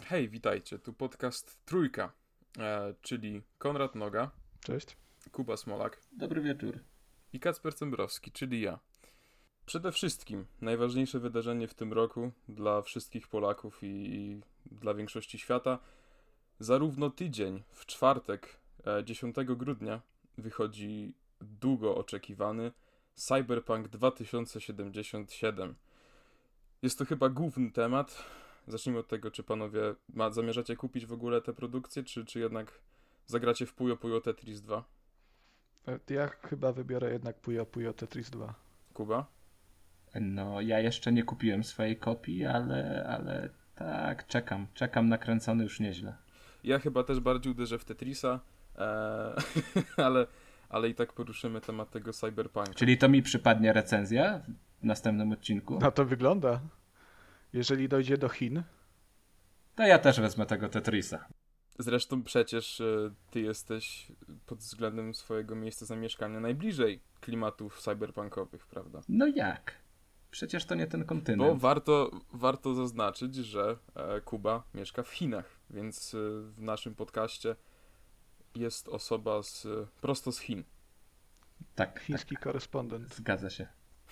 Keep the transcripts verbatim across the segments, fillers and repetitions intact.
Hej, witajcie, tu podcast Trójka, e, czyli Konrad Noga, Cześć. Kuba Smolak Dobry wieczór. i Kacper Cembrowski, czyli ja. Przede wszystkim najważniejsze wydarzenie w tym roku dla wszystkich Polaków i, i dla większości świata. Zarówno tydzień, w czwartek, e, dziesiątego grudnia, wychodzi długo oczekiwany Cyberpunk dwa tysiące siedemdziesiąt siedem. Jest to chyba główny temat. Zacznijmy od tego, czy panowie ma, zamierzacie kupić w ogóle tę produkcję, czy, czy jednak zagracie w Puyo Puyo Tetris dwa? Ja chyba wybiorę jednak Puyo Puyo Tetris dwa. Kuba? No, ja jeszcze nie kupiłem swojej kopii, ale, ale tak, czekam. Czekam nakręcony już nieźle. Ja chyba też bardziej uderzę w Tetrisa, ee, ale, ale i tak poruszymy temat tego Cyberpunka. Czyli to mi przypadnie recenzja w następnym odcinku? Na to wygląda. Jeżeli dojdzie do Chin. To ja też wezmę tego Tetrisa. Zresztą przecież e, ty jesteś pod względem swojego miejsca zamieszkania najbliżej klimatów cyberpunkowych, prawda? No jak? Przecież to nie ten Bo kontynent. warto, warto zaznaczyć, że e, Kuba mieszka w Chinach, więc e, w naszym podcaście jest osoba z, prosto z Chin. Tak, Chiński tak, korespondent. zgadza się.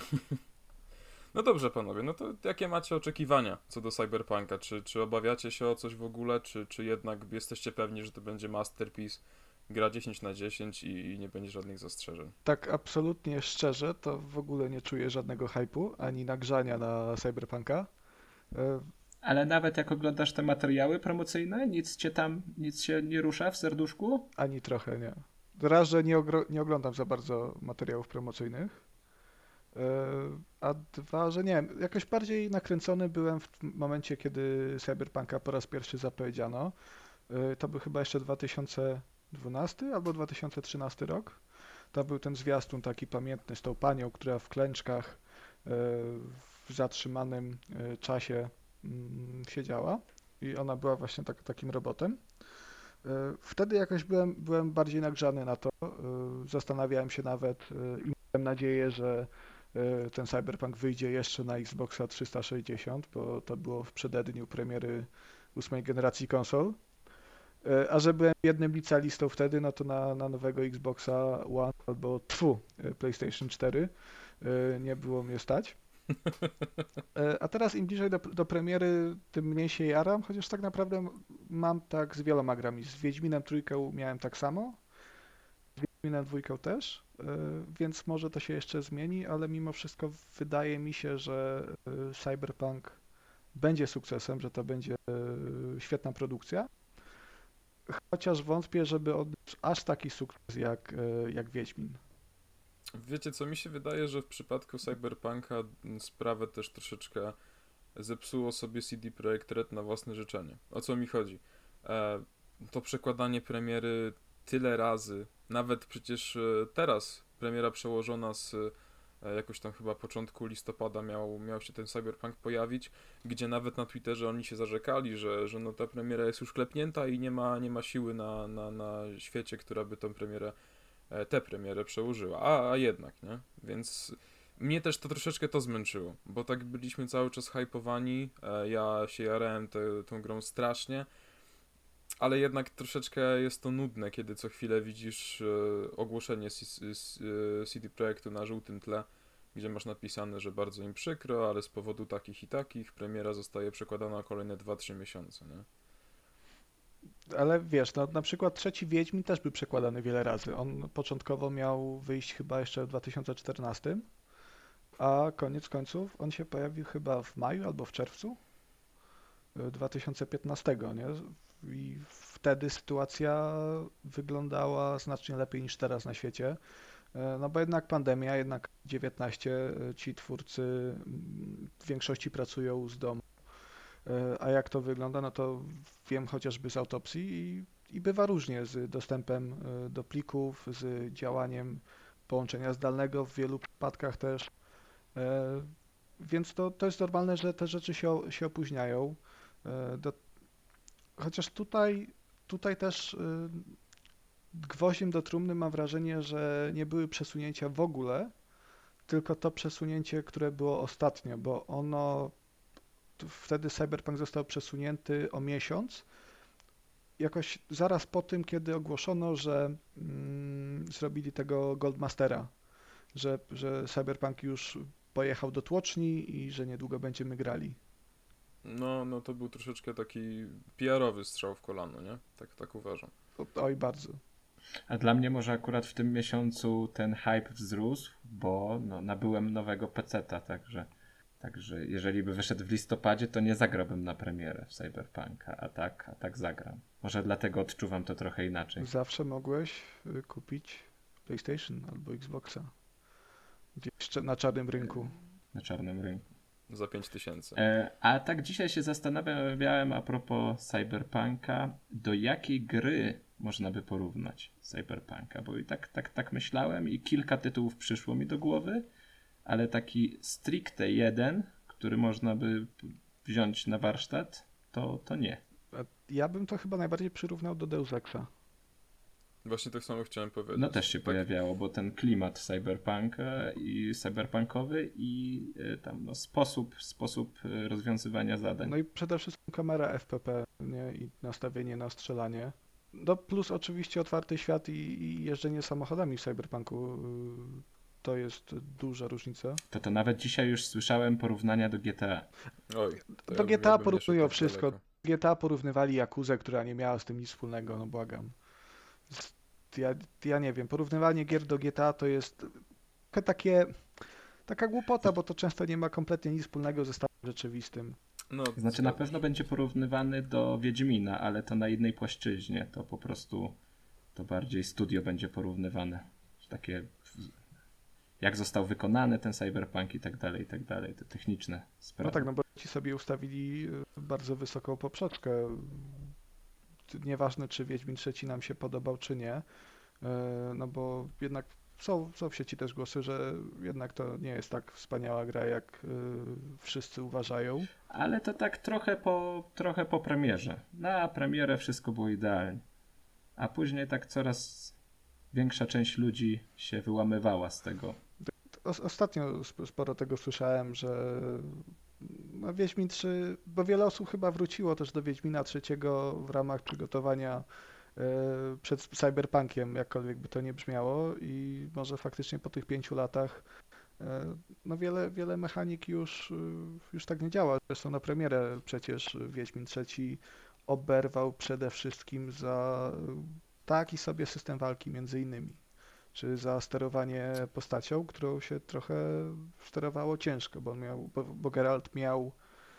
No dobrze, panowie, no to jakie macie oczekiwania co do Cyberpunka? Czy, czy obawiacie się o coś w ogóle, czy, czy jednak jesteście pewni, że to będzie masterpiece, gra dziesięć na dziesięć i, i nie będzie żadnych zastrzeżeń? Tak absolutnie szczerze, to w ogóle nie czuję żadnego hype'u, ani nagrzania na Cyberpunka. E, Ale nawet jak oglądasz te materiały promocyjne, nic cię tam, nic się nie rusza w serduszku? Ani trochę nie. Raz, że nie, ogro- nie oglądam za bardzo materiałów promocyjnych. E, A dwa, że nie wiem, jakoś bardziej nakręcony byłem w momencie, kiedy Cyberpunka po raz pierwszy zapowiedziano. E, To był chyba jeszcze dwa tysiące dwunasty albo dwa tysiące trzynasty rok. To był ten zwiastun taki pamiętny z tą panią, która w klęczkach e, w zatrzymanym e, czasie mm, siedziała i ona była właśnie tak, takim robotem. E, Wtedy jakoś byłem, byłem bardziej nagrzany na to. E, Zastanawiałem się nawet e, i miałem nadzieję, że e, ten Cyberpunk wyjdzie jeszcze na Xboxa trzysta sześćdziesiąt, bo to było w przededniu premiery ósmej generacji konsol. E, A że byłem jednym licealistą wtedy, no to na, na nowego Xboxa One albo tfu, e, PlayStation cztery e, nie było mnie stać. E, A teraz im bliżej do, do premiery, tym mniej się jaram, chociaż tak naprawdę m- mam tak z wieloma grami. Z Wiedźminem trójką miałem tak samo, z Wiedźminem dwójką też, e, więc może to się jeszcze zmieni, ale mimo wszystko wydaje mi się, że e, Cyberpunk będzie sukcesem, że to będzie e, świetna produkcja. Chociaż wątpię, żeby odniósł aż taki sukces jak, e, jak Wiedźmin. Wiecie co, mi się wydaje, że w przypadku Cyberpunka m, sprawę też troszeczkę zepsuło sobie C D Projekt Red na własne życzenie. O co mi chodzi? E, to przekładanie premiery tyle razy, nawet przecież e, teraz premiera przełożona z e, jakoś tam chyba początku listopada miał, miał się ten Cyberpunk pojawić, gdzie nawet na Twitterze oni się zarzekali, że, że no ta premiera jest już klepnięta i nie ma, nie ma siły na, na, na świecie, która by tą premierę, e, tę premierę przełożyła. A, a jednak, nie? Więc mnie też to troszeczkę to zmęczyło, bo tak byliśmy cały czas hypowani, e, ja się jarałem te, tą grą strasznie, ale jednak troszeczkę jest to nudne, kiedy co chwilę widzisz e, ogłoszenie C- C- e, C D Projektu na żółtym tle, gdzie masz napisane, że bardzo im przykro, ale z powodu takich i takich premiera zostaje przekładana o kolejne dwa trzy miesiące, nie? Ale wiesz, no, na przykład trzeci Wiedźmin też był przekładany wiele razy. On początkowo miał wyjść chyba jeszcze w dwa tysiące czternastym, a koniec końców on się pojawił chyba w maju albo w czerwcu e, dwa tysiące piętnastego, nie? I wtedy sytuacja wyglądała znacznie lepiej niż teraz na świecie. E, No bo jednak pandemia, jednak dziewiętnaście, e, ci twórcy mm, w większości pracują z domu. E, A jak to wygląda, no to wiem chociażby z autopsji i, i bywa różnie z dostępem e, do plików, z działaniem połączenia zdalnego w wielu przypadkach też. E, Więc to, to jest normalne, że te rzeczy się, o- się opóźniają. E, Do, chociaż tutaj, tutaj też e, gwoździem do trumny mam wrażenie, że nie były przesunięcia w ogóle, tylko to przesunięcie, które było ostatnio, bo ono wtedy Cyberpunk został przesunięty o miesiąc. Jakoś zaraz po tym, kiedy ogłoszono, że mm, zrobili tego Goldmastera, że, że Cyberpunk już pojechał do tłoczni i że niedługo będziemy grali. No, no to był troszeczkę taki P R-owy strzał w kolano, nie? Tak, tak uważam. O, oj, bardzo. A dla mnie może akurat w tym miesiącu ten hype wzrósł, bo no, nabyłem nowego peceta, także, także jeżeli by wyszedł w listopadzie, to nie zagrałbym na premierę w Cyberpunka, a tak, a tak zagram. Może dlatego odczuwam to trochę inaczej. Zawsze mogłeś y, kupić PlayStation albo Xboxa. Gdzieś na czarnym rynku. Na czarnym rynku. Za pięć tysięcy. E, a tak dzisiaj się zastanawiałem a propos Cyberpunka, do jakiej gry można by porównać Cyberpunka, bo i tak, tak, tak myślałem i kilka tytułów przyszło mi do głowy, ale taki stricte jeden, który można by wziąć na warsztat, to, to nie. Ja bym to chyba najbardziej przyrównał do Deus Exa. Właśnie tak samo chciałem powiedzieć. No też się tak. pojawiało, bo ten klimat cyberpunka i cyberpunkowy i y, tam no, sposób, sposób y, rozwiązywania zadań. No i przede wszystkim kamera F P P, nie? I nastawienie na strzelanie. No plus oczywiście otwarty świat i, i jeżdżenie samochodami w Cyberpunku. y, To jest duża różnica. To to nawet dzisiaj już słyszałem porównania do G T A. Oj, to Do ja- G T A ja bym nie szedł porównują tak wszystko. daleko. G T A porównywali Yakuzę, która nie miała z tym nic wspólnego, no błagam. Z- Ja, ja nie wiem, porównywanie gier do G T A to jest trochę takie, taka głupota, bo to często nie ma kompletnie nic wspólnego ze stanem rzeczywistym. No, Znaczy na zgadza pewno się. będzie porównywany do Wiedźmina, ale to na jednej płaszczyźnie. To po prostu to bardziej studio będzie porównywane. Takie jak został wykonany ten cyberpunk i tak dalej, i tak dalej. Te techniczne sprawy. No tak, no bo ci sobie ustawili y, bardzo wysoką poprzeczkę. Nieważne, czy Wiedźmin trzeci nam się podobał, czy nie. y, No bo jednak są, są w sieci też głosy, że jednak to nie jest tak wspaniała gra, jak y, wszyscy uważają. Ale to tak trochę po, trochę po premierze. Na premierę wszystko było idealnie. A później tak coraz większa część ludzi się wyłamywała z tego. O- Ostatnio sp- sporo tego słyszałem, że no Wiedźmin trzy, bo wiele osób chyba wróciło też do Wiedźmina trzeciego w ramach przygotowania e, przed Cyberpunkiem, jakkolwiek by to nie brzmiało i może faktycznie po tych pięciu latach e, no wiele, wiele mechanik już, y, już tak nie działa. Zresztą na premierę przecież Wiedźmin trzeci oberwał przede wszystkim za taki sobie system walki między innymi czy za sterowanie postacią, którą się trochę sterowało ciężko, bo, on miał, bo, bo Geralt miał,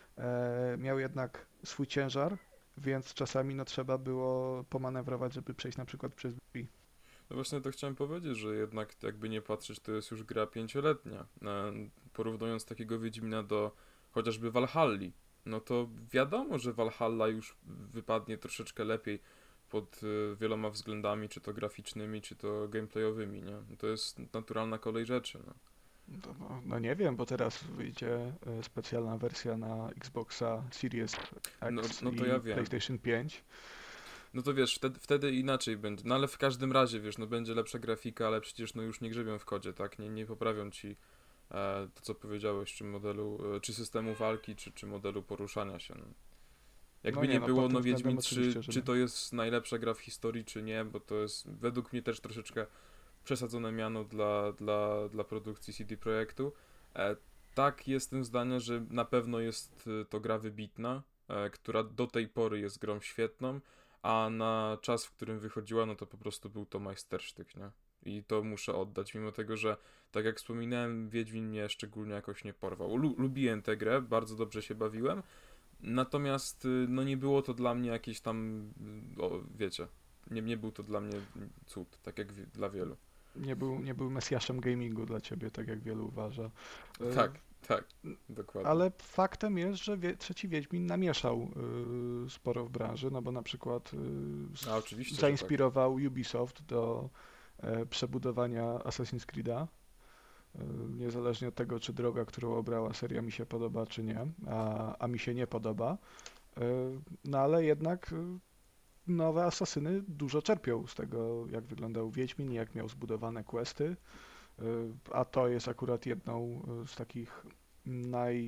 e, miał jednak swój ciężar, więc czasami no, trzeba było pomanewrować, żeby przejść na przykład przez drzwi. No właśnie to chciałem powiedzieć, że jednak jakby nie patrzeć, to jest już gra pięcioletnia. E, Porównując takiego Wiedźmina do chociażby Valhalli, no to wiadomo, że Valhalla już wypadnie troszeczkę lepiej pod e, wieloma względami, czy to graficznymi, czy to gameplayowymi, nie? To jest naturalna kolej rzeczy, no. No, no, no nie wiem, bo teraz wyjdzie e, specjalna wersja na Xboxa Series X No- no to i ja wiem. PlayStation pięć. No to wiesz, wtedy, wtedy inaczej będzie. No ale w każdym razie, wiesz, no będzie lepsza grafika, ale przecież no już nie grzebią w kodzie, tak? Nie, nie poprawią ci e, to, co powiedziałeś, czy modelu, e, czy systemu walki, czy, czy modelu poruszania się. No. Jakby No nie, nie, no, było, pod tym no względem Wiedźmin trzy, oczywiście, że czy nie. to jest najlepsza gra w historii, czy nie, bo to jest według mnie też troszeczkę przesadzone miano dla, dla, dla produkcji C D Projektu. E, tak, jestem zdania, że na pewno jest e, to gra wybitna, e, która do tej pory jest grą świetną, a na czas, w którym wychodziła, no to po prostu był to majstersztyk, nie? I to muszę oddać, mimo tego, że tak jak wspominałem, Wiedźmin mnie szczególnie jakoś nie porwał. Lu- lubiłem tę grę, bardzo dobrze się bawiłem, natomiast y, no nie było to dla mnie jakieś tam, y, o, wiecie, nie, nie był to dla mnie cud, tak jak wi- dla wielu. Nie był, nie był mesjaszem gamingu dla ciebie, tak jak wielu uważa. E, Tak, tak, dokładnie. Ale faktem jest, że wie, trzeci Wiedźmin namieszał y, sporo w branży, no bo na przykład y, s- A, oczywiście, że zainspirował Ubisoft do e, przebudowania Assassin's Creed'a. Y, niezależnie od tego, czy droga, którą obrała seria mi się podoba, czy nie, a, a mi się nie podoba. Y, no ale jednak y, nowe Asasyny dużo czerpią z tego, jak wyglądał Wiedźmin, jak miał zbudowane questy. Y, A to jest akurat jedną y, z takich naj,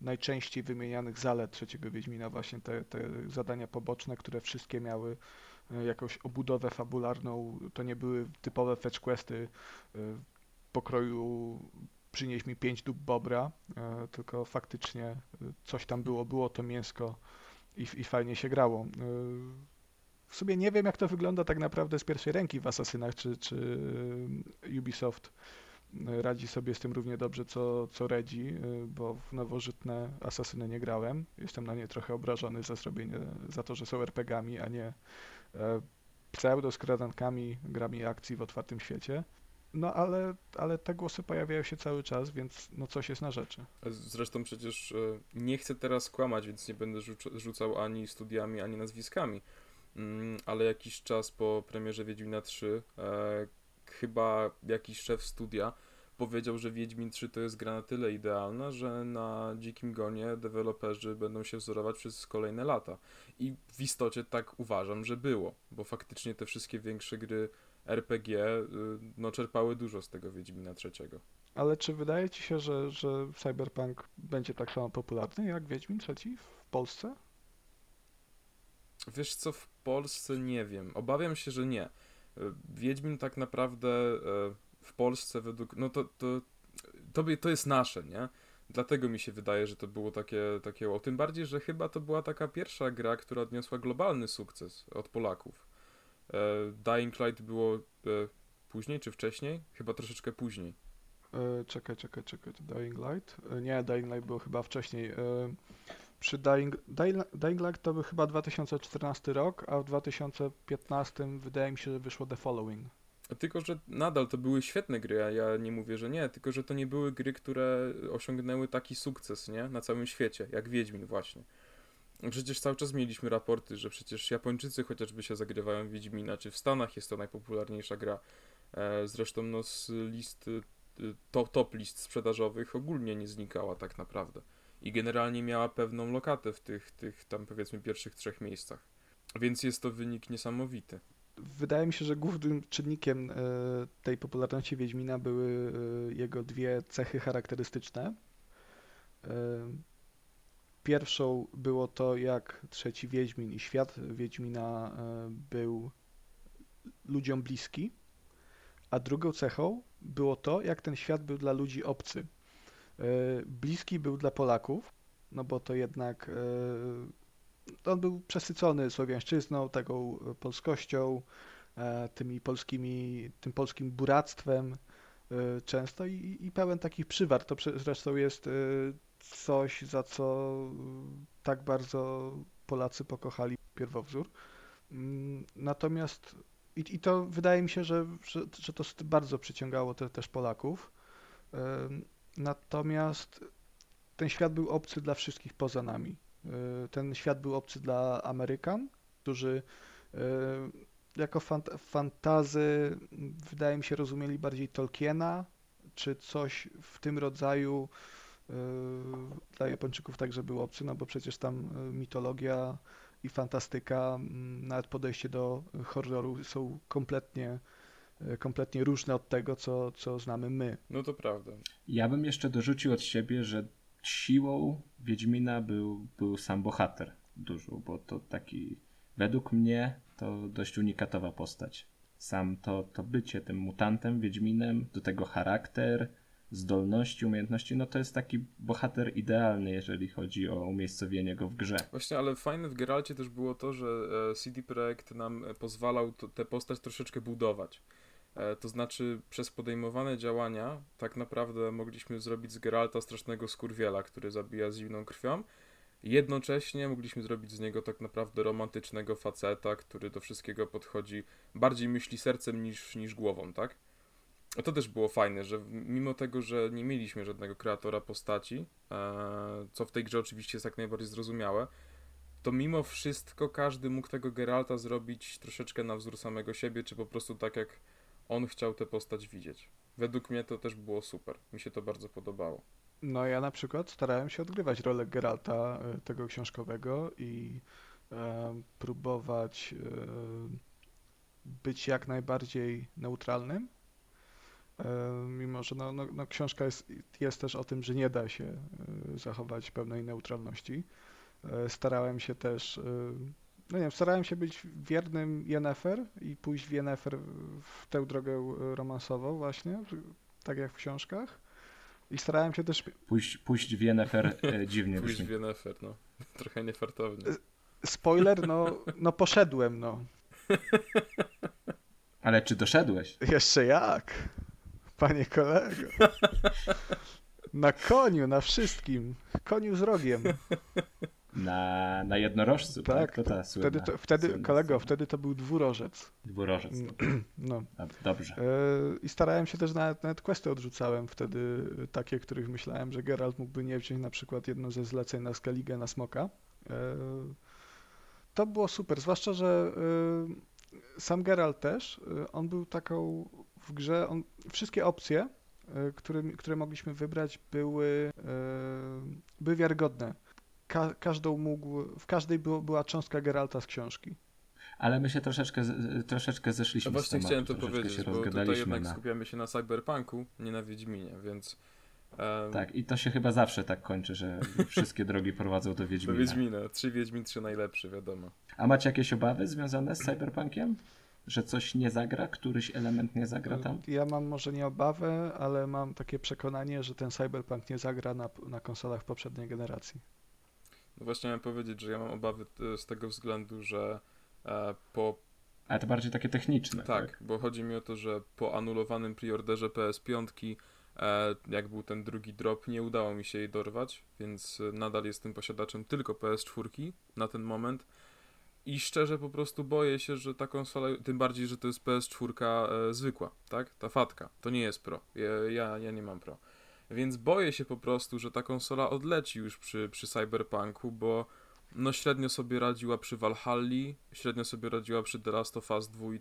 najczęściej wymienianych zalet trzeciego Wiedźmina, właśnie te, te zadania poboczne, które wszystkie miały e, jakąś obudowę fabularną. To nie były typowe fetch questy e, pokroju przynieś mi pięć dup bobra, e, tylko faktycznie e, coś tam było, było to mięsko i, i fajnie się grało. E, W sumie nie wiem, jak to wygląda tak naprawdę z pierwszej ręki w Asasynach, czy, czy e, Ubisoft radzi sobie z tym równie dobrze co, co Redzi, y, bo w nowożytne Asasyny nie grałem. Jestem na nie trochę obrażony za zrobienie, za to, że są er pe gami, a nie e, pseudo-skradankami, grami akcji w otwartym świecie. No ale, ale te głosy pojawiają się cały czas, więc no coś jest na rzeczy. Zresztą przecież e, nie chcę teraz kłamać, więc nie będę rzuc- rzucał ani studiami, ani nazwiskami, mm, ale jakiś czas po premierze Wiedźmina trzy e, chyba jakiś szef studia powiedział, że Wiedźmin trzy to jest gra na tyle idealna, że na Dzikim Gonie deweloperzy będą się wzorować przez kolejne lata. I w istocie tak uważam, że było, bo faktycznie te wszystkie większe gry er pe gie y, no, czerpały dużo z tego Wiedźmina trzeciego. Ale czy wydaje ci się, że, że Cyberpunk będzie tak samo popularny jak Wiedźmin trzeci w Polsce? Wiesz co, w Polsce nie wiem. Obawiam się, że nie. Y, Wiedźmin tak naprawdę y, w Polsce według... No to, to, to, by- to jest nasze, nie? Dlatego mi się wydaje, że to było takie, takie wow. Tym bardziej, że chyba to była taka pierwsza gra, która odniosła globalny sukces od Polaków. E, Dying Light było e, później czy wcześniej? Chyba troszeczkę później. E, czekaj, czekaj, czekaj. Dying Light? E, nie, Dying Light było chyba wcześniej. E, przy Dying, Dying, Dying Light to był chyba dwa tysiące czternasty rok, a w dwa tysiące piętnastym wydaje mi się, że wyszło The Following. Tylko, że nadal to były świetne gry, a ja nie mówię, że nie, tylko, że to nie były gry, które osiągnęły taki sukces, nie? Na całym świecie, jak Wiedźmin właśnie. Przecież cały czas mieliśmy raporty, że przecież Japończycy chociażby się zagrywają w Wiedźmina, czy w Stanach jest to najpopularniejsza gra. E, zresztą no z list, y, top, top list sprzedażowych ogólnie nie znikała tak naprawdę. I generalnie miała pewną lokatę w tych, tych tam powiedzmy pierwszych trzech miejscach. Więc jest to wynik niesamowity. Wydaje mi się, że głównym czynnikiem e, tej popularności Wiedźmina były e, jego dwie cechy charakterystyczne. E, Pierwszą było to, jak trzeci Wiedźmin i świat Wiedźmina e, był ludziom bliski, a drugą cechą było to, jak ten świat był dla ludzi obcy. E, Bliski był dla Polaków, no bo to jednak e, on był przesycony słowiańszczyzną, taką polskością, e, tymi polskimi, tym polskim buractwem e, często i, i pełen takich przywar. To prze- zresztą jest e, coś, za co e, tak bardzo Polacy pokochali pierwowzór. Mm, Natomiast i, i to wydaje mi się, że, że, że to bardzo przyciągało te, też Polaków. Em, Natomiast ten świat był obcy dla wszystkich poza nami. Y, Ten świat był obcy dla Amerykan, którzy y, jako fant fantazy, m, wydaje mi się, rozumieli bardziej Tolkiena, czy coś w tym rodzaju. y, Dla Japończyków także był obcy, no bo przecież tam y, mitologia i fantastyka, m, nawet podejście do horroru są kompletnie, y, kompletnie różne od tego, co, co znamy my. No to prawda. Ja bym jeszcze dorzucił od siebie, że siłą Wiedźmina był, był sam bohater dużo, bo to taki, według mnie, to dość unikatowa postać. Sam to, to bycie tym mutantem, Wiedźminem, do tego charakter, zdolności, umiejętności, no to jest taki bohater idealny, jeżeli chodzi o umiejscowienie go w grze. Właśnie, ale fajne w Geralcie też było to, że e, C D Projekt nam e, pozwalał to, tę postać troszeczkę budować. E, To znaczy, przez podejmowane działania tak naprawdę mogliśmy zrobić z Geralta strasznego skurwiela, który zabija z zimną krwią. Jednocześnie mogliśmy zrobić z niego tak naprawdę romantycznego faceta, który do wszystkiego podchodzi, bardziej myśli sercem niż, niż głową, tak? A to też było fajne, że w- mimo tego, że nie mieliśmy żadnego kreatora postaci, e, co w tej grze oczywiście jest jak najbardziej zrozumiałe, to mimo wszystko każdy mógł tego Geralta zrobić troszeczkę na wzór samego siebie, czy po prostu tak jak on chciał tę postać widzieć. Według mnie to też było super. Mi się to bardzo podobało. No ja na przykład starałem się odgrywać rolę Geralta e, tego książkowego i e, próbować e, być jak najbardziej neutralnym, Mimo, że no, no, no książka jest, jest też o tym, że nie da się zachować pełnej neutralności. Starałem się też, no nie wiem, starałem się być wiernym Yennefer i pójść w Yennefer w tę drogę romansową właśnie, tak jak w książkach. I starałem się też... Pójść, pójść w Yennefer e, dziwnie Pójść brzmi. w Yennefer, no. Trochę niefartownie. Spoiler, no, no poszedłem, no. Ale czy doszedłeś? Jeszcze jak, panie kolego. Na koniu, na wszystkim. Koniu z rogiem. Na, na jednorożcu, tak? Tak, To ta słynna, wtedy, to, wtedy słynna kolego, scena. wtedy to był dwurożec. Dwurożec. No. Dobrze. Yy, I starałem się też, nawet, nawet questy odrzucałem wtedy, takie, których myślałem, że Geralt mógłby nie wziąć, na przykład jedno ze zleceń na Skellige na Smoka. Yy, to było super, zwłaszcza, że yy, sam Geralt też, yy, on był taką w grze, on, wszystkie opcje, yy, które, które mogliśmy wybrać, były, yy, były wiarygodne. Ka- każdą mógł, w każdej było, była cząstka Geralta z książki. Ale my się troszeczkę, troszeczkę zeszliśmy No właśnie z tematu. chciałem to troszeczkę powiedzieć, się bo tutaj rozgadaliśmy jednak na... skupiamy się na Cyberpunku, nie na Wiedźminie, więc... Um, Tak, i to się chyba zawsze tak kończy, że wszystkie drogi prowadzą do do Wiedźmina. Wiedźmina. Trzy Wiedźmin, trzy najlepszy, wiadomo. A macie jakieś obawy związane z Cyberpunkiem? Że coś nie zagra? Któryś element nie zagra tam? Ja mam może nie obawę, ale mam takie przekonanie, że ten Cyberpunk nie zagra na, na konsolach poprzedniej generacji. No właśnie miałem powiedzieć, że ja mam obawy e, z tego względu, że e, po... Ale to bardziej takie techniczne, Tak, tak? bo chodzi mi o to, że po anulowanym preorderze P S pięć, e, jak był ten drugi drop, nie udało mi się jej dorwać, więc e, nadal jestem posiadaczem tylko P S cztery na ten moment. I szczerze po prostu boję się, że ta konsola, tym bardziej, że to jest P S cztery e, zwykła, tak? Ta fatka. To nie jest Pro. Ja, ja, ja nie mam Pro. Więc boję się po prostu, że ta konsola odleci już przy, przy Cyberpunku, bo no średnio sobie radziła przy Valhalli, średnio sobie radziła przy The Last of Us dwa,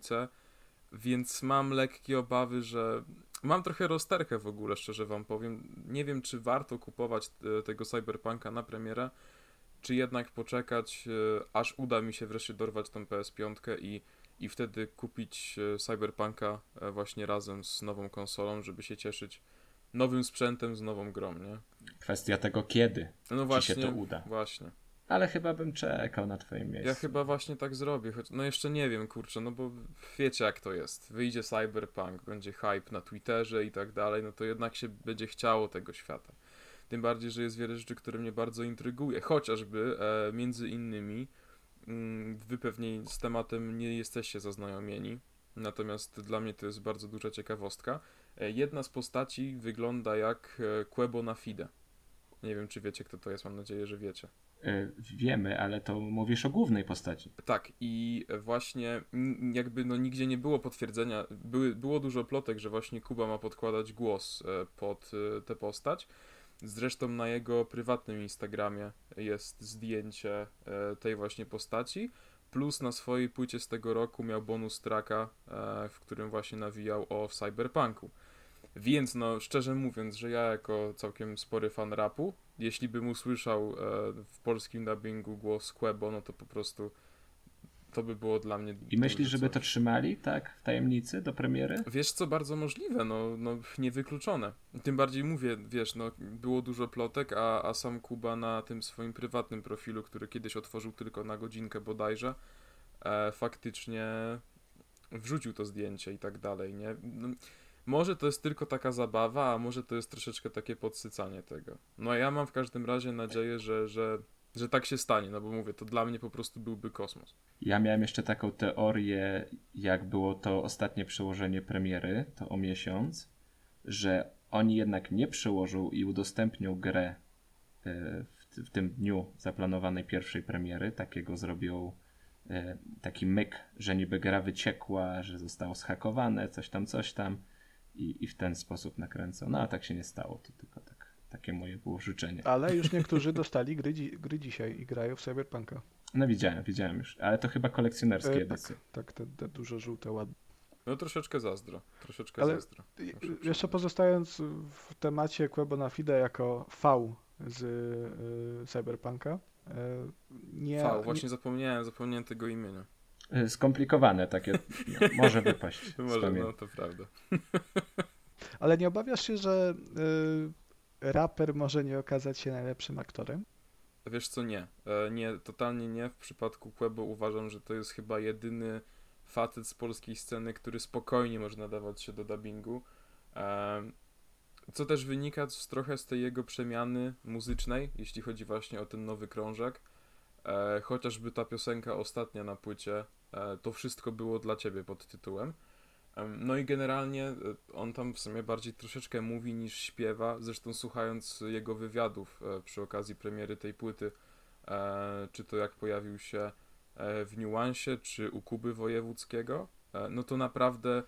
więc mam lekkie obawy, że... Mam trochę rozterkę w ogóle, szczerze wam powiem. Nie wiem, czy warto kupować e, tego Cyberpunka na premierę, czy jednak poczekać, e, aż uda mi się wreszcie dorwać tą P S pięć i, i wtedy kupić e, Cyberpunka e, właśnie razem z nową konsolą, żeby się cieszyć nowym sprzętem z nową grą, nie? Kwestia tego, kiedy No ci właśnie, się to uda. właśnie. Ale chyba bym czekał na twoim miejscu. Ja chyba właśnie tak zrobię, choć no jeszcze nie wiem, kurczę, no bo wiecie jak to jest. Wyjdzie Cyberpunk, będzie hype na Twitterze i tak dalej, no to jednak się będzie chciało tego świata. Tym bardziej, że jest wiele rzeczy, które mnie bardzo intryguje. Chociażby, e, między innymi, mm, wy pewnie z tematem nie jesteście zaznajomieni, natomiast dla mnie to jest bardzo duża ciekawostka. E, jedna z postaci wygląda jak e, Quebo na Fide. Nie wiem, czy wiecie, kto to jest, mam nadzieję, że wiecie. Y, wiemy, ale to mówisz o głównej postaci. Tak, i właśnie n- jakby no nigdzie nie było potwierdzenia, były, było dużo plotek, że właśnie Kuba ma podkładać głos e, pod e, tę postać. Zresztą na jego prywatnym Instagramie jest zdjęcie e, tej właśnie postaci, plus na swojej płycie z tego roku miał bonus tracka, e, w którym właśnie nawijał o Cyberpunku. Więc no, szczerze mówiąc, że ja jako całkiem spory fan rapu, jeśli bym usłyszał e, w polskim dubbingu głos Quebo, no to po prostu to by było dla mnie... I myślisz, duże żeby to coś. trzymali, tak, w tajemnicy do premiery? Wiesz co, bardzo możliwe, no, no niewykluczone. Tym bardziej mówię, wiesz, no było dużo plotek, a, a sam Kuba na tym swoim prywatnym profilu, który kiedyś otworzył tylko na godzinkę bodajże, e, faktycznie wrzucił to zdjęcie i tak dalej, nie? No, może to jest tylko taka zabawa, a może to jest troszeczkę takie podsycanie tego. No ja mam w każdym razie nadzieję, że, że, że tak się stanie, no bo mówię, to dla mnie po prostu byłby kosmos. Ja miałem jeszcze taką teorię, jak było to ostatnie przełożenie premiery, to o miesiąc, że oni jednak nie przełożą i udostępnią grę e, w, w tym dniu zaplanowanej pierwszej premiery. Takiego zrobią e, taki myk, że niby gra wyciekła, że zostało zhakowane, coś tam, coś tam i, i w ten sposób nakręcą. No a tak się nie stało, to tylko tak, takie moje było życzenie. Ale już niektórzy dostali gry, dzi- gry dzisiaj i grają w Cyberpunka. No widziałem, widziałem już, ale to chyba kolekcjonerskie E, edycje. tak, tak, te, te duże żółte ładne. No troszeczkę zazdro, troszeczkę Ale zazdro. I- muszę Jeszcze przyznać. pozostając w temacie Quebo na Fide jako V z y, Cyberpunka. y, nie, V, nie, właśnie zapomniałem, zapomniałem tego imienia. E, Skomplikowane takie, no, może wypaść z Może, pamięci. no to prawda. Ale nie obawiasz się, że y, raper może nie okazać się najlepszym aktorem? Wiesz co, nie. E, Nie, totalnie nie. W przypadku Quebo uważam, że to jest chyba jedyny facet z polskiej sceny, który spokojnie może nadawać się do dubbingu. E, Co też wynika z, trochę z tej jego przemiany muzycznej, jeśli chodzi właśnie o ten nowy krążek. E, chociażby ta piosenka ostatnia na płycie, e, to wszystko było dla ciebie pod tytułem. Em, No i generalnie e, on tam w sumie bardziej troszeczkę mówi niż śpiewa. Zresztą słuchając jego wywiadów e, przy okazji premiery tej płyty, e, czy to jak pojawił się e, w Niuansie, czy u Kuby Wojewódzkiego, e, no to naprawdę,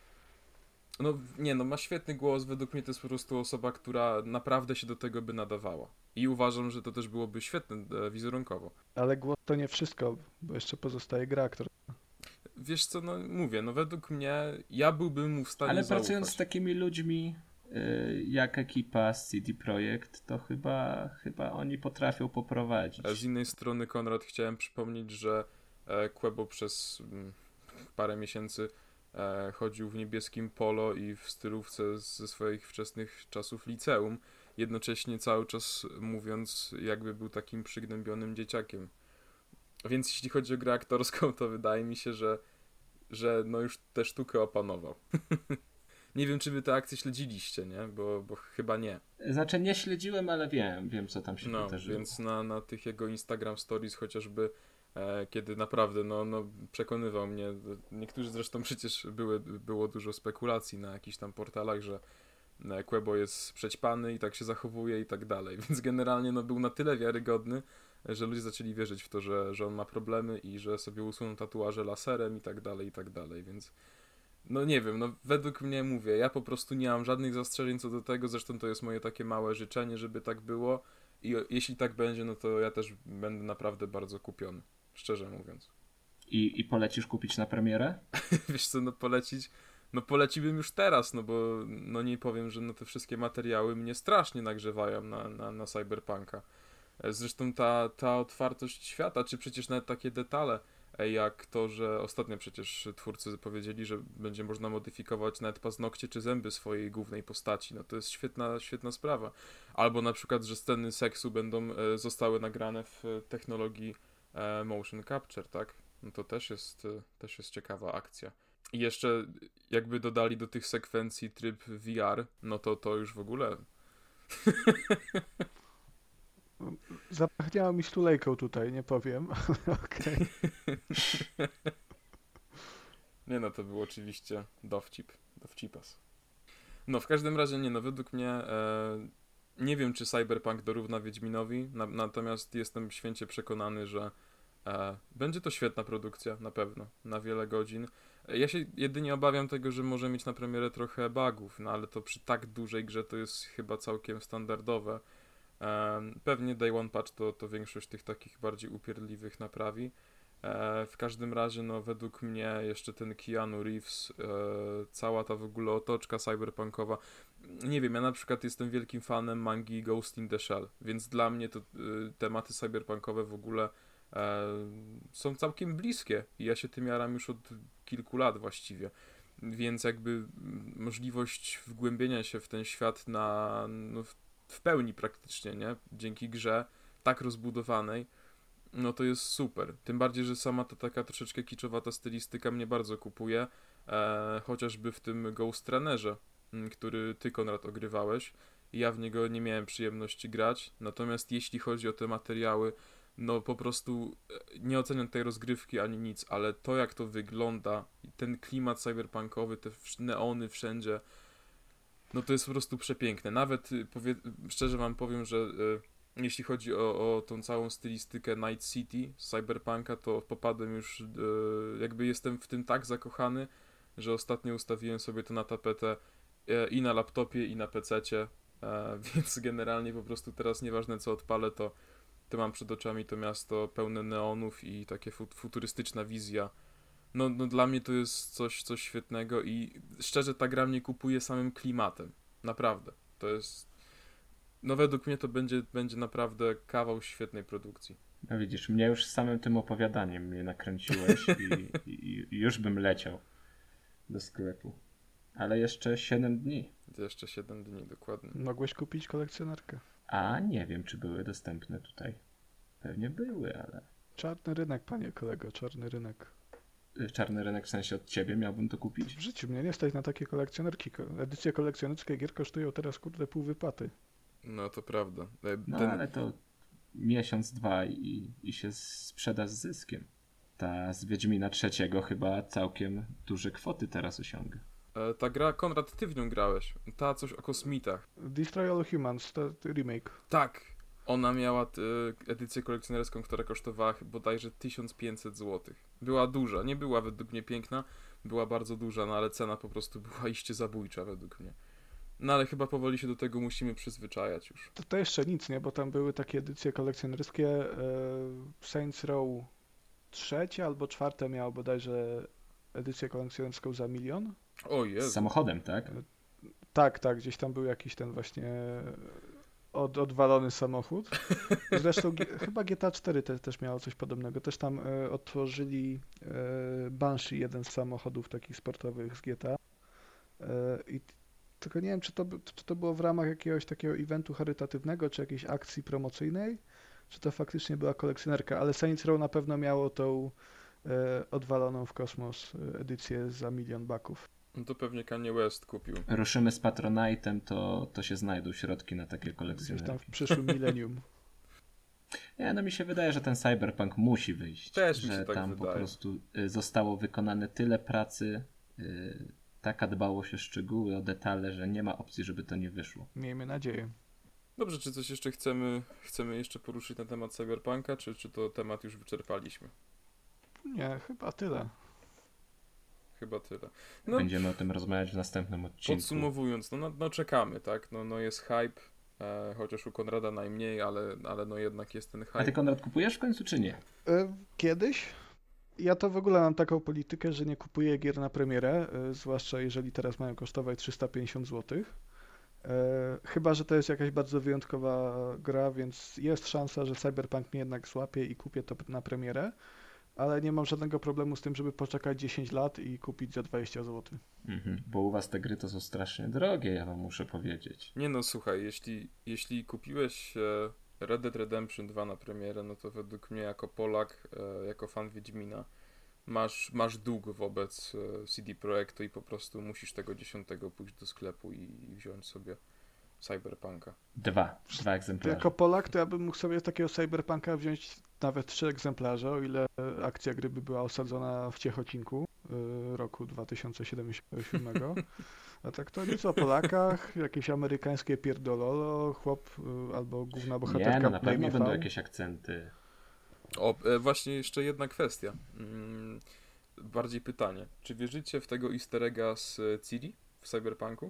no nie no, ma świetny głos. Według mnie to jest po prostu osoba, która naprawdę się do tego by nadawała. I uważam, że to też byłoby świetne e, wizerunkowo. Ale głos to nie wszystko, bo jeszcze pozostaje gra aktorska. Wiesz co, no mówię, no według mnie ja byłbym mu w stanie Ale zaufać. pracując z takimi ludźmi y, jak ekipa z C D Projekt, to chyba, chyba oni potrafią poprowadzić. A z innej strony, Konrad, chciałem przypomnieć, że e, Quebo przez mm, parę miesięcy e, chodził w niebieskim polo i w stylówce ze swoich wczesnych czasów liceum, jednocześnie cały czas mówiąc, jakby był takim przygnębionym dzieciakiem. Więc jeśli chodzi o grę aktorską, to wydaje mi się, że, że no już tę sztukę opanował. Nie wiem, czy wy te akcje śledziliście, nie? Bo, bo chyba nie. Znaczy nie śledziłem, ale wiem, wiem co tam się No, wydarzyło. więc na, na tych jego Instagram Stories chociażby, e, kiedy naprawdę no, no, przekonywał mnie, niektórzy zresztą przecież były, było dużo spekulacji na jakichś tam portalach, że e, Quebo jest przećpany i tak się zachowuje i tak dalej, więc generalnie no, był na tyle wiarygodny, że ludzie zaczęli wierzyć w to, że, że on ma problemy i że sobie usuną tatuaże laserem i tak dalej, i tak dalej, więc no nie wiem, no według mnie mówię, ja po prostu nie mam żadnych zastrzeżeń co do tego, zresztą to jest moje takie małe życzenie, żeby tak było i o, jeśli tak będzie, no to ja też będę naprawdę bardzo kupiony, szczerze mówiąc. I, I polecisz kupić na premierę? Wiesz co, no polecić, no poleciłbym już teraz, no bo no nie powiem, że no te wszystkie materiały mnie strasznie nagrzewają na, na, na Cyberpunka. Zresztą ta, ta otwartość świata, czy przecież nawet takie detale, jak to, że ostatnio przecież twórcy powiedzieli, że będzie można modyfikować nawet paznokcie czy zęby swojej głównej postaci. No to jest świetna, świetna sprawa. Albo na przykład, że sceny seksu będą e, zostały nagrane w technologii e, motion capture, tak? No to też jest, e, też jest ciekawa akcja. I jeszcze jakby dodali do tych sekwencji tryb V R, no to to już w ogóle... Zapachniało mi stulejką tutaj, nie powiem. Okej. Nie no, to był oczywiście dowcip, dowcipas. No, w każdym razie nie no, według mnie e, nie wiem, czy Cyberpunk dorówna Wiedźminowi, na, natomiast jestem święcie przekonany, że e, będzie to świetna produkcja, na pewno, na wiele godzin. E, Ja się jedynie obawiam tego, że może mieć na premierę trochę bugów, no ale to przy tak dużej grze to jest chyba całkiem standardowe. E, pewnie Day One Patch to, to większość tych takich bardziej upierdliwych naprawi. E, w każdym razie, no według mnie jeszcze ten Keanu Reeves, e, cała ta w ogóle otoczka cyberpunkowa, nie wiem, ja na przykład jestem wielkim fanem mangi Ghost in the Shell, więc dla mnie to e, tematy cyberpunkowe w ogóle e, są całkiem bliskie i ja się tym jaram już od kilku lat właściwie, więc jakby mm, możliwość wgłębienia się w ten świat na, no, w, w pełni praktycznie, nie? Dzięki grze tak rozbudowanej, no to jest super. Tym bardziej, że sama ta taka troszeczkę kiczowata stylistyka mnie bardzo kupuje. E, chociażby w tym Ghost Runnerze, m, który ty, Konrad, ogrywałeś. Ja w niego nie miałem przyjemności grać. Natomiast jeśli chodzi o te materiały, no po prostu e, nie oceniam tej rozgrywki ani nic, ale to jak to wygląda, i ten klimat cyberpunkowy, te wsz- neony wszędzie, no to jest po prostu przepiękne. Nawet y, powie, szczerze wam powiem, że y, jeśli chodzi o, o tą całą stylistykę Night City z Cyberpunka, to popadłem już, y, jakby jestem w tym tak zakochany, że ostatnio ustawiłem sobie to na tapetę y, i na laptopie, i na pececie, e, więc generalnie po prostu teraz nieważne co odpalę, to, to mam przed oczami to miasto pełne neonów i takie fu- futurystyczna wizja. No, no dla mnie to jest coś, coś świetnego i szczerze ta gra mnie kupuje samym klimatem. Naprawdę. To jest... No według mnie to będzie, będzie naprawdę kawał świetnej produkcji. No widzisz, mnie już samym tym opowiadaniem mnie nakręciłeś i, i, i już bym leciał do sklepu. Ale jeszcze siedem dni. Jeszcze siedem dni, dokładnie. Mogłeś kupić kolekcjonerkę. A nie wiem, czy były dostępne tutaj. Pewnie były, ale... Czarny rynek, panie kolego, czarny rynek. Czarny rynek w sensie od ciebie miałbym to kupić? W życiu mnie nie stać na takie kolekcjonerki. Edycje kolekcjonerskie gier kosztują teraz, kurde, pół wypłaty. No to prawda. E, No Ten... ale to miesiąc, dwa i, i się sprzeda z zyskiem. Ta z Wiedźmina trzeciego chyba całkiem duże kwoty teraz osiąga. E, Ta gra, Konrad, ty w nią grałeś. Ta coś o kosmitach. Destroy All Humans, to to remake. Tak, ona miała e, edycję kolekcjonerską, która kosztowała bodajże tysiąc pięćset złotych. Była duża, nie była według mnie piękna, była bardzo duża, no ale cena po prostu była iście zabójcza według mnie. No ale chyba powoli się do tego musimy przyzwyczajać już. To, to jeszcze nic, nie? Bo tam były takie edycje kolekcjonerskie. E, Saints Row trzecie albo czwarte miało bodajże edycję kolekcjonerską za milion. O Z Jezu. samochodem, tak? Tak, tak, gdzieś tam był jakiś ten właśnie od, odwalony samochód. Zresztą G- chyba G T A cztery te, też miało coś podobnego. Też tam e, otworzyli e, Banshee, jeden z samochodów takich sportowych z G T A. E, i, tylko nie wiem, czy to, by- czy to było w ramach jakiegoś takiego eventu charytatywnego, czy jakiejś akcji promocyjnej, czy to faktycznie była kolekcjonerka, ale Saints Row na pewno miało tą e, odwaloną w kosmos e, edycję za milion baków. No to pewnie Kanye West kupił. Ruszymy z Patronite'em, to, to się znajdą środki na takie Gdzieś tam w kolekcjonerki. przyszłym milenium. Nie, no mi się wydaje, że ten Cyberpunk musi wyjść. Też mi że się tak tam po wydaje. prostu y, zostało wykonane tyle pracy, y, taka dbałość o szczegóły, o detale, że nie ma opcji, żeby to nie wyszło. Miejmy nadzieję. Dobrze, czy coś jeszcze chcemy, chcemy jeszcze poruszyć na temat Cyberpunka, czy, czy to temat już wyczerpaliśmy? Nie, chyba tyle. Chyba tyle. No, Będziemy o tym rozmawiać w następnym odcinku. podsumowując, no, no, no czekamy, tak? No, no jest hype, e, chociaż u Konrada najmniej, ale, ale no jednak jest ten A hype. ty, Konrad, kupujesz w końcu, czy nie? E, Kiedyś ja to w ogóle mam taką politykę, że nie kupuję gier na premierę, e, zwłaszcza jeżeli teraz mają kosztować trzysta pięćdziesiąt złotych. E, Chyba że to jest jakaś bardzo wyjątkowa gra, więc jest szansa, że Cyberpunk mnie jednak złapie i kupię to na premierę, ale nie mam żadnego problemu z tym, żeby poczekać dziesięć lat i kupić za dwadzieścia złotych. Mhm, bo u was te gry to są strasznie drogie, ja wam muszę powiedzieć. Nie no, słuchaj, jeśli, jeśli kupiłeś e, Red Dead Redemption dwa na premierę, no to według mnie jako Polak, e, jako fan Wiedźmina, masz, masz dług wobec e, C D Projektu i po prostu musisz tego dziesiątego pójść do sklepu i, i wziąć sobie Cyberpunka. Dwa, dwa To egzemplarze. jako Polak to ja bym mógł sobie z takiego Cyberpunka wziąć nawet trzy egzemplarze, o ile akcja gry by była osadzona w Ciechocinku y, roku dwa tysiące siódmego. A tak to nic o Polakach, jakieś amerykańskie pierdololo, chłop y, albo główna bohaterka Nie, no na Play pewno Me będą V. jakieś akcenty. O, e, właśnie jeszcze jedna kwestia. Mm, bardziej pytanie. Czy wierzycie w tego easter egga z e, Ciri w Cyberpunku?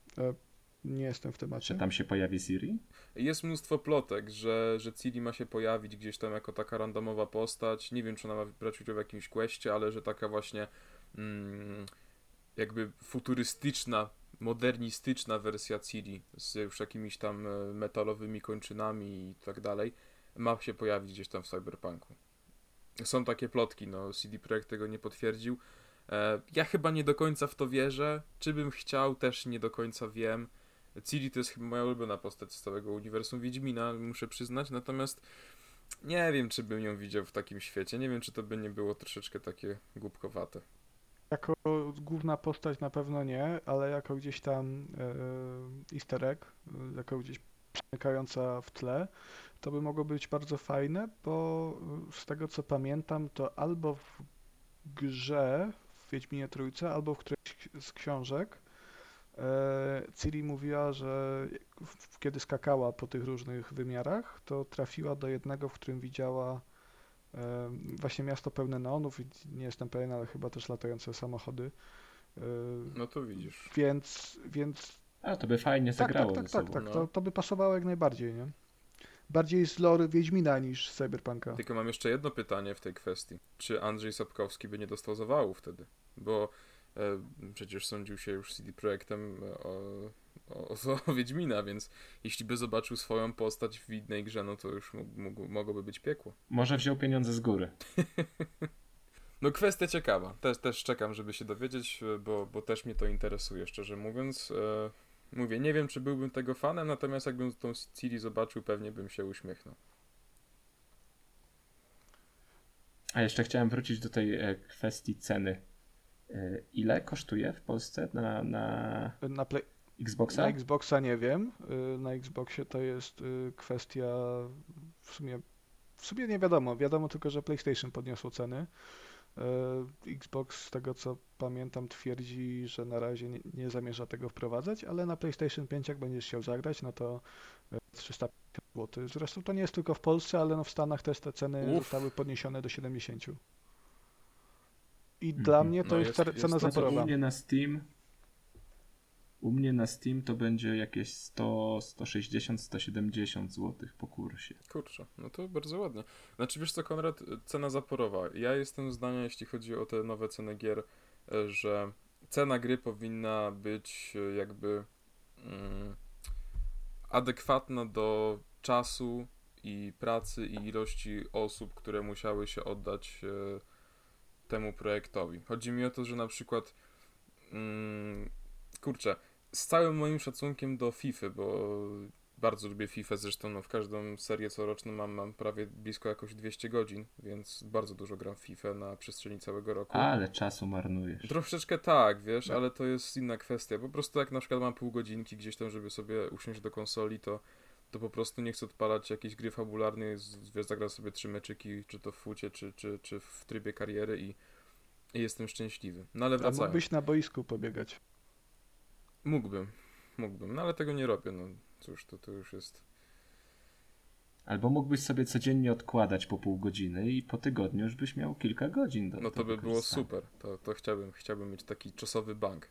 Nie jestem w Czy temacie. tam się pojawi Siri? Jest mnóstwo plotek, że, że Ciri ma się pojawić gdzieś tam jako taka randomowa postać. Nie wiem, czy ona ma brać udział w jakimś questie, ale że taka właśnie mm, jakby futurystyczna, modernistyczna wersja Ciri z już jakimiś tam e, metalowymi kończynami i tak dalej ma się pojawić gdzieś tam w Cyberpunku. Są takie plotki, no C D Projekt tego nie potwierdził. E, ja chyba nie do końca w to wierzę. Czy bym chciał, też nie do końca wiem. Ciri to jest chyba moja ulubiona postać z całego uniwersum Wiedźmina, muszę przyznać, natomiast nie wiem, czy bym ją widział w takim świecie. Nie wiem, czy to by nie było troszeczkę takie głupkowate. Jako główna postać na pewno nie, ale jako gdzieś tam e, easter egg, e, jako gdzieś przenikająca w tle, to by mogło być bardzo fajne, bo e, z tego co pamiętam, to albo w grze w Wiedźminie Trójce, albo w którejś z książek e, Ciri mówiła, że w- kiedy skakała po tych różnych wymiarach, to trafiła do jednego, w którym widziała e, właśnie miasto pełne neonów i nie jestem pewien, ale chyba też latające samochody. E, No to widzisz. Więc, więc A to by fajnie tak, tak, zagrało tak, ze tak, sobą. tak, no. to, to by pasowało jak najbardziej, nie? Bardziej z lore Wiedźmina niż z Cyberpunka. Tylko mam jeszcze jedno pytanie w tej kwestii. Czy Andrzej Sapkowski by nie dostał zawału wtedy? Bo e, przecież sądził się już z C D Projektem o, o, o Wiedźmina, więc jeśli by zobaczył swoją postać w innej grze, no to już mógł, mógł, mogłoby być piekło. Może wziął pieniądze z góry. No kwestia ciekawa. Też, też czekam, żeby się dowiedzieć, bo, bo też mnie to interesuje, szczerze mówiąc. E, mówię, nie wiem, czy byłbym tego fanem, natomiast jakbym tą Ciri zobaczył, pewnie bym się uśmiechnął. A jeszcze chciałem wrócić do tej e, kwestii ceny. E, ile kosztuje w Polsce na, na Na, play, Xboxa? na Xboxa nie wiem. Y, Na Xboxie to jest y, kwestia w sumie, w sumie nie wiadomo. Wiadomo tylko, że PlayStation podniosło ceny. Y, Xbox, z tego co pamiętam, twierdzi, że na razie nie, nie zamierza tego wprowadzać, ale na PlayStation pięć jak będziesz chciał zagrać, no to y, trzysta pięćdziesiąt złotych. Zresztą to nie jest tylko w Polsce, ale no w Stanach też te ceny Uff. zostały podniesione do siedemdziesięciu. I Mhm. dla mnie to No jest, jest- ta jest cena to, co No to u zaporowa. mnie na Steam u mnie na Steam to będzie jakieś sto, sto sześćdziesiąt, sto siedemdziesiąt złotych po kursie. Kurczę, no to bardzo ładnie. Znaczy, wiesz co, Konrad, cena zaporowa. Ja jestem zdania, jeśli chodzi o te nowe ceny gier, e, że cena gry powinna być e, jakby mm, adekwatna do czasu i pracy i ilości osób, które musiały się oddać e, temu projektowi. Chodzi mi o to, że na przykład mm, kurczę, z całym moim szacunkiem do FIFA, bo bardzo lubię FIFA, zresztą no, w każdą serię coroczną mam, mam prawie blisko jakoś dwieście godzin, więc bardzo dużo gram w FIFA na przestrzeni całego roku. Ale czasu marnujesz. Troszeczkę tak, wiesz, ale to jest inna kwestia. Po prostu jak na przykład mam pół godzinki gdzieś tam, żeby sobie usiąść do konsoli, to, to po prostu nie chcę odpalać jakiejś gry fabularnej, z- wiesz, zagram sobie trzy meczyki, czy to w fucie, czy, czy, czy w trybie kariery i, i jestem szczęśliwy. No ale A wracając. mógłbyś na boisku pobiegać. Mógłbym, mógłbym, no ale tego nie robię, no cóż, to, to już jest... Albo mógłbyś sobie codziennie odkładać po pół godziny i po tygodniu już byś miał kilka godzin do No do to by było wykorzystania. super, to, to chciałbym, chciałbym mieć taki czasowy bank.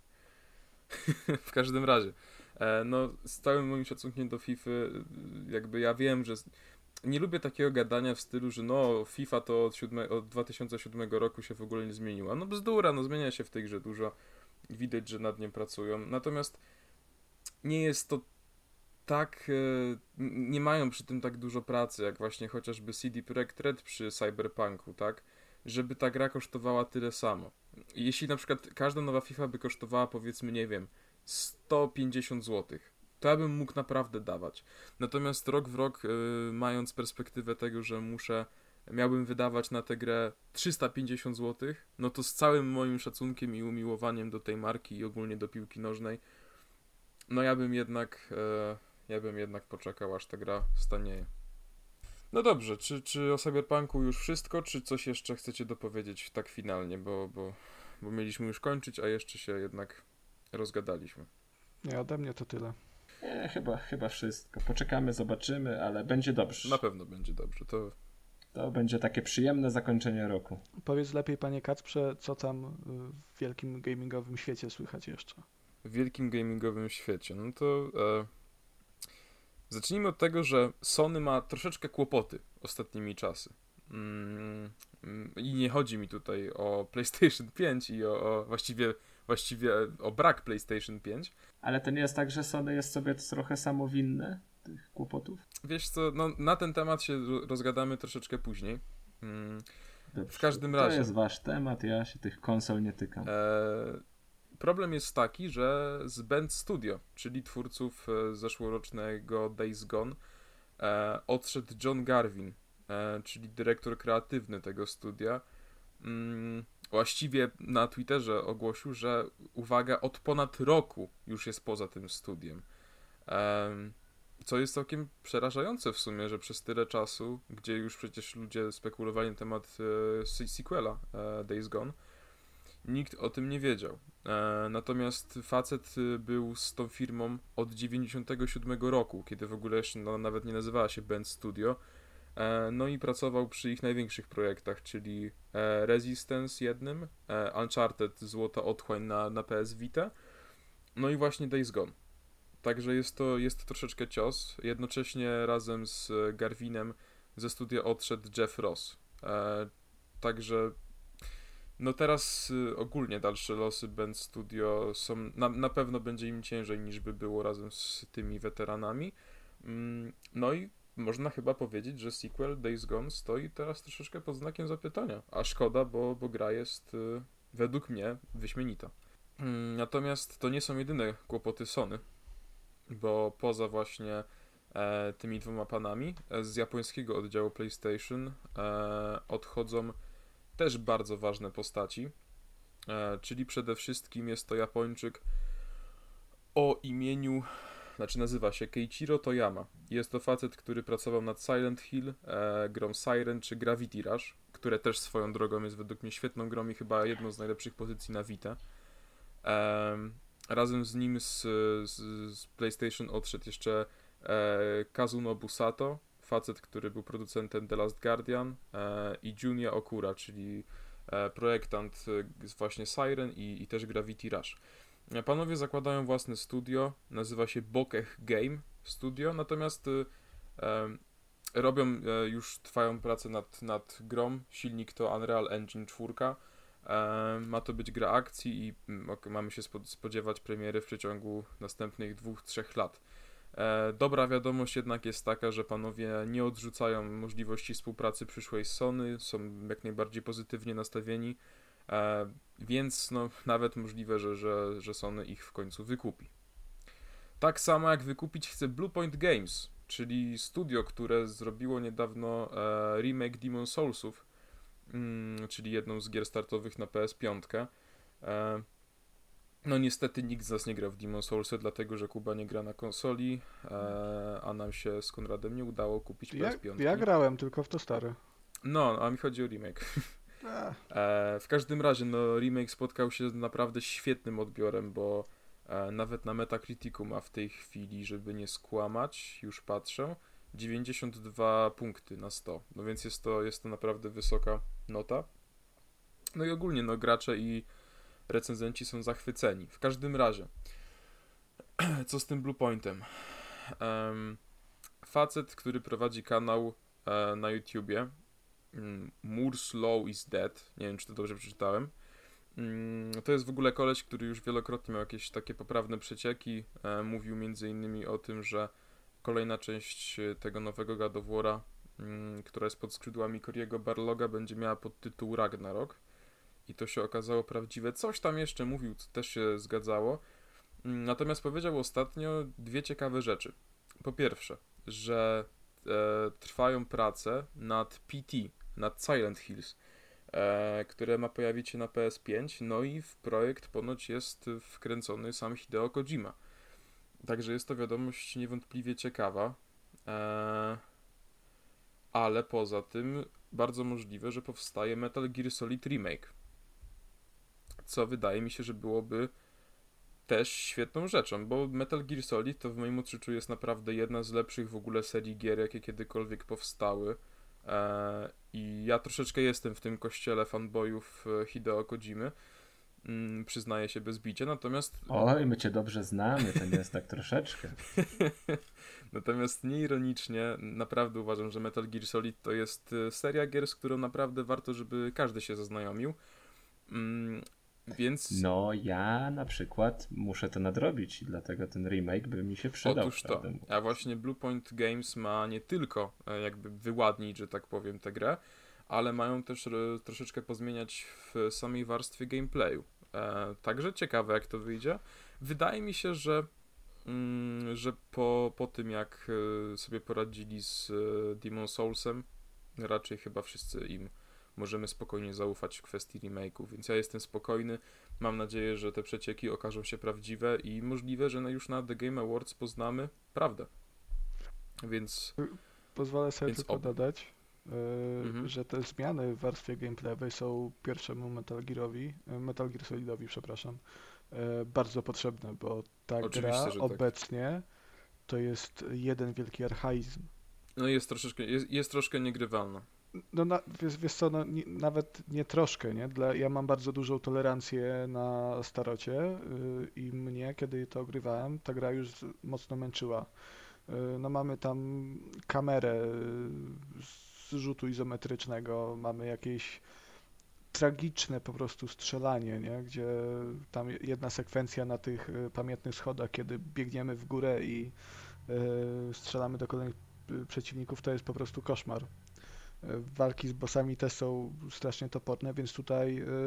W każdym razie, e, no z całym moim szacunkiem do FIFA, jakby ja wiem, że s- nie lubię takiego gadania w stylu, że no FIFA to od, siódme, od dwa tysiące siódmego roku się w ogóle nie zmieniła. No bzdura, no zmienia się w tej grze dużo, widać, że nad nią pracują, natomiast nie jest to tak, e, n- nie mają przy tym tak dużo pracy, jak właśnie chociażby C D Projekt Red przy Cyberpunku, tak? Żeby ta gra kosztowała tyle samo. Jeśli na przykład każda nowa FIFA by kosztowała, powiedzmy, nie wiem, sto pięćdziesiąt złotych, to ja bym mógł naprawdę dawać. Natomiast rok w rok, e, mając perspektywę tego, że muszę, miałbym wydawać na tę grę trzysta pięćdziesiąt złotych, no to z całym moim szacunkiem i umiłowaniem do tej marki i ogólnie do piłki nożnej, no ja bym jednak, e, ja bym jednak poczekał, aż ta gra stanieje. No dobrze, czy, czy o Cyberpunku już wszystko, czy coś jeszcze chcecie dopowiedzieć tak finalnie, bo, bo, bo mieliśmy już kończyć, a jeszcze się jednak rozgadaliśmy. Nie, ode mnie to tyle. Nie, chyba, chyba wszystko. Poczekamy, zobaczymy, ale będzie dobrze. Na pewno będzie dobrze, to To będzie takie przyjemne zakończenie roku. Powiedz lepiej, panie Kacprze, co tam y, w wielkim gamingowym świecie słychać jeszcze? w wielkim gamingowym świecie. No to e, zacznijmy od tego, że Sony ma troszeczkę kłopoty ostatnimi czasy. Mm, mm, I nie chodzi mi tutaj o PlayStation pięć i o, o właściwie, właściwie o brak PlayStation pięć. Ale to nie jest tak, że Sony jest sobie trochę samowinne tych kłopotów? Wiesz co, no, na ten temat się ro- rozgadamy troszeczkę później. Mm, Dobrze. W każdym To razie. jest wasz temat, ja się tych konsol nie tykam. E, problem jest taki, że z Bend Studio, czyli twórców e, zeszłorocznego Days Gone, e, odszedł John Garvin, e, czyli dyrektor kreatywny tego studia. Mm, właściwie na Twitterze ogłosił, że uwaga, od ponad roku już jest poza tym studiem. Em, Co jest całkiem przerażające w sumie, że przez tyle czasu, gdzie już przecież ludzie spekulowali na temat e, se- sequela e, Days Gone, nikt o tym nie wiedział. E, natomiast facet y, był z tą firmą od dziewięćdziesiątego siódmego roku, kiedy w ogóle jeszcze no, nawet nie nazywała się Bend Studio. E, no i pracował przy ich największych projektach, czyli e, Resistance jednym, e, Uncharted Złota Otchłań na, na P S Vita, no i właśnie Days Gone. Także jest to, jest to troszeczkę cios. Jednocześnie razem z Garvinem ze studia odszedł Jeff Ross. E, także no teraz y, ogólnie dalsze losy Bend Studio są, na, na pewno będzie im ciężej niż by było razem z tymi weteranami. Mm, no i można chyba powiedzieć, że sequel Days Gone stoi teraz troszeczkę pod znakiem zapytania. A szkoda, bo, bo gra jest y, według mnie wyśmienita. Mm, Natomiast to nie są jedyne kłopoty Sony, bo poza właśnie e, tymi dwoma panami e, z japońskiego oddziału PlayStation e, odchodzą też bardzo ważne postaci, e, czyli przede wszystkim jest to Japończyk o imieniu, znaczy nazywa się Keiichiro Toyama. Jest to facet, który pracował nad Silent Hill, e, grą Siren czy Gravity Rush, które też swoją drogą jest według mnie świetną grą i chyba jedną z najlepszych pozycji na Vita. E, razem z nim z, z, z PlayStation odszedł jeszcze e, Kazunobu Sato, facet, który był producentem The Last Guardian, e, i Junya Okura, czyli e, projektant e, właśnie Siren i, i też Gravity Rush. Panowie zakładają własne studio, nazywa się Bokeh Game Studio, natomiast y, y, robią, y, już trwają prace nad, nad grą, silnik to Unreal Engine cztery, y, ma to być gra akcji i y, mamy się spodziewać premiery w przeciągu następnych dwóch, trzech lat. Y, dobra wiadomość jednak jest taka, że panowie nie odrzucają możliwości współpracy przyszłej z Sony, są jak najbardziej pozytywnie nastawieni. E, więc no, nawet możliwe, że, że, że Sony ich w końcu wykupi. Tak samo jak wykupić chce Bluepoint Games, czyli studio, które zrobiło niedawno e, remake Demon's Soulsów, mm, czyli jedną z gier startowych na P S pięć. E, no niestety nikt z nas nie gra w Demon's Soulsy, dlatego że Kuba nie gra na konsoli, e, a nam się z Konradem nie udało kupić Ja, P S pięć. ja grałem tylko w to stare. No, a mi chodzi o remake. Ech. E, w każdym razie, no, remake spotkał się z naprawdę świetnym odbiorem, bo e, nawet na Metacriticu ma w tej chwili, żeby nie skłamać, już patrzę, dziewięćdziesiąt dwa punkty na sto. No więc jest to, jest to naprawdę wysoka nota. No i ogólnie, no, gracze i recenzenci są zachwyceni. W każdym razie, co z tym Bluepointem? Um, facet, który prowadzi kanał e, na YouTubie, Moore's Law is Dead, nie wiem, czy to dobrze przeczytałem. To jest w ogóle koleś, który już wielokrotnie miał jakieś takie poprawne przecieki. Mówił między innymi o tym, że kolejna część tego nowego God of War'a, która jest pod skrzydłami Cory'ego Barloga, będzie miała podtytuł Ragnarok. I to się okazało prawdziwe. Coś tam jeszcze mówił, co też się zgadzało. Natomiast powiedział ostatnio dwie ciekawe rzeczy. Po pierwsze, że e, trwają prace nad P T, nad Silent Hills, e, które ma pojawić się na P S pięć, no i w projekt ponoć jest wkręcony sam Hideo Kojima. Także jest to wiadomość niewątpliwie ciekawa, e, ale poza tym bardzo możliwe, że powstaje Metal Gear Solid Remake, co wydaje mi się, że byłoby też świetną rzeczą, bo Metal Gear Solid to w moim odczuciu jest naprawdę jedna z lepszych w ogóle serii gier, jakie kiedykolwiek powstały. Eee, I ja troszeczkę jestem w tym kościele fanboyów Hideo Kojimy, mm, przyznaję się bez bicia, natomiast... Oj, my cię dobrze znamy, to nie jest tak troszeczkę. Natomiast nieironicznie, naprawdę uważam, że Metal Gear Solid to jest seria gier, z którą naprawdę warto, żeby każdy się zaznajomił. Mm, Więc... No, ja na przykład muszę to nadrobić i dlatego ten remake by mi się przydał. Otóż to. A właśnie Bluepoint Games ma nie tylko e, jakby wyładnić, że tak powiem, tę grę, ale mają też e, troszeczkę pozmieniać w samej warstwie gameplayu. E, także ciekawe, jak to wyjdzie. Wydaje mi się, że, mm, że po, po tym, jak e, sobie poradzili z e, Demon's Soulsem, raczej chyba wszyscy im możemy spokojnie zaufać w kwestii remake'u, więc ja jestem spokojny. Mam nadzieję, że te przecieki okażą się prawdziwe i możliwe, że już na The Game Awards poznamy prawdę. Więc... Pozwolę sobie więc tylko oby. dodać, yy, Mhm. że te zmiany w warstwie gameplayowej są pierwszemu Metal Gearowi, Metal Gear Solidowi, przepraszam, yy, bardzo potrzebne, bo ta Oczywiście, gra że tak. obecnie to jest jeden wielki archaizm. No jest troszeczkę, jest, jest troszkę niegrywalna. No na, wiesz, wiesz co, no, nie, nawet nie troszkę, nie? Dla, ja mam bardzo dużą tolerancję na starocie yy, i mnie, kiedy to ogrywałem, ta gra już mocno męczyła. Yy, no mamy tam kamerę yy, z rzutu izometrycznego, mamy jakieś tragiczne po prostu strzelanie, nie? Gdzie tam jedna sekwencja na tych yy, pamiętnych schodach, kiedy biegniemy w górę i yy, strzelamy do kolejnych y, przeciwników to jest po prostu koszmar. Y, Walki z bossami też są strasznie toporne, więc tutaj y,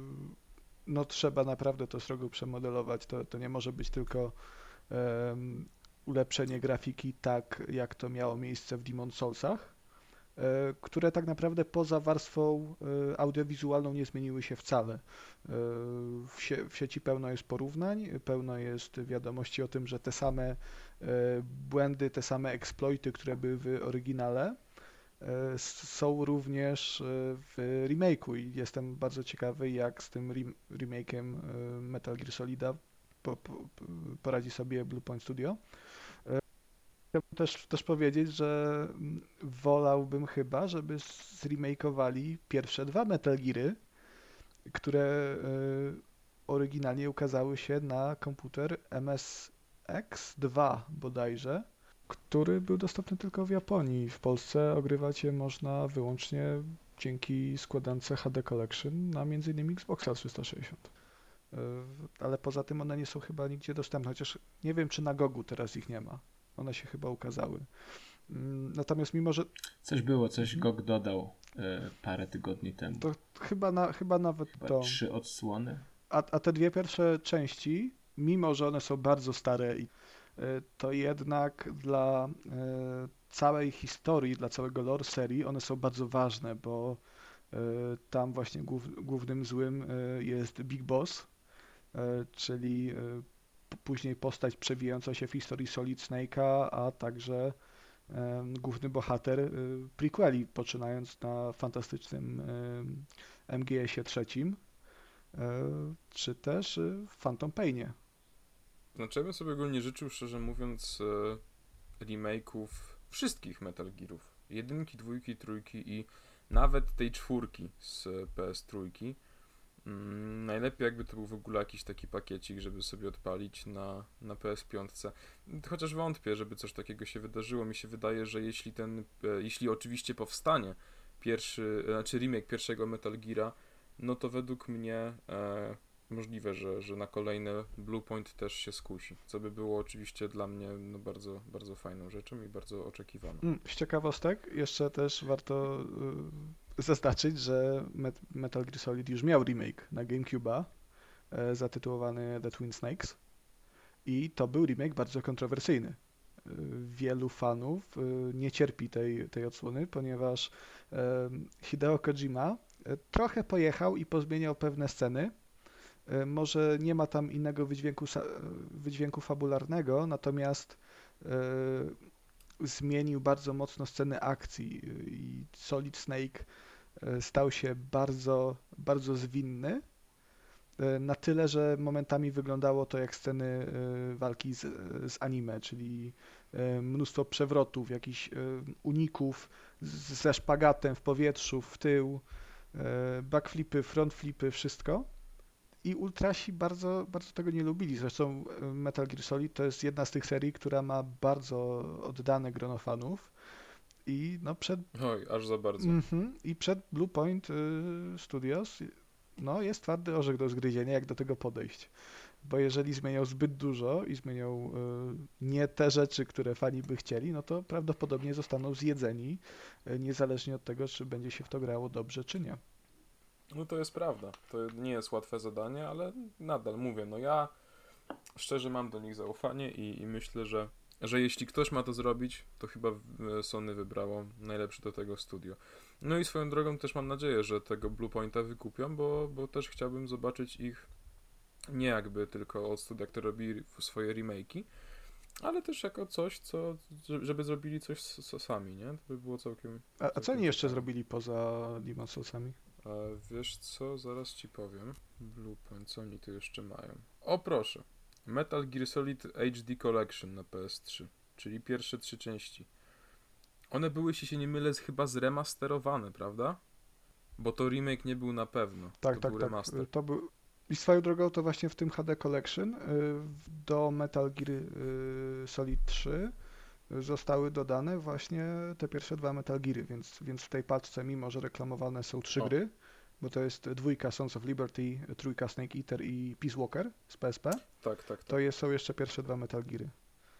no trzeba naprawdę to srogo przemodelować. To, to nie może być tylko em, ulepszenie grafiki tak, jak to miało miejsce w Demon Soulsach, e, które tak naprawdę poza warstwą e, audiowizualną nie zmieniły się wcale. E, W, sie, w sieci pełno jest porównań, pełno jest wiadomości o tym, że te same e, błędy, te same exploity, które były w oryginale, e, s- są również e, w remake'u i jestem bardzo ciekawy, jak z tym rem- remake'iem e, Metal Gear Solida po, po, poradzi sobie Bluepoint Studio. E, Chciałbym też, też powiedzieć, że mm, wolałbym chyba, żeby zremakeowali pierwsze dwa Metal Geary, które e, oryginalnie ukazały się na komputer M S X dwa bodajże, który był dostępny tylko w Japonii. W Polsce ogrywać je można wyłącznie dzięki składance H D Collection na między innymi Xboxa trzysta sześćdziesiąt. E, Ale poza tym one nie są chyba nigdzie dostępne, chociaż nie wiem, czy na Gogu teraz ich nie ma. One się chyba ukazały. Mm, Natomiast mimo, że Coś było, coś Mhm. G O G dodał e, parę tygodni temu. to chyba, na, chyba nawet Chyba to. trzy odsłony. A, a te dwie pierwsze części, mimo że one są bardzo stare, i, y, to jednak dla y, całej historii, dla całego lore serii, one są bardzo ważne, bo y, tam właśnie głów, głównym złym y, jest Big Boss, y, czyli y, p- później postać przewijająca się w historii Solid Snake'a, a także em, główny bohater y, prequeli, poczynając na fantastycznym em, M G S-ie trzecim, e, czy też y, w Phantom Painie. Znaczy, ja bym sobie ogólnie życzył, szczerze mówiąc, e, remake'ów wszystkich Metal Gearów. Jedynki, dwójki, trójki i nawet tej czwórki z P S trzy. Mm, najlepiej jakby to był w ogóle jakiś taki pakiecik, żeby sobie odpalić na, na P S pięć. Chociaż wątpię, żeby coś takiego się wydarzyło. Mi się wydaje, że jeśli ten, e, jeśli oczywiście powstanie pierwszy, znaczy remake pierwszego Metal Geara, no to według mnie e, możliwe, że, że na kolejne Bluepoint też się skusi. Co by było oczywiście dla mnie no, bardzo, bardzo fajną rzeczą i bardzo oczekiwaną. Mm, Z ciekawostek jeszcze też warto y, zaznaczyć, że Met Metal Gear Solid już miał remake na GameCube'a e, zatytułowany The Twin Snakes i to był remake bardzo kontrowersyjny. Y, Wielu fanów y, nie cierpi tej, tej odsłony, ponieważ e, Hideo Kojima e, trochę pojechał i pozmieniał pewne sceny. E, Może nie ma tam innego wydźwięku, sa- wydźwięku fabularnego, natomiast e, zmienił bardzo mocno scenę akcji i Solid Snake e, stał się bardzo, bardzo zwinny, e, na tyle, że momentami wyglądało to jak sceny e, walki z, z anime, czyli e, mnóstwo przewrotów, jakichś e, uników z- ze szpagatem w powietrzu, w tył, e, backflipy, frontflipy, wszystko. I ultrasi bardzo, bardzo tego nie lubili. Zresztą e, Metal Gear Solid to jest jedna z tych serii, która ma bardzo oddane grono fanów. I no przed, Oj, aż za bardzo. mhm, i przed Bluepoint y, Studios no jest twardy orzech do zgryzienia, jak do tego podejść. Bo jeżeli zmienią zbyt dużo i zmienią y, nie te rzeczy, które fani by chcieli, no to prawdopodobnie zostaną zjedzeni, y, niezależnie od tego, czy będzie się w to grało dobrze, czy nie. No to jest prawda. To nie jest łatwe zadanie, ale nadal mówię, no ja szczerze mam do nich zaufanie i, i myślę, że, że jeśli ktoś ma to zrobić, to chyba w- Sony wybrało najlepsze do tego studio. No i swoją drogą też mam nadzieję, że tego Bluepointa wykupią, bo, bo też chciałbym zobaczyć ich nie jakby tylko od studia, które robi swoje remake'i, ale też jako coś, co, żeby zrobili coś s- s- sami, nie? To by było całkiem... A, a co całkiem oni jeszcze ciekawe. zrobili poza Demon's Soulsami? A wiesz co, zaraz ci powiem. Bluepoint, co oni tu jeszcze mają? O proszę, Metal Gear Solid H D Collection na P S trzy, czyli pierwsze trzy części. One były, jeśli się nie mylę, z- chyba zremasterowane, prawda? Bo to remake nie był na pewno. Tak, to tak, był tak. remaster. Y, To był... I swoją drogą to właśnie w tym H D Collection y, do Metal Gear y, Solid trzy zostały dodane właśnie te pierwsze dwa Metal Geary, więc, więc w tej paczce, mimo że reklamowane są trzy O. gry, bo to jest dwójka Sons of Liberty, trójka Snake Eater i Peace Walker z P S P, Tak, tak, tak. to jest, są jeszcze pierwsze dwa Metal Geary.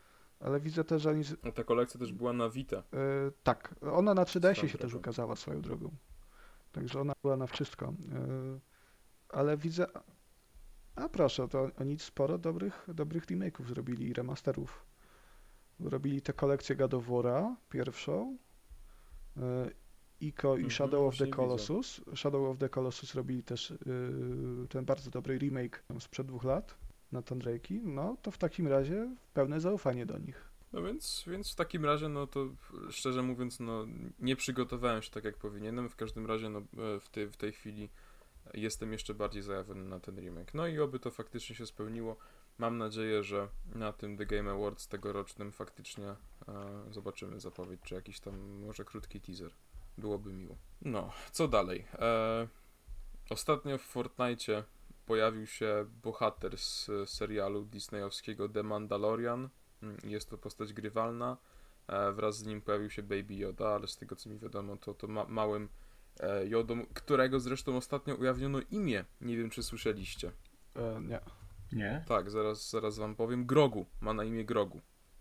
ale widzę też, że oni... Z... A ta kolekcja też była na Vita. Yy, tak, ona na trzy D S-ie się Swoją też drogą. ukazała swoją drogą. Także ona była na wszystko. Yy, ale widzę... A proszę, to oni sporo dobrych, dobrych remake'ów zrobili i remasterów. Robili tę kolekcję God of War'a, pierwszą, yy, Ico i Mhm, Shadow of the właśnie Colossus. Shadow of the Colossus robili też yy, ten bardzo dobry remake sprzed dwóch lat na Tomb Raider'ki. No to w takim razie pełne zaufanie do nich. No więc, więc w takim razie, no to szczerze mówiąc, no nie przygotowałem się tak jak powinienem. W każdym razie, no w tej, w tej chwili jestem jeszcze bardziej zajawiony na ten remake. No i oby to faktycznie się spełniło. Mam nadzieję, że na tym The Game Awards tegorocznym faktycznie e, zobaczymy zapowiedź, czy jakiś tam może krótki teaser. Byłoby miło. No, co dalej? E, ostatnio w Fortnite'cie pojawił się bohater z serialu disneyowskiego The Mandalorian. Jest to postać grywalna. E, wraz z nim pojawił się Baby Yoda, ale z tego co mi wiadomo, to, to ma małym e, Yodą, którego zresztą ostatnio ujawniono imię. Nie wiem, czy słyszeliście. E, nie. Nie? Tak, zaraz, zaraz wam powiem. Grogu. Ma na imię Grogu.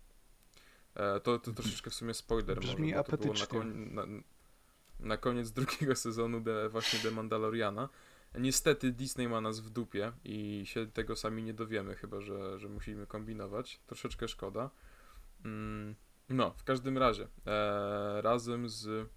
E, to, to troszeczkę w sumie spoiler Brzmi może, bo to było na, apetycznie. koń, na, na koniec drugiego sezonu de, właśnie The Mandaloriana. Niestety Disney ma nas w dupie i się tego sami nie dowiemy, chyba że, że musimy kombinować. Troszeczkę szkoda. Mm, no, w każdym razie, e, razem z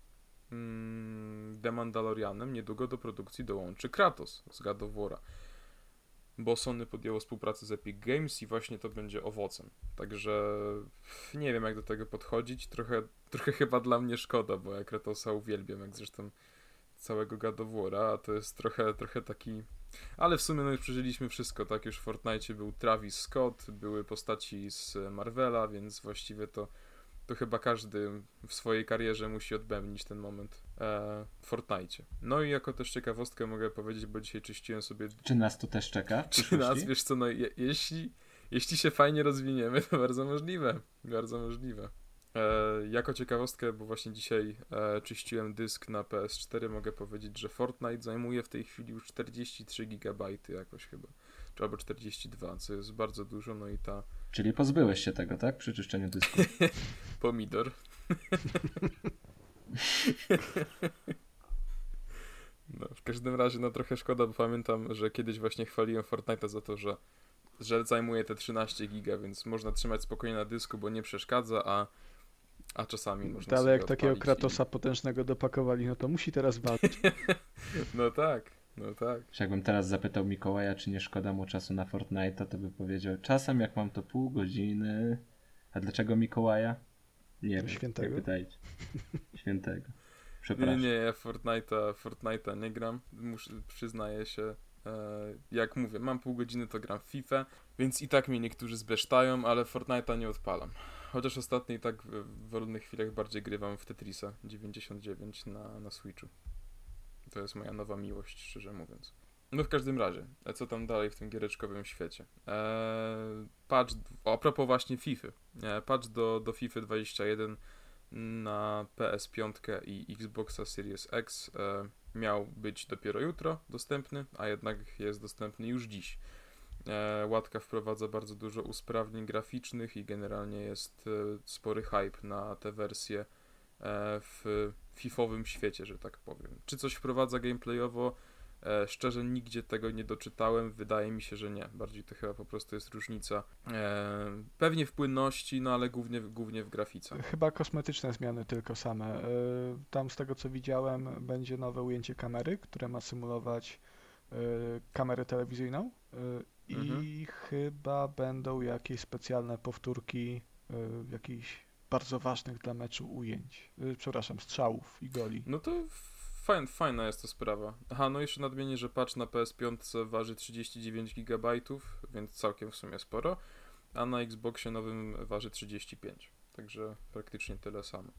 mm, The Mandalorianem niedługo do produkcji dołączy Kratos z God of War'a, bo Sony podjęło współpracę z Epic Games i właśnie to będzie owocem. Także nie wiem, jak do tego podchodzić. Trochę, trochę chyba dla mnie szkoda, bo ja Kratosa uwielbiam, jak zresztą całego God of War'a, a to jest trochę, trochę taki... Ale w sumie no już przeżyliśmy wszystko, tak? Już w Fortnite był Travis Scott, były postaci z Marvela, więc właściwie to, to chyba każdy w swojej karierze musi odbębnić ten moment e, w Fortnite. No i jako też ciekawostkę mogę powiedzieć, bo dzisiaj czyściłem sobie... Czy nas to też czeka? w Czy przyszłości? nas, wiesz co, no je, jeśli, jeśli się fajnie rozwiniemy, to bardzo możliwe. Bardzo możliwe. E, jako ciekawostkę, bo właśnie dzisiaj e, czyściłem dysk na P S cztery, mogę powiedzieć, że Fortnite zajmuje w tej chwili już czterdzieści trzy gigabajty jakoś chyba, czy albo czterdzieści dwa, co jest bardzo dużo, no i ta Czyli pozbyłeś się tego, tak? Przy czyszczeniu dysku. pomidor. No, w każdym razie, no trochę szkoda, bo pamiętam, że kiedyś właśnie chwaliłem Fortnite'a za to, że, że zajmuje te trzynaście giga, więc można trzymać spokojnie na dysku, bo nie przeszkadza, a A czasami można Ale sobie jak takiego odpalić Kratosa potężnego dopakowali, no to musi teraz walczyć. i... No tak, no tak. Czy jakbym teraz zapytał Mikołaja, czy nie szkoda mu czasu na Fortnite'a, to by powiedział, czasem jak mam to pół godziny. A dlaczego Mikołaja? Nie wiem. Świętego? Nie pytajcie. Świętego. Nie, Przepraszam. nie, ja Fortnite'a, Fortnite'a nie gram, muszę, przyznaję się. E, jak mówię, mam pół godziny, to gram w FIFA, więc i tak mnie niektórzy zbesztają, ale Fortnite'a nie odpalam. Chociaż ostatnio i tak w, w wolnych chwilach bardziej grywam w Tetrisa dziewięćdziesiąt dziewięć na, na Switchu. To jest moja nowa miłość, szczerze mówiąc. No w każdym razie, a co tam dalej w tym giereczkowym świecie? Eee, patch, a propos właśnie FIFA. Eee, patch do, do FIFA dwadzieścia jeden na P S pięć i Xboxa Series X e, miał być dopiero jutro dostępny, a jednak jest dostępny już dziś. E, łatka wprowadza bardzo dużo usprawnień graficznych i generalnie jest e, spory hype na tę wersję e, w fifowym świecie, że tak powiem. Czy coś wprowadza gameplayowo? E, szczerze nigdzie tego nie doczytałem, wydaje mi się, że nie. Bardziej to chyba po prostu jest różnica. E, pewnie w płynności, no ale głównie, głównie w grafice. Chyba kosmetyczne zmiany tylko same. Y, Tam z tego co widziałem będzie nowe ujęcie kamery, które ma symulować y, kamerę telewizyjną y, i Mhm. chyba będą jakieś specjalne powtórki y, jakichś bardzo ważnych dla meczu ujęć. Y, Przepraszam, strzałów i goli. No to fajn, fajna jest to sprawa. Aha, no jeszcze nadmienię, że patch na P S pięć waży trzydzieści dziewięć gigabajtów, więc całkiem w sumie sporo, a na Xboxie nowym waży trzydzieści pięć, także praktycznie tyle samo.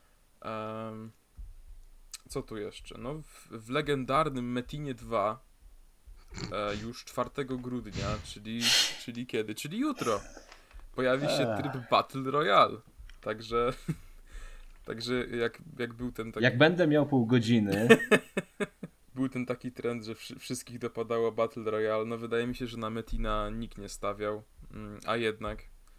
Um, co tu jeszcze? No w, w legendarnym Metinie dwa e, już czwartego grudnia, czyli, czyli kiedy? Czyli jutro pojawi się tryb Battle Royale, także... Także jak, jak był ten taki... Jak będę miał pół godziny, Był ten taki trend, że wszy- wszystkich dopadało Battle Royale. No wydaje mi się, że na Metina nikt nie stawiał, mm, a jednak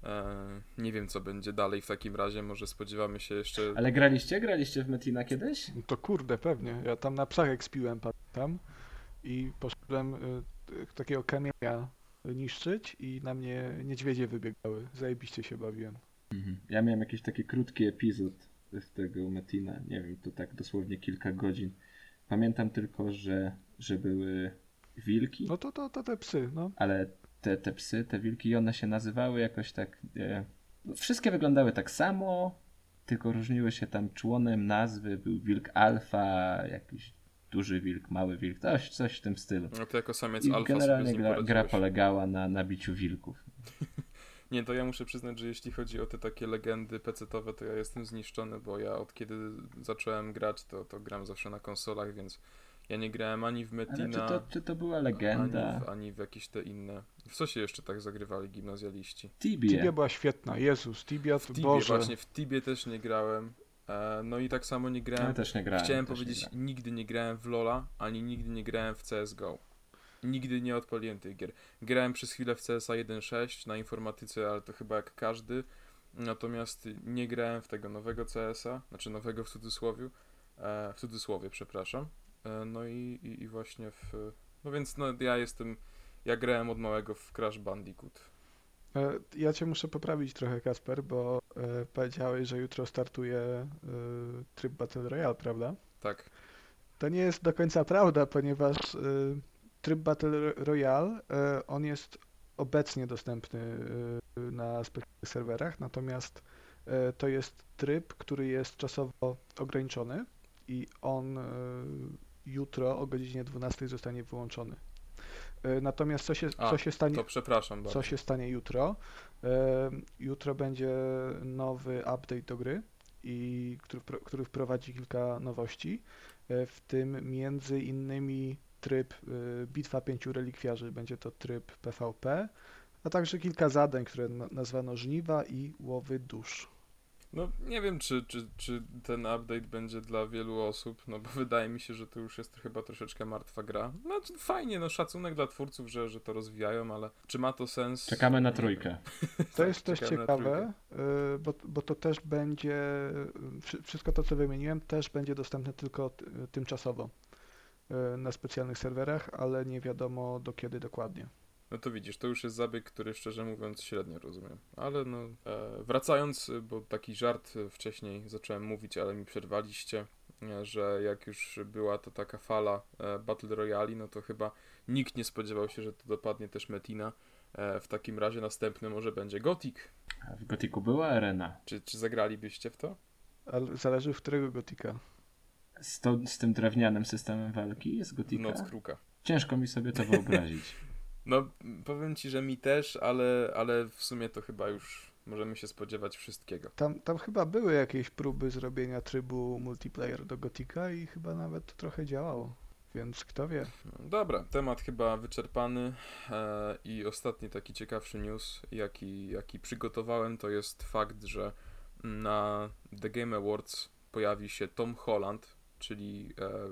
E, nie wiem, co będzie dalej w takim razie, może spodziewamy się jeszcze... Ale graliście? Graliście w Metina kiedyś? No to kurde, pewnie. Ja tam na psach ekspiłem, pamiętam. I poszedłem y, y, takiego kamienia niszczyć i na mnie niedźwiedzie wybiegały. Zajebiście się bawiłem. Mhm. Ja miałem jakiś taki krótki epizod z tego Metina, nie wiem, to tak dosłownie kilka godzin. Pamiętam tylko, że, że były wilki, No to, to, to te psy, no. ale te, te psy, te wilki, one się nazywały jakoś tak... E, no wszystkie wyglądały tak samo, tylko różniły się tam członem nazwy. Był wilk alfa, jakiś duży wilk, mały wilk, coś, coś w tym stylu. No to jako samiec I alfa sobie z generalnie nim gra, gra poradziłeś. polegała na, na biciu wilków. Nie, to ja muszę przyznać, że jeśli chodzi o te takie legendy pecetowe, to ja jestem zniszczony, bo ja od kiedy zacząłem grać, to, to gram zawsze na konsolach, więc ja nie grałem ani w Ale Metina, czy to, czy to była ani legenda? w, ani w jakieś te inne. W co się jeszcze tak zagrywali gimnazjaliści? Tibie. Tibia była świetna. Jezus, Tibia, W Tibie, Boże. właśnie, w Tibie też nie grałem. E, no i tak samo nie Ja grałem. też nie grałem. Chciałem też nie powiedzieć, grałem. nigdy nie grałem w LoL'a, ani nigdy nie grałem w C S G O. Nigdy nie odpaliłem tych gier. Grałem przez chwilę w C S A jeden sześć na informatyce, ale to chyba jak każdy. Natomiast nie grałem w tego nowego C S a, znaczy nowego w cudzysłowie, e, w cudzysłowie, przepraszam. E, no i, i, i właśnie w... No więc no ja jestem... Ja grałem od małego w Crash Bandicoot. E, Ja cię muszę poprawić trochę, Kasper, bo e, powiedziałeś, że jutro startuje e, tryb Battle Royale, prawda? Tak. To nie jest do końca prawda, ponieważ e, tryb Battle Royale, e, on jest obecnie dostępny e, na specjalnych serwerach, natomiast e, to jest tryb, który jest czasowo ograniczony i on e, jutro o godzinie dwunastej zostanie wyłączony. E, Natomiast co się, A, co się stanie... To przepraszam bardzo. Co się stanie jutro? E, Jutro będzie nowy update do gry, i który, wpro- który wprowadzi kilka nowości, e, w tym między innymi tryb e, Bitwa Pięciu Relikwiarzy, będzie to tryb P V P, a także kilka zadań, które na- nazwano Żniwa i Łowy Dusz. No nie wiem, czy, czy, czy ten update będzie dla wielu osób, no bo wydaje mi się, że to już jest chyba troszeczkę martwa gra. No fajnie, no szacunek dla twórców, że, że to rozwijają, ale czy ma to sens? Czekamy na Nie trójkę. To Tak, jest też czekamy na ciekawe, y, bo, bo to też będzie, y, wszy- wszystko to, co wymieniłem, też będzie dostępne tylko t- tymczasowo y, na specjalnych serwerach, ale nie wiadomo do kiedy dokładnie. No to widzisz, to już jest zabieg, który szczerze mówiąc średnio rozumiem. Ale no, e, wracając, bo taki żart wcześniej zacząłem mówić, ale mi przerwaliście, e, że jak już była to taka fala e, Battle Royale, no to chyba nikt nie spodziewał się, że to dopadnie też Metina. E, w takim razie następny może będzie Gothic. A w Gotiku była arena. Czy, czy zagralibyście w to? Ale zależy w którego Gotika. Z, to, z tym drewnianym systemem walki jest Gotika? Noc Kruka. Ciężko mi sobie to wyobrazić. No, powiem ci, że mi też, ale, ale w sumie to chyba już możemy się spodziewać wszystkiego. Tam, tam chyba były jakieś próby zrobienia trybu multiplayer do Gotika i chyba nawet to trochę działało, więc kto wie. No, dobra, temat chyba wyczerpany e, i ostatni taki ciekawszy news, jaki, jaki przygotowałem, to jest fakt, że na The Game Awards pojawi się Tom Holland, czyli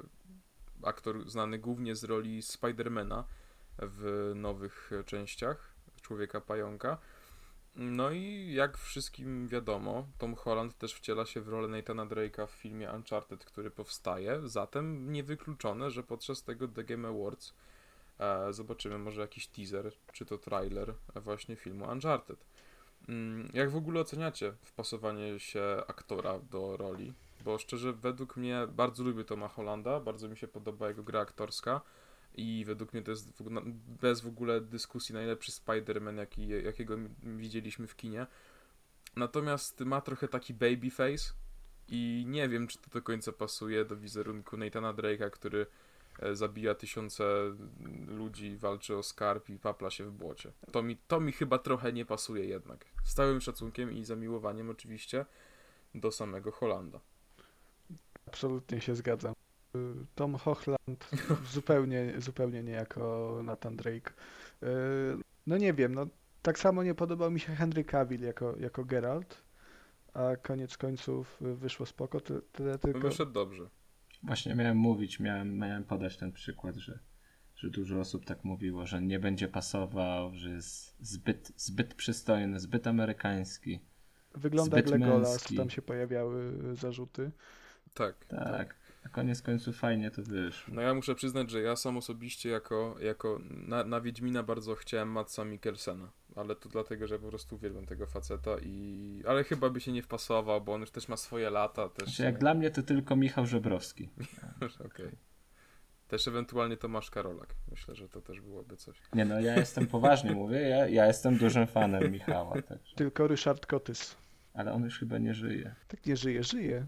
e, aktor znany głównie z roli Spidermana w nowych częściach Człowieka Pająka. No i jak wszystkim wiadomo, Tom Holland też wciela się w rolę Nathana Drake'a w filmie Uncharted, który powstaje, zatem niewykluczone, że podczas tego The Game Awards e, zobaczymy może jakiś teaser, czy to trailer właśnie filmu Uncharted. Mm, jak w ogóle oceniacie wpasowanie się aktora do roli? Bo szczerze, według mnie bardzo lubię Toma Hollanda, bardzo mi się podoba jego gra aktorska i według mnie to jest w ogóle, bez w ogóle dyskusji najlepszy Spider-Man, jaki, jakiego widzieliśmy w kinie. Natomiast ma trochę taki baby face i nie wiem, czy to do końca pasuje do wizerunku Nathana Drake'a, który e, zabija tysiące ludzi, walczy o skarb i papla się w błocie. To mi, to mi chyba trochę nie pasuje jednak. Z całym szacunkiem i zamiłowaniem oczywiście do samego Hollanda. Absolutnie się zgadzam. Y, Tom Holland zupełnie, zupełnie nie jako Nathan Drake. Y, No nie wiem, no tak samo nie podobał mi się Henry Cavill jako, jako Geralt, a koniec końców y, wyszło spoko, ty- tyle tylko... Wyszedł dobrze. Właśnie miałem mówić, miałem, miałem podać ten przykład, że, że dużo osób tak mówiło, że nie będzie pasował, że jest zbyt, zbyt przystojny, zbyt amerykański. Wygląda Zbyt jak Legolas, męski. tam się pojawiały zarzuty. Tak, Tak, tak. a koniec końców fajnie to wyszło. No ja muszę przyznać, że ja sam osobiście jako, jako na, na Wiedźmina bardzo chciałem Madsa Mikkelsena, ale to dlatego, że po prostu uwielbiam tego faceta i... Ale chyba by się nie wpasował, bo on już też ma swoje lata. Też Znaczy, jak dla mnie to tylko Michał Żebrowski. Okej. Okay. Też ewentualnie Tomasz Karolak. Myślę, że to też byłoby coś. Nie no, ja jestem poważnie mówię, ja, ja jestem dużym fanem Michała. Także. Tylko Ryszard Kotys. Ale on już chyba nie żyje. Tak nie żyje, żyje.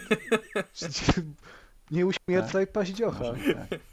Nie uśmiercaj paździocha. Może tak.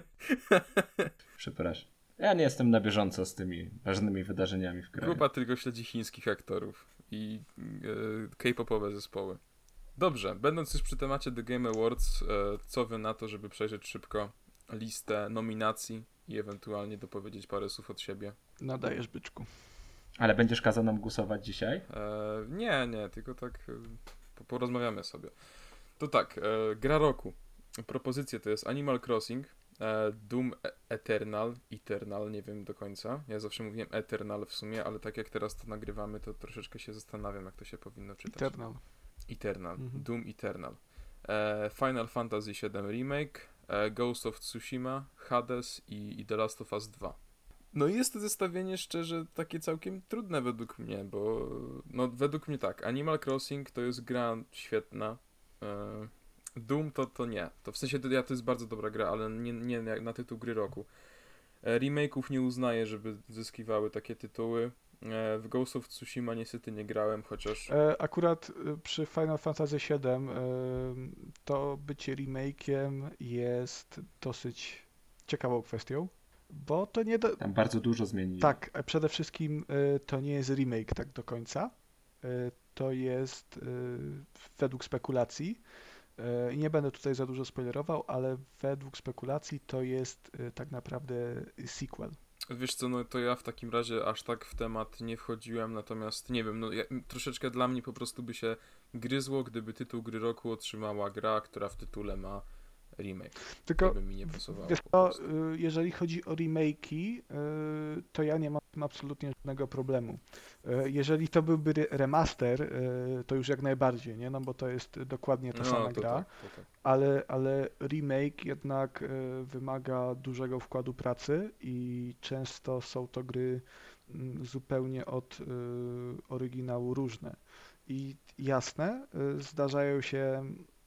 Przepraszam. Ja nie jestem na bieżąco z tymi ważnymi wydarzeniami w kraju. Grupa tylko śledzi chińskich aktorów i e, K-popowe zespoły. Dobrze, będąc już przy temacie The Game Awards, e, co wy na to, żeby przejrzeć szybko listę nominacji i ewentualnie dopowiedzieć parę słów od siebie? Nadajesz, byczku. Ale będziesz kazał nam głosować dzisiaj? E, nie, nie, tylko tak e, porozmawiamy sobie. To tak, e, gra roku. Propozycje to jest Animal Crossing, e, Doom Eternal, Eternal, nie wiem do końca. Ja zawsze mówiłem Eternal w sumie, ale tak jak teraz to nagrywamy, to troszeczkę się zastanawiam, jak to się powinno czytać. Eternal. Eternal, Mhm. Doom Eternal. E, Final Fantasy siedem Remake, e, Ghost of Tsushima, Hades i, i The Last of Us dwa. No i jest to zestawienie szczerze takie całkiem trudne według mnie, bo no według mnie tak, Animal Crossing to jest gra świetna, e, Doom to, to nie, to w sensie to, ja, to jest bardzo dobra gra, ale nie, nie na tytuł gry roku. E, remake'ów nie uznaję, żeby zyskiwały takie tytuły. E, w Ghost of Tsushima niestety nie grałem, chociaż... E, akurat e, przy Final Fantasy siedem e, to bycie remake'iem jest dosyć ciekawą kwestią, bo to nie do... Tam bardzo dużo zmienili. Tak, e, przede wszystkim e, to nie jest remake tak do końca. E, to jest e, według spekulacji, e, i nie będę tutaj za dużo spoilerował, ale według spekulacji to jest e, tak naprawdę sequel. Wiesz co, no to ja w takim razie aż tak w temat nie wchodziłem, natomiast nie wiem, no ja, troszeczkę dla mnie po prostu by się gryzło, gdyby tytuł gry roku otrzymała gra, która w tytule ma remake. Tylko To by mi nie pasowało wiesz po co, prostu. y, jeżeli chodzi o remake'i, y, to ja nie mam z tym absolutnie żadnego problemu. Y, Jeżeli to byłby re- remaster, y, to już jak najbardziej, nie? No bo to jest dokładnie ta sama No, to gra, tak, to tak. ale, ale remake jednak y, wymaga dużego wkładu pracy i często są to gry mm, zupełnie od y, oryginału różne. I jasne, y, zdarzają się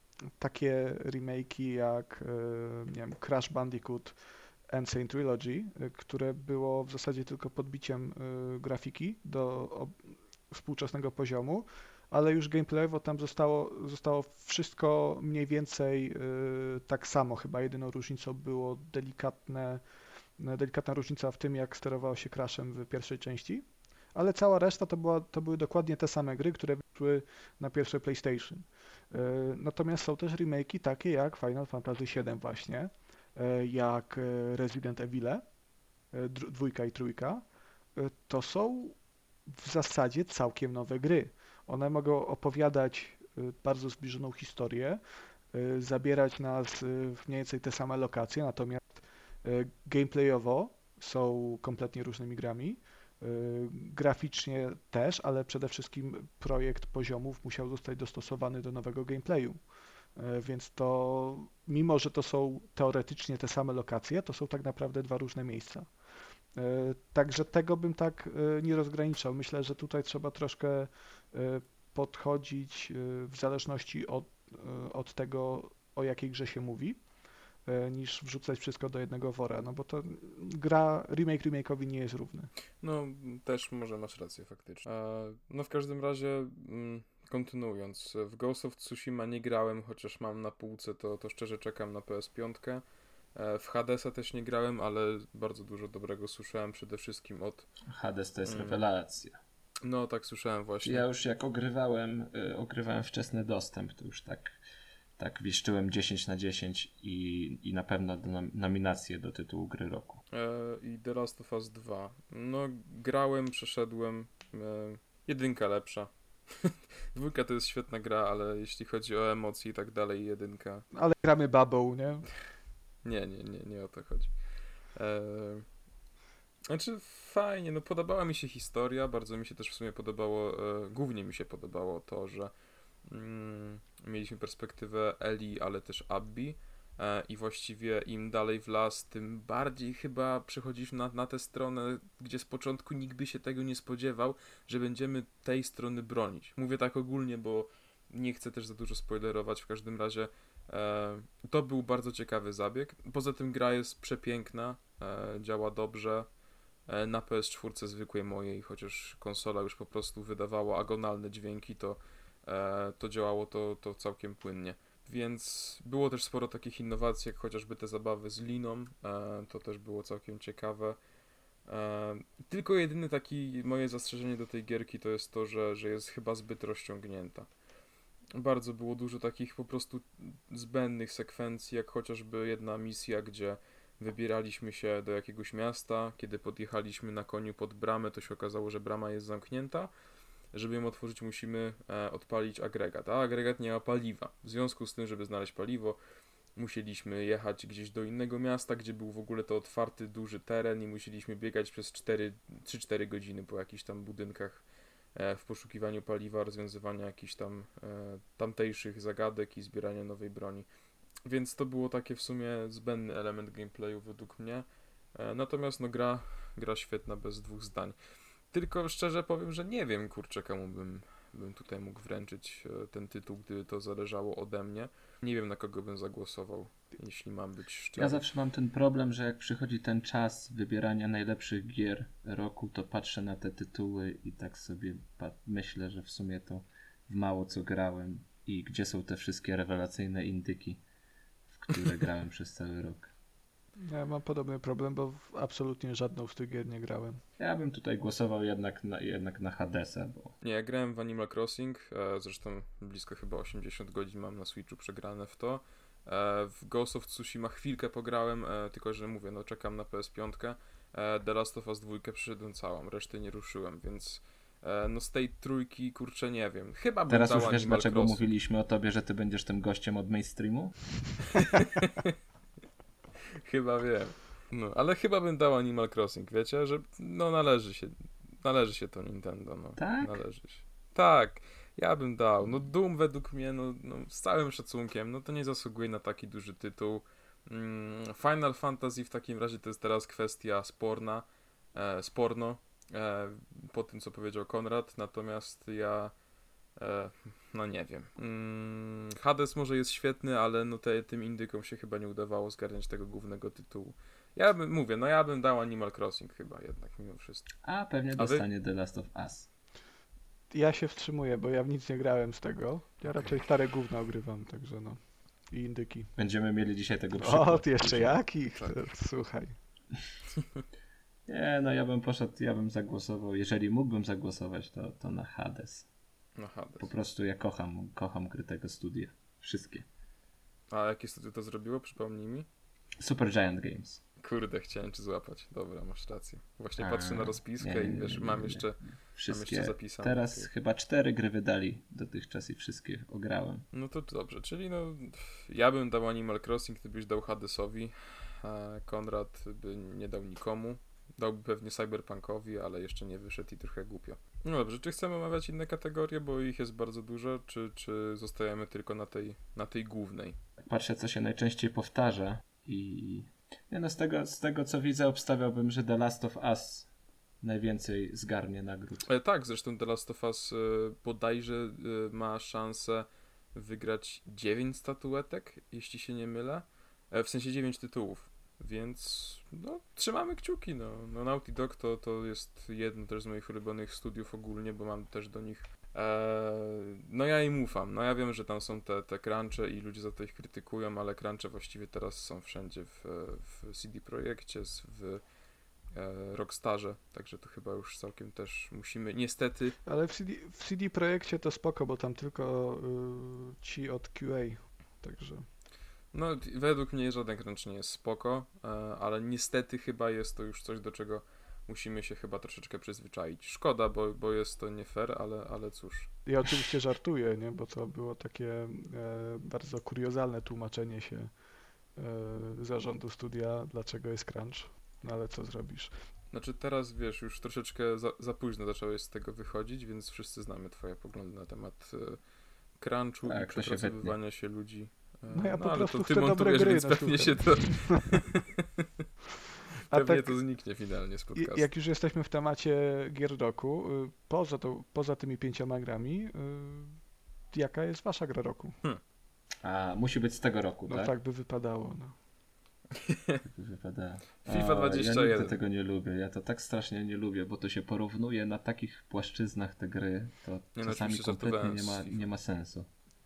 takie remake'i jak y, nie wiem, Crash Bandicoot Insane Trilogy, y, które było w zasadzie tylko podbiciem y, grafiki do o, współczesnego poziomu, ale już gameplayowo tam zostało, zostało wszystko mniej więcej y, tak samo. Chyba jedyną różnicą było delikatne, delikatna różnica w tym, jak sterowało się Crashem w pierwszej części, ale cała reszta to, była, to były dokładnie te same gry, które wyszły na pierwsze PlayStation. Y, Natomiast są też remake'i takie jak Final Fantasy siedem właśnie, y, jak y, Resident Evil, y, dr- dwójka i trójka. Y, To są w zasadzie całkiem nowe gry. One mogą opowiadać y, bardzo zbliżoną historię, y, zabierać nas y, w mniej więcej te same lokacje, natomiast y, gameplayowo są kompletnie różnymi grami. Y, Graficznie też, ale przede wszystkim projekt poziomów musiał zostać dostosowany do nowego gameplayu. Y, Więc to, mimo że to są teoretycznie te same lokacje, to są tak naprawdę dwa różne miejsca. Y, Także tego bym tak y, nie rozgraniczał. Myślę, że tutaj trzeba troszkę y, podchodzić y, w zależności od, y, od tego, o jakiej grze się mówi, y, niż wrzucać wszystko do jednego wora, no bo to gra remake remake'owi nie jest równy. No, też może masz rację faktycznie. E, no w każdym razie, mm, kontynuując, w Ghost of Tsushima nie grałem, chociaż mam na półce, to, to szczerze czekam na P S pięć. E, w Hadesa też nie grałem, ale bardzo dużo dobrego słyszałem, przede wszystkim od... Hades to jest Mm. rewelacja. No, tak słyszałem właśnie. Ja już jak ogrywałem, y, ogrywałem wczesny dostęp, to już tak, tak wiszczyłem dziesięć na dziesięć i, i na pewno do nom- nominację do tytułu gry roku. E, I The Last of Us dwa. No, grałem, przeszedłem. E, jedynka lepsza. Dwójka to jest świetna gra, ale jeśli chodzi o emocje i tak dalej, jedynka. Ale gramy babą, nie? Nie, nie, nie, nie o to chodzi. E, Znaczy fajnie, no podobała mi się historia, bardzo mi się też w sumie podobało, e, głównie mi się podobało to, że mm, mieliśmy perspektywę Eli, ale też Abby e, i właściwie im dalej w las, tym bardziej chyba przechodziliśmy na, na tę stronę, gdzie z początku nikt by się tego nie spodziewał, że będziemy tej strony bronić. Mówię tak ogólnie, bo nie chcę też za dużo spoilerować, w każdym razie e, to był bardzo ciekawy zabieg. Poza tym gra jest przepiękna, e, działa dobrze. Na P S cztery zwykłej mojej, chociaż konsola już po prostu wydawała agonalne dźwięki, to, e, to działało to, to całkiem płynnie. Więc było też sporo takich innowacji, jak chociażby te zabawy z liną, e, to też było całkiem ciekawe. E, tylko jedyny taki moje zastrzeżenie do tej gierki to jest to, że, że jest chyba zbyt rozciągnięta. Bardzo było dużo takich po prostu zbędnych sekwencji, jak chociażby jedna misja, gdzie wybieraliśmy się do jakiegoś miasta, kiedy podjechaliśmy na koniu pod bramę, to się okazało, że brama jest zamknięta. Żeby ją otworzyć, musimy e, odpalić agregat, a agregat nie ma paliwa. W związku z tym, żeby znaleźć paliwo, musieliśmy jechać gdzieś do innego miasta, gdzie był w ogóle to otwarty, duży teren i musieliśmy biegać przez trzy cztery godziny po jakichś tam budynkach e, w poszukiwaniu paliwa, rozwiązywania jakichś tam e, tamtejszych zagadek i zbierania nowej broni. Więc to było takie w sumie zbędny element gameplayu według mnie. E, natomiast no gra, gra świetna, bez dwóch zdań. Tylko szczerze powiem, że nie wiem, kurczę, komu bym, bym tutaj mógł wręczyć e, ten tytuł, gdyby to zależało ode mnie. Nie wiem, na kogo bym zagłosował, jeśli mam być szczery. Ja zawsze mam ten problem, że jak przychodzi ten czas wybierania najlepszych gier roku, to patrzę na te tytuły i tak sobie pa- myślę, że w sumie to w mało co grałem i gdzie są te wszystkie rewelacyjne indyki, w które grałem przez cały rok. Ja mam podobny problem, bo w absolutnie żadną z tych gier nie grałem. Ja bym tutaj głosował jednak na, jednak na Hadesa, bo... Nie, ja grałem w Animal Crossing, e, zresztą blisko chyba osiemdziesiąt godzin mam na Switchu przegrane w to. E, w Ghost of Tsushima chwilkę pograłem, e, tylko że mówię, no czekam na P S pięć. E, The Last of Us dwa przyszedłem całą, reszty nie ruszyłem, więc e, no z tej trójki, kurczę, nie wiem. Chyba bym Teraz dał już wiesz, Animal dlaczego Crossing. mówiliśmy o tobie, że ty będziesz tym gościem od mainstreamu? Chyba wiem. No, ale chyba bym dał Animal Crossing, wiecie, że no należy się, należy się to Nintendo, no. Tak? Należy się. Tak, ja bym dał. No Doom według mnie, no, no z całym szacunkiem, no to nie zasługuje na taki duży tytuł. Mm, Final Fantasy w takim razie to jest teraz kwestia sporna, e, sporno, e, po tym co powiedział Konrad, natomiast ja E, no nie wiem. Mm, Hades może jest świetny, ale no te, tym indykom się chyba nie udawało zgarniać tego głównego tytułu. Ja bym, mówię, no ja bym dał Animal Crossing chyba jednak mimo wszystko. A pewnie A wy? dostanie The Last of Us. Ja się wstrzymuję, bo ja w nic nie grałem z tego. Ja raczej stare gówno ogrywam, także no. I indyki. Będziemy mieli dzisiaj tego przykład. O, ty jeszcze Dzisiaj. jakich? Tak. To, słuchaj. Nie, no ja bym poszedł, ja bym zagłosował, jeżeli mógłbym zagłosować, to, to na Hades. No Hades. Po prostu ja kocham, kocham gry tego studia. Wszystkie. A jakie studio to zrobiło? Przypomnij mi. Supergiant Games. Kurde, chciałem cię złapać. Dobra, masz rację. Właśnie A, patrzę na rozpiskę nie, nie, i wiesz, nie, nie, mam nie. jeszcze, mam Wszystkie. jeszcze zapisane. Teraz takie. chyba cztery gry wydali dotychczas i wszystkie ograłem. No to dobrze, czyli no ja bym dał Animal Crossing, ty byś dał Hadesowi, e, Konrad by nie dał nikomu, dałby pewnie Cyberpunkowi, ale jeszcze nie wyszedł i trochę głupio. No dobrze, czy chcemy omawiać inne kategorie, bo ich jest bardzo dużo, czy, czy zostajemy tylko na tej, na tej głównej? Patrzę, co się najczęściej powtarza i nie no, z tego, z tego co widzę, obstawiałbym, że The Last of Us najwięcej zgarnie nagród. E, tak, zresztą The Last of Us e, bodajże e, ma szansę wygrać dziewięć statuetek, jeśli się nie mylę, e, w sensie dziewięć tytułów. Więc no, trzymamy kciuki. No. No, Naughty Dog to, to jest jedno też z moich ulubionych studiów ogólnie, bo mam też do nich. E, no ja im ufam. No ja wiem, że tam są te, te crunche i ludzie za to ich krytykują, ale crunche właściwie teraz są wszędzie w, w C D Projekcie, w e, Rockstarze, także to chyba już całkiem też musimy, niestety. Ale w C D, w C D Projekcie to spoko, bo tam tylko y, ci od Q A, także... No, według mnie żaden crunch nie jest spoko, e, ale niestety chyba jest to już coś, do czego musimy się chyba troszeczkę przyzwyczaić. Szkoda, bo, bo jest to nie fair, ale, ale cóż. Ja oczywiście żartuję, nie? Bo to było takie e, bardzo kuriozalne tłumaczenie się e, zarządu studia, dlaczego jest crunch. no ale co zrobisz? Znaczy teraz, wiesz, już troszeczkę za, za późno zacząłeś z tego wychodzić, więc wszyscy znamy twoje poglądy na temat e, crunchu i Tak, to się przepracowywania się ludzi. E, No ja po ale prostu to ty chcę dobre montujesz, gry, więc no pewnie słuchaj. się to... A pewnie tak, to zniknie finalnie z i- podcastu. jak już jesteśmy w temacie gier roku, y, poza, to, poza tymi pięcioma grami, y, jaka jest wasza gra roku? A musi być z tego roku, No tak? tak by wypadało. No. Tak wypada. FIFA O, dwadzieścia Ja jeden. nigdy tego nie lubię. Ja to tak strasznie nie lubię, bo to się porównuje na takich płaszczyznach te gry. To no, czasami oczywiście kompletnie żartowałem nie z ma, FIFA. nie ma sensu.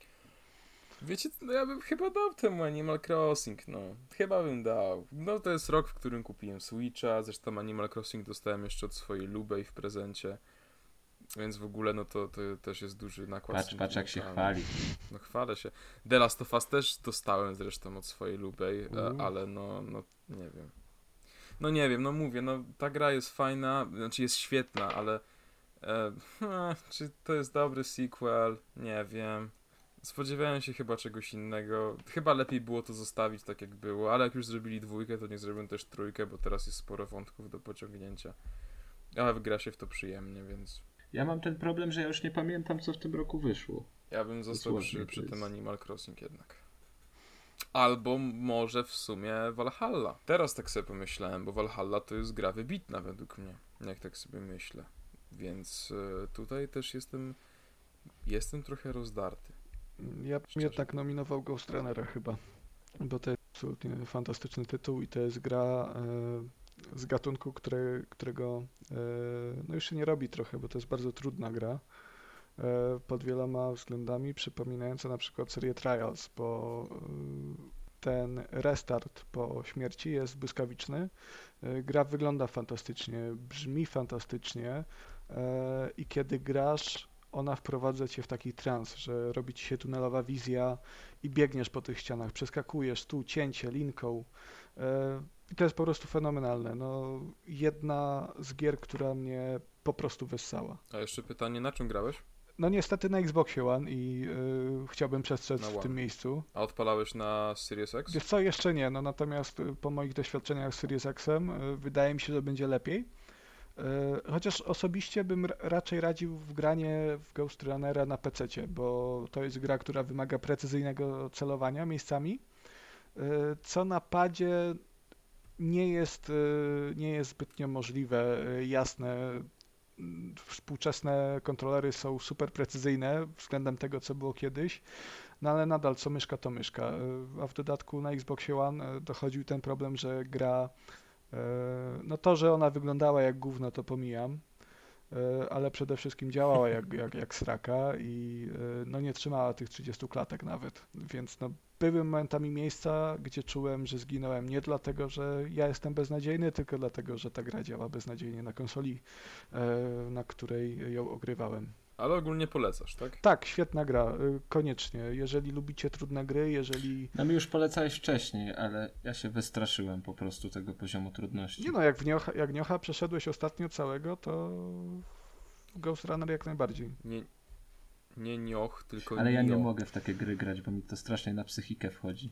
Wiecie, no ja bym chyba dał temu Animal Crossing, no. Chyba bym dał. No to jest rok, w którym kupiłem Switcha, zresztą Animal Crossing dostałem jeszcze od swojej lubej w prezencie. Więc w ogóle no to, to też jest duży nakład. Patrz, patrz jak się sentymentalny. chwali. No chwalę się. The Last of Us też dostałem zresztą od swojej lubej, e, Uuu. ale no, no nie wiem. No nie wiem, no mówię, no ta gra jest fajna, znaczy jest świetna, ale e, eh, czy to jest dobry sequel? Nie wiem. Spodziewałem się chyba czegoś innego. Chyba lepiej było to zostawić tak jak było, ale jak już zrobili dwójkę, to nie zrobią też trójkę, bo teraz jest sporo wątków do pociągnięcia. Ale gra się w to przyjemnie, więc Ja mam ten problem, że ja już nie pamiętam, co w tym roku wyszło. ja bym został Dosłownie przy, to przy jest. tym Animal Crossing jednak. Albo może w sumie Valhalla. Teraz tak sobie pomyślałem, bo Valhalla to jest gra wybitna według mnie, jak tak sobie myślę. Więc e, tutaj też jestem jestem trochę rozdarty. Ja bym Szczerze. jednak nominował Ghost Runnera chyba, bo to jest absolutnie fantastyczny tytuł i to jest gra e, z gatunku, które, którego e, no już się nie robi trochę, bo to jest bardzo trudna gra e, pod wieloma względami, przypominająca na przykład serię Trials, bo e, ten restart po śmierci jest błyskawiczny. E, Gra wygląda fantastycznie, brzmi fantastycznie e, i kiedy grasz, ona wprowadza cię w taki trans, że robi ci się tunelowa wizja i biegniesz po tych ścianach, przeskakujesz tu, cięcie, linką. e, I to jest po prostu fenomenalne. No, jedna z gier, która mnie po prostu wessała. A jeszcze pytanie, na czym grałeś? No niestety na Xboxie One i y, chciałbym przestrzec Na w One. tym miejscu. A odpalałeś na Series X? Wiesz co, jeszcze nie, no natomiast y, po moich doświadczeniach z Series X-em y, wydaje mi się, że będzie lepiej. Y, Chociaż osobiście bym r- raczej radził w granie w Ghost Runnera na pececie, bo to jest gra, która wymaga precyzyjnego celowania miejscami, y, co na padzie nie jest, y, nie jest zbytnio możliwe, y, jasne. Mm, Współczesne kontrolery są super precyzyjne względem tego, co było kiedyś, no ale nadal co myszka, to myszka. Y, A w dodatku na Xboxie One y, dochodził ten problem, że gra, y, no to, że ona wyglądała jak gówno, to pomijam, y, ale przede wszystkim działała jak, jak, jak sraka i y, no nie trzymała tych trzydziestu klatek nawet, więc no były momentami miejsca, gdzie czułem, że zginąłem nie dlatego, że ja jestem beznadziejny, tylko dlatego, że ta gra działa beznadziejnie na konsoli, y, na której ją ogrywałem. Ale ogólnie polecasz, tak? Tak, świetna gra, y, koniecznie. Jeżeli lubicie trudne gry, jeżeli... No mi już polecałeś wcześniej, ale ja się wystraszyłem po prostu tego poziomu trudności. Nie no, jak w Niocha, jak Niocha przeszedłeś ostatnio całego, to Ghost Runner jak najbardziej. Nie, nie nioch, tylko Ale ja nie nio. mogę w takie gry grać, bo mi to strasznie na psychikę wchodzi.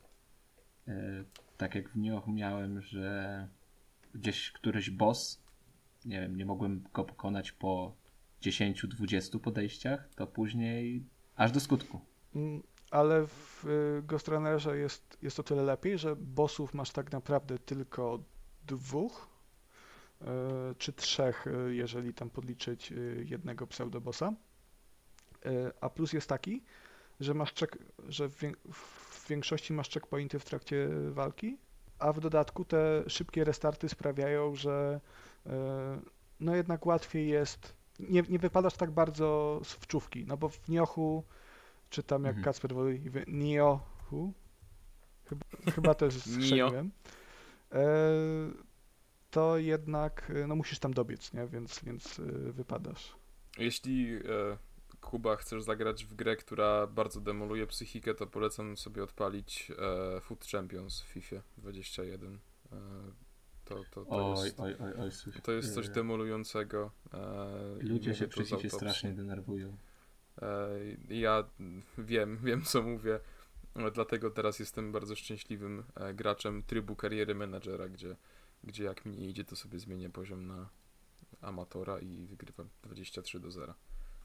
E, tak jak w Nioh miałem, że gdzieś któryś boss, nie wiem, nie mogłem go pokonać po dziesięciu dwudziestu podejściach, to później aż do skutku. Mm, Ale w y, Ghost Runnerze jest, jest o tyle lepiej, że bossów masz tak naprawdę tylko dwóch, y, czy trzech, y, jeżeli tam podliczyć y, jednego pseudobossa. Y, A plus jest taki, że masz check, że w, wię- w większości masz checkpointy w trakcie walki, a w dodatku te szybkie restarty sprawiają, że y, no jednak łatwiej jest, nie, nie wypadasz tak bardzo z wczówki, no bo w Niohu, czy tam jak Mhm. Kacper woli, w Niohu, chyba, chyba też strzeliłem, e, to jednak y, no musisz tam dobiec, nie? Więc, więc y, wypadasz. Jeśli e, Kuba chcesz zagrać w grę, która bardzo demoluje psychikę, to polecam sobie odpalić e, Food Champions w FIFA dwadzieścia jeden. E, to, to, to, Oj, jest, oj, oj, oj, słuchaj. to jest coś E, demolującego. E, i Ludzie mówię się to przy z FIFA autopsji. strasznie denerwują. E, ja wiem, wiem co mówię. E, Dlatego teraz jestem bardzo szczęśliwym e, graczem trybu kariery menadżera, gdzie gdzie jak mi nie idzie, to sobie zmienię poziom na amatora i wygrywam dwadzieścia trzy do zera.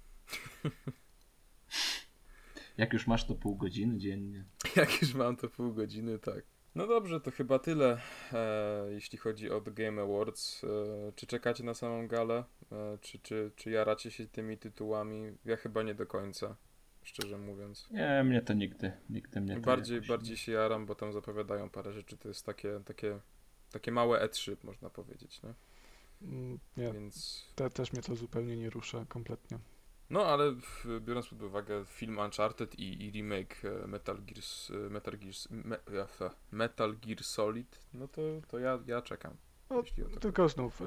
Jak już masz to pół godziny dziennie. Jak już mam to pół godziny, tak. No dobrze, to chyba tyle, e, jeśli chodzi o The Game Awards. E, czy czekacie na samą galę? E, czy, czy, czy jaracie się tymi tytułami? Ja chyba nie do końca, szczerze mówiąc. Nie, mnie to nigdy, nigdy mnie to Bardziej, jakoś bardziej nie... się jaram, bo tam zapowiadają parę rzeczy. To jest takie, takie, takie małe E trzy, można powiedzieć, nie? Mm, Nie, Więc... te, też mnie to zupełnie nie rusza kompletnie. No, ale w, biorąc pod uwagę film Uncharted i, i remake e, Metal Gear, Metal Gear, me, ja, fe, Metal Gear Solid, no to, to ja, ja czekam. No, jeśli o to tylko znów, y,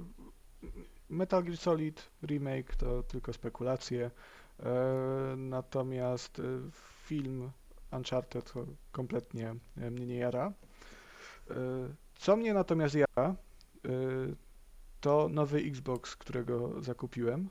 Metal Gear Solid remake to tylko spekulacje, y, natomiast y, film Uncharted to kompletnie y, mnie nie jara. Y, Co mnie natomiast jara, y, to nowy Xbox, którego zakupiłem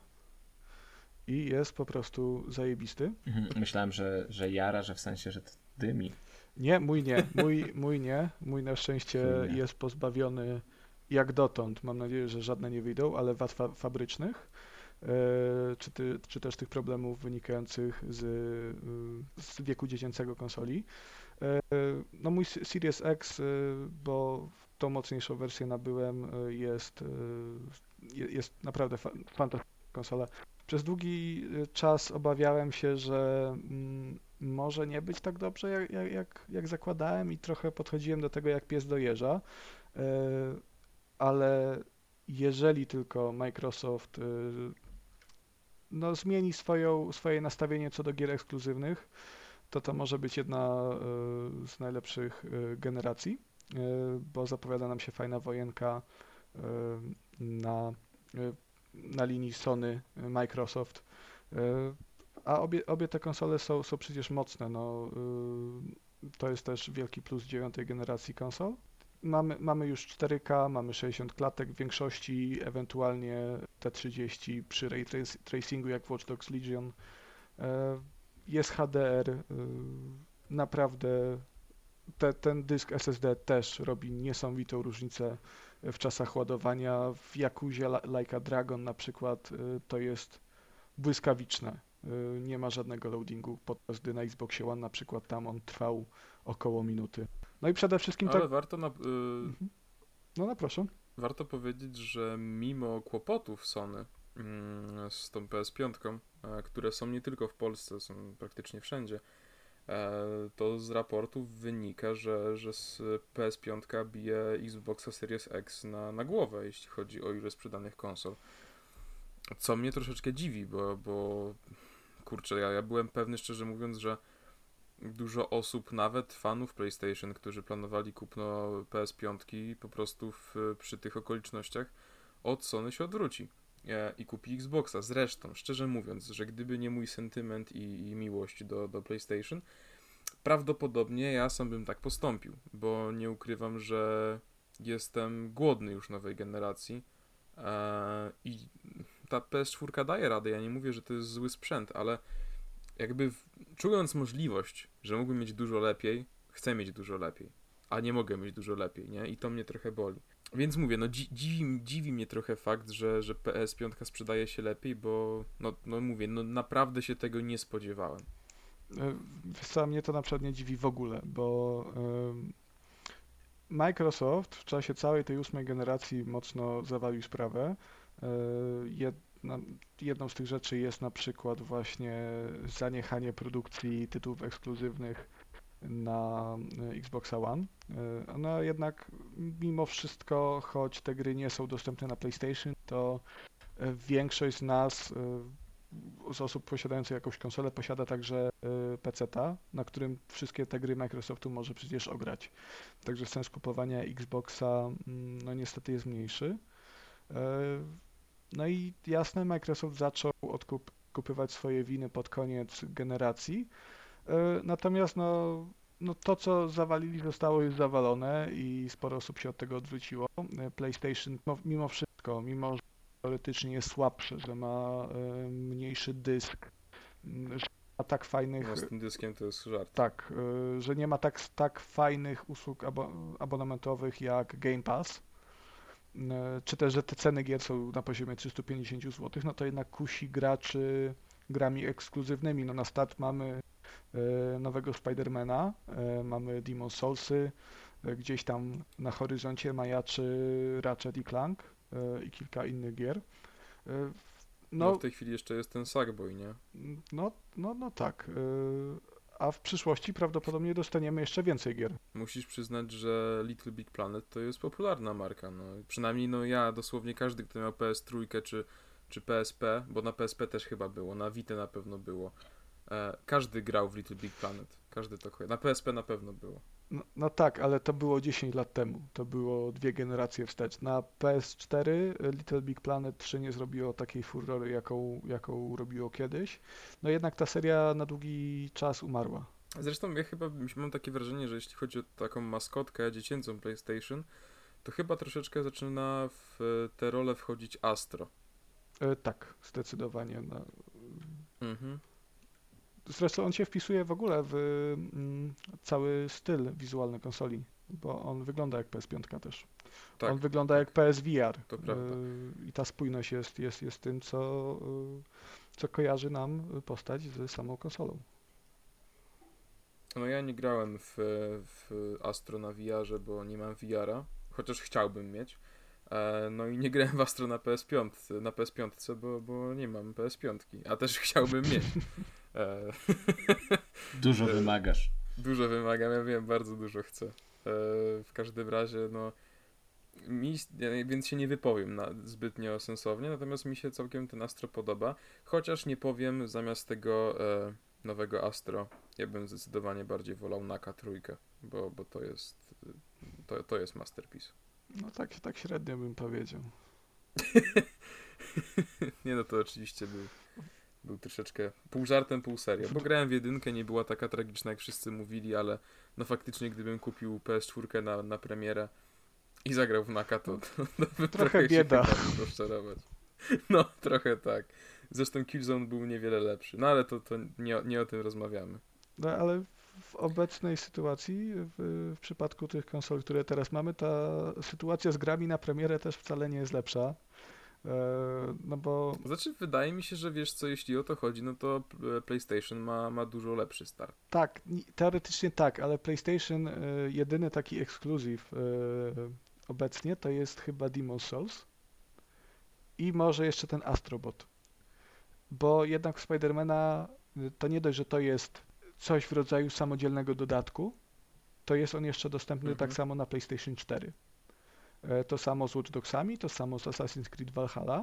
i jest po prostu zajebisty. Mhm, myślałem, że, że jara, że w sensie, że to dymi. Nie, mój nie, mój, mój nie, mój na szczęście Mój nie. jest pozbawiony jak dotąd, mam nadzieję, że żadne nie wyjdą, ale wad fa fabrycznych, e, czy, ty, czy też tych problemów wynikających z, y, z wieku dziecięcego konsoli. E, no mój S- Series X, y, bo tą mocniejszą wersję nabyłem, y, jest, y, je- jest naprawdę fa fantastyczna konsola. Przez długi y, czas obawiałem się, że mm, może nie być tak dobrze, jak, jak, jak, jak zakładałem i trochę podchodziłem do tego jak pies do jeża, e, ale jeżeli tylko Microsoft y, no, zmieni swoją, swoje nastawienie co do gier ekskluzywnych, to to może być jedna y, z najlepszych y, generacji, y, bo zapowiada nam się fajna wojenka y, na, y, na linii Sony, y, Microsoft. Y, A obie, obie te konsole są, są przecież mocne. No, y, to jest też wielki plus dziewiątej generacji konsol. Mamy, mamy już cztery K, mamy sześćdziesiąt klatek w większości, ewentualnie T trzydzieści przy ray trac- tracingu jak w Watch Dogs Legion. E, Jest H D R, y, naprawdę te, ten dysk S S D też robi niesamowitą różnicę w czasach ładowania. W Yakuzie Li- Like a Dragon na przykład y, to jest błyskawiczne. Y, Nie ma żadnego loadingu, podczas gdy na Xboxie One na przykład tam on trwał około minuty. No i przede wszystkim Ale tak... warto, na, y, Mhm. No, no proszę. warto powiedzieć, że mimo kłopotów Sony mm, z tą P S pięć, e, które są nie tylko w Polsce, są praktycznie wszędzie, e, to z raportów wynika, że, że z P S pięć bije Xboxa Series X na, na głowę, jeśli chodzi o ilość sprzedanych konsol. Co mnie troszeczkę dziwi, bo, bo kurczę, ja, ja byłem pewny, szczerze mówiąc, że dużo osób, nawet fanów PlayStation, którzy planowali kupno P S pięć, po prostu w, przy tych okolicznościach od Sony się odwróci e, i kupi Xboxa. Zresztą, szczerze mówiąc, że gdyby nie mój sentyment i, i miłość do, do PlayStation, prawdopodobnie ja sam bym tak postąpił, bo nie ukrywam, że jestem głodny już nowej generacji e, i ta P S cztery daje radę. Ja nie mówię, że to jest zły sprzęt, ale jakby w, czując możliwość, że mógłbym mieć dużo lepiej, chcę mieć dużo lepiej, a nie mogę mieć dużo lepiej, nie? I to mnie trochę boli. Więc mówię, no dzi- dziwi, dziwi mnie trochę fakt, że, że P S pięć sprzedaje się lepiej, bo no, no mówię, no naprawdę się tego nie spodziewałem. E, Wiesz co, mnie to na przykład nie dziwi w ogóle, bo em, Microsoft w czasie całej tej ósmej generacji mocno zawalił sprawę. E, Jedna, jedną z tych rzeczy jest na przykład właśnie zaniechanie produkcji tytułów ekskluzywnych na e, Xboxa One. E, No jednak mimo wszystko, choć te gry nie są dostępne na PlayStation, to e, większość z nas, e, z osób posiadających jakąś konsolę, posiada także e, peceta, na którym wszystkie te gry Microsoftu może przecież ograć. Także sens kupowania Xboxa mm, no niestety jest mniejszy. E, No i jasne, Microsoft zaczął odkupywać swoje winy pod koniec generacji. E, Natomiast no, no to, co zawalili, zostało już zawalone i sporo osób się od tego odwróciło. E, PlayStation mimo- mimo wszystko, mimo że teoretycznie jest słabszy, że ma e, mniejszy dysk, m, że ma tak fajnych, No z tym dyskiem to jest żart. tak, e, że nie ma tak, tak fajnych usług abo, abonamentowych jak Game Pass, e, czy też, że te ceny gier są na poziomie trzysta pięćdziesiąt złotych, no to jednak kusi graczy grami ekskluzywnymi. No na start mamy e, nowego Spidermana, e, mamy Demon's Soulsy, e, gdzieś tam na horyzoncie majaczy Ratchet i Clank e, i kilka innych gier. E, No, No, w tej chwili jeszcze jest ten Sackboy, nie? no, no, no tak. e, A w przyszłości prawdopodobnie dostaniemy jeszcze więcej gier. Musisz przyznać, że Little Big Planet to jest popularna marka, no. Przynajmniej no ja, dosłownie każdy, kto miał P S trzy czy, czy P S P, bo na P S P też chyba było, na Vita na pewno było. E, każdy grał w Little Big Planet. Każdy to kojarzy. Na P S P na pewno było. No, no tak, ale to było dziesięć lat temu. To było dwie generacje wstecz. Na P S cztery Little Big Planet trzy nie zrobiło takiej furory, jaką, jaką robiło kiedyś. No jednak ta seria na długi czas umarła. Zresztą ja chyba mam takie wrażenie, że jeśli chodzi o taką maskotkę dziecięcą PlayStation, to chyba troszeczkę zaczyna w tę rolę wchodzić Astro. E, tak, zdecydowanie. No. Mhm. Zresztą on się wpisuje w ogóle w mm, cały styl wizualny konsoli, bo on wygląda jak P S pięć też. Tak, On wygląda tak, jak P S V R. to prawda. Y, I ta spójność jest, jest, jest tym, co, y, co kojarzy nam postać z samą konsolą. No ja nie grałem w, w Astro na V R-ze, bo nie mam V R-a, chociaż chciałbym mieć. E, no i nie grałem w Astro na P S pięć, na P S pięć, bo, bo nie mam P S pięć, a też chciałbym mieć. E, Dużo wymagasz. Dużo wymagam, ja wiem, bardzo dużo chcę. E, w każdym razie, no, mi, ja więc się nie wypowiem na, zbytnio sensownie, natomiast mi się całkiem ten Astro podoba, chociaż nie powiem, zamiast tego e, nowego Astro, ja bym zdecydowanie bardziej wolał Naka trójkę, bo, bo to jest, to, to jest masterpiece. No tak, tak średnio bym powiedział. Nie no, to oczywiście był, był troszeczkę pół żartem, pół serio, bo grałem w jedynkę, nie była taka tragiczna, jak wszyscy mówili, ale no faktycznie, gdybym kupił P S cztery na, na premierę i zagrał w Naka, to, to, to Trochę trochę bieda. się chyba rozczarować. No, trochę tak. Zresztą Killzone był niewiele lepszy, no ale to, to nie, nie o tym rozmawiamy. No ale w obecnej sytuacji, w, w przypadku tych konsol, które teraz mamy, ta sytuacja z grami na premierę też wcale nie jest lepsza. E, no bo Znaczy, wydaje mi się, że wiesz co, jeśli o to chodzi, no to e, PlayStation ma, ma dużo lepszy start. tak, ni- teoretycznie tak, ale PlayStation e, jedyny taki ekskluzyw e, obecnie to jest chyba Demon's Souls i może jeszcze ten Astrobot. Bo jednak Spidermana y, to nie dość, że to jest coś w rodzaju samodzielnego dodatku, to jest on jeszcze dostępny Mhm. tak samo na PlayStation cztery. E, To samo z Watch Dogsami, to samo z Assassin's Creed Valhalla.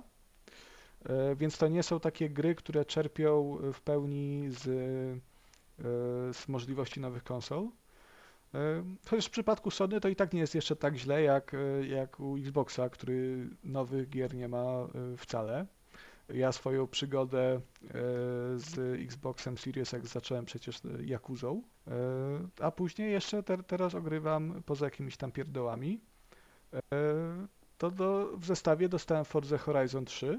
E, Więc to nie są takie gry, które czerpią w pełni z, e, z możliwości nowych konsol. E, Chociaż w przypadku Sony to i tak nie jest jeszcze tak źle jak, e, jak u Xboxa, który nowych gier nie ma e, wcale. Ja swoją przygodę e, z Xboxem Series X zacząłem przecież e, Yakuzą, e, a później jeszcze te, teraz ogrywam poza jakimiś tam pierdołami. E, To do, w zestawie dostałem Forza Horizon trzy,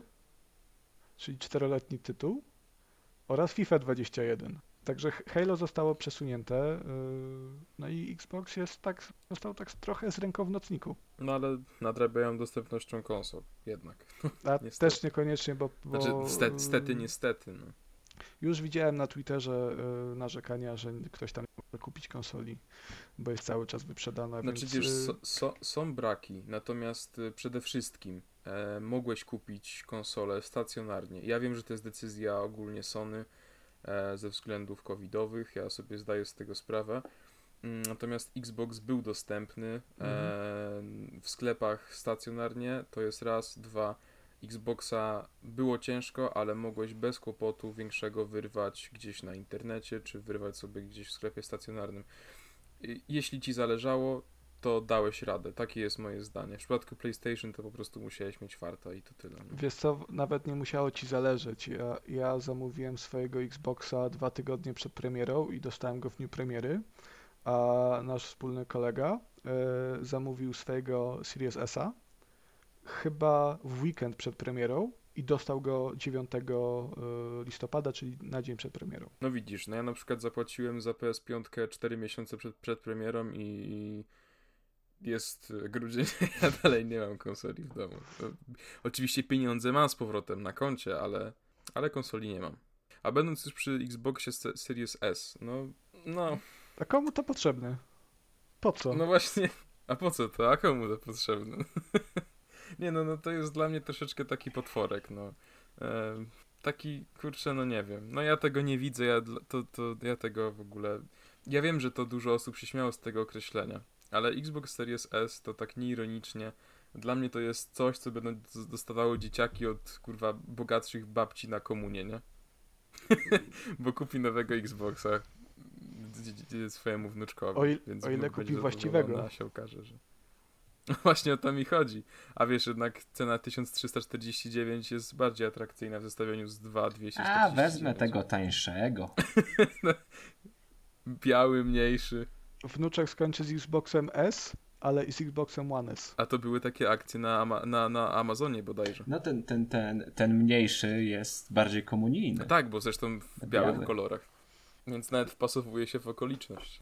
czyli czteroletni tytuł, oraz FIFA dwadzieścia jeden. Także Halo zostało przesunięte, e, no i Xbox jest tak, został tak trochę z ręką w nocniku. No ale nadrabiają dostępnością konsol, jednak. A Niestety. też niekoniecznie, bo, bo Znaczy, niestety, niestety, niestety, no. już widziałem na Twitterze y, narzekania, że ktoś tam nie może kupić konsoli, bo jest cały czas wyprzedana, Znaczy więc wiesz, y, so, so, są braki, natomiast y, przede wszystkim e, mogłeś kupić konsolę stacjonarnie. Ja wiem, że to jest decyzja ogólnie Sony e, ze względów covidowych, ja sobie zdaję z tego sprawę. Mm, Natomiast Xbox był dostępny e, w sklepach stacjonarnie, to jest raz, dwa. Xboxa było ciężko, ale mogłeś bez kłopotu większego wyrwać gdzieś na internecie, czy wyrwać sobie gdzieś w sklepie stacjonarnym. I- Jeśli ci zależało, to dałeś radę. Takie jest moje zdanie. W przypadku PlayStation to po prostu musiałeś mieć farta i to tyle. Nie? wiesz co, nawet nie musiało ci zależeć. Ja, ja zamówiłem swojego Xboxa dwa tygodnie przed premierą i dostałem go w dniu premiery, a nasz wspólny kolega y, zamówił swojego Series S-a chyba w weekend przed premierą i dostał go dziewiątego y, listopada, czyli na dzień przed premierą. No widzisz, no ja na przykład zapłaciłem za P S pięć cztery miesiące przed, przed premierą i, jest grudzień, ja dalej nie mam konsoli w domu. To, oczywiście pieniądze mam z powrotem na koncie, ale, ale konsoli nie mam. A będąc już przy Xboxie Series S, no, no, A komu to potrzebne? Po co? no właśnie, a po co to? A komu to potrzebne? Nie no, no to jest dla mnie troszeczkę taki potworek, no. E, taki, kurczę, no nie wiem. No ja tego nie widzę, ja, to, to, ja tego w ogóle... Ja wiem, że to dużo osób się śmiało z tego określenia, ale Xbox Series S to tak nieironicznie. Dla mnie to jest coś, co będą dostawały dzieciaki od, kurwa, bogatszych babci na komunie, nie? Bo kupi nowego Xboxa swojemu wnuczkowi. O, il, więc o ile wnuk kupi będzie właściwego. zadowolony, a się okaże, że... No właśnie o to mi chodzi. A wiesz, jednak cena tysiąc trzysta czterdzieści dziewięć jest bardziej atrakcyjna w zestawieniu z dwa tysiące dwieście czterdzieści dziewięć. A, wezmę tego tańszego. No, biały, mniejszy. Wnuczek skończy z Xboxem S, ale i z Xboxem One S. A to były takie akcje na, Ama- na, na Amazonie bodajże. No ten, ten, ten, ten mniejszy jest bardziej komunijny. No tak, bo zresztą w Biały. białych kolorach. Więc nawet wpasowuje się w okoliczność.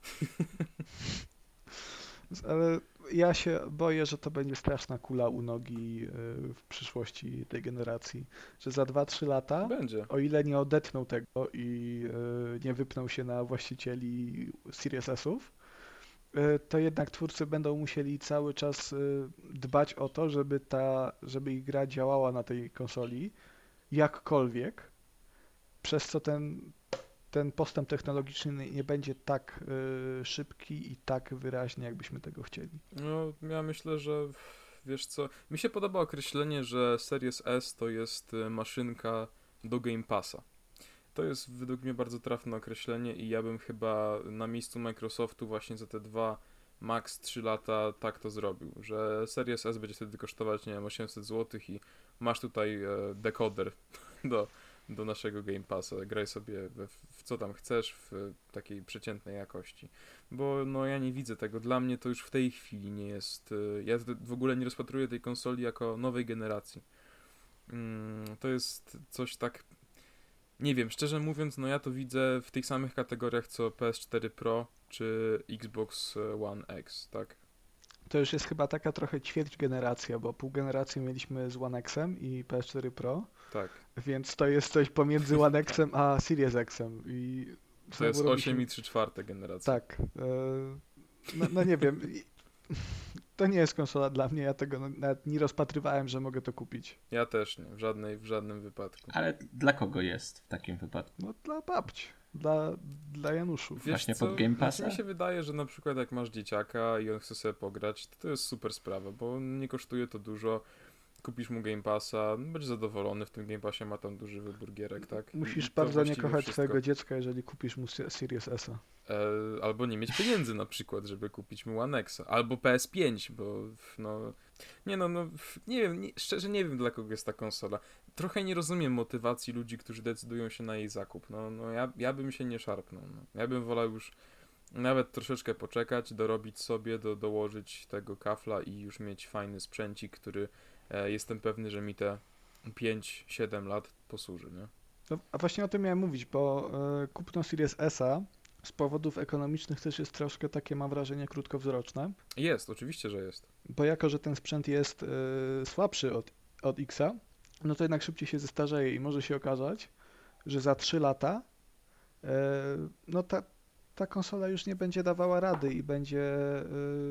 Ale ja się boję, że to będzie straszna kula u nogi yy, w przyszłości tej generacji. Że za dwa trzy lata, Będzie. o ile nie odetną tego i yy, nie wypną się na właścicieli Series S-ów, yy, to jednak twórcy będą musieli cały czas yy, dbać o to, żeby ta, żeby ich gra działała na tej konsoli jakkolwiek, przez co ten ten postęp technologiczny nie będzie tak y, szybki i tak wyraźny, jakbyśmy tego chcieli. No, ja myślę, że wiesz co, mi się podoba określenie, że Series S to jest y, maszynka do Game Passa. To jest według mnie bardzo trafne określenie i ja bym chyba na miejscu Microsoftu właśnie za te dwa, max trzy lata tak to zrobił, że Series S będzie wtedy kosztować, nie wiem, osiemset złotych i masz tutaj e, decoder do, do naszego Game Passa, graj sobie we, w co tam chcesz w takiej przeciętnej jakości, bo no ja nie widzę tego, dla mnie to już w tej chwili nie jest, e, ja w ogóle nie rozpatruję tej konsoli jako nowej generacji. Mm, to jest coś tak, nie wiem, szczerze mówiąc, no ja to widzę w tych samych kategoriach co P S cztery Pro czy Xbox One X, tak? To już jest chyba taka trochę ćwierć generacja, bo pół generacji mieliśmy z One X-em i P S cztery Pro, Tak. więc to jest coś pomiędzy One X-em a Series X-em. I To jest znowu robi osiem się- i trzy czwarte generacja. Tak. e, No, no nie wiem. I- To nie jest konsola dla mnie, ja tego nawet nie rozpatrywałem, że mogę to kupić. Ja też nie, w, żadnej, w żadnym wypadku. Ale dla kogo jest w takim wypadku? No dla babci, dla, dla Januszów. Wiesz Właśnie co, pod Game Passa? znaczy mi się wydaje, że na przykład jak masz dzieciaka i on chce sobie pograć, to to jest super sprawa, bo nie kosztuje to dużo. Kupisz mu Game Passa, no będziesz zadowolony, w tym Game Passie ma tam duży wybór gierek, tak? Musisz I to bardzo nie właściwie kochać wszystko. swojego dziecka, jeżeli kupisz mu Se- Series S-a. E, albo nie mieć pieniędzy na przykład, żeby kupić mu One X, albo P S pięć, bo no... Nie no, no nie wiem, nie, szczerze nie wiem dla kogo jest ta konsola. Trochę nie rozumiem motywacji ludzi, którzy decydują się na jej zakup. No, no ja, ja bym się nie szarpnął. No. Ja bym wolał już nawet troszeczkę poczekać, dorobić sobie, do, dołożyć tego kafla i już mieć fajny sprzęcik, który e, jestem pewny, że mi te pięć siedem lat posłuży, nie? No, a właśnie o tym miałem mówić, bo e, kupno Series S-a z powodów ekonomicznych też jest troszkę takie, mam wrażenie, krótkowzroczne, Jest, oczywiście, że jest. bo jako, że ten sprzęt jest e, słabszy od, od X-a, no to jednak szybciej się zestarzeje i może się okazać, że za trzy lata e, no ta, ta konsola już nie będzie dawała rady i będzie, e,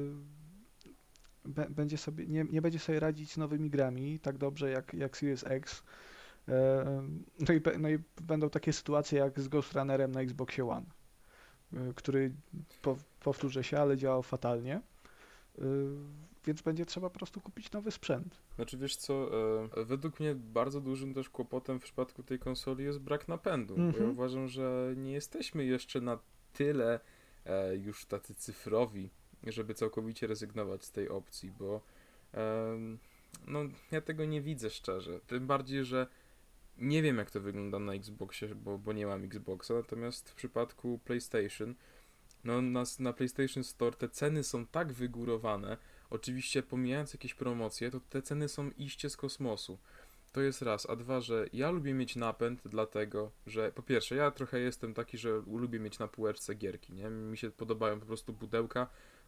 be, będzie sobie, nie, nie będzie sobie radzić z nowymi grami tak dobrze jak, jak Series X. E, No i, be- no i będą takie sytuacje jak z Ghost Runnerem na Xboxie One, e, który, po, powtórzę się, ale działał fatalnie, e, więc będzie trzeba po prostu kupić nowy sprzęt. Znaczy wiesz co, e, według mnie bardzo dużym też kłopotem w przypadku tej konsoli jest brak napędu, bo ja Mhm. uważam, że nie jesteśmy jeszcze na tyle e, już tacy cyfrowi, żeby całkowicie rezygnować z tej opcji, bo e, no ja tego nie widzę szczerze, tym bardziej, że nie wiem jak to wygląda na Xboxie, bo, bo nie mam Xboxa, natomiast w przypadku PlayStation, no na, na PlayStation Store te ceny są tak wygórowane, oczywiście pomijając jakieś promocje, to te ceny są iście z kosmosu. To jest raz, a dwa, że ja lubię mieć napęd dlatego, że po pierwsze, ja trochę jestem taki, że lubię mieć na półeczce gierki, nie? Mi się podobają po prostu pudełka,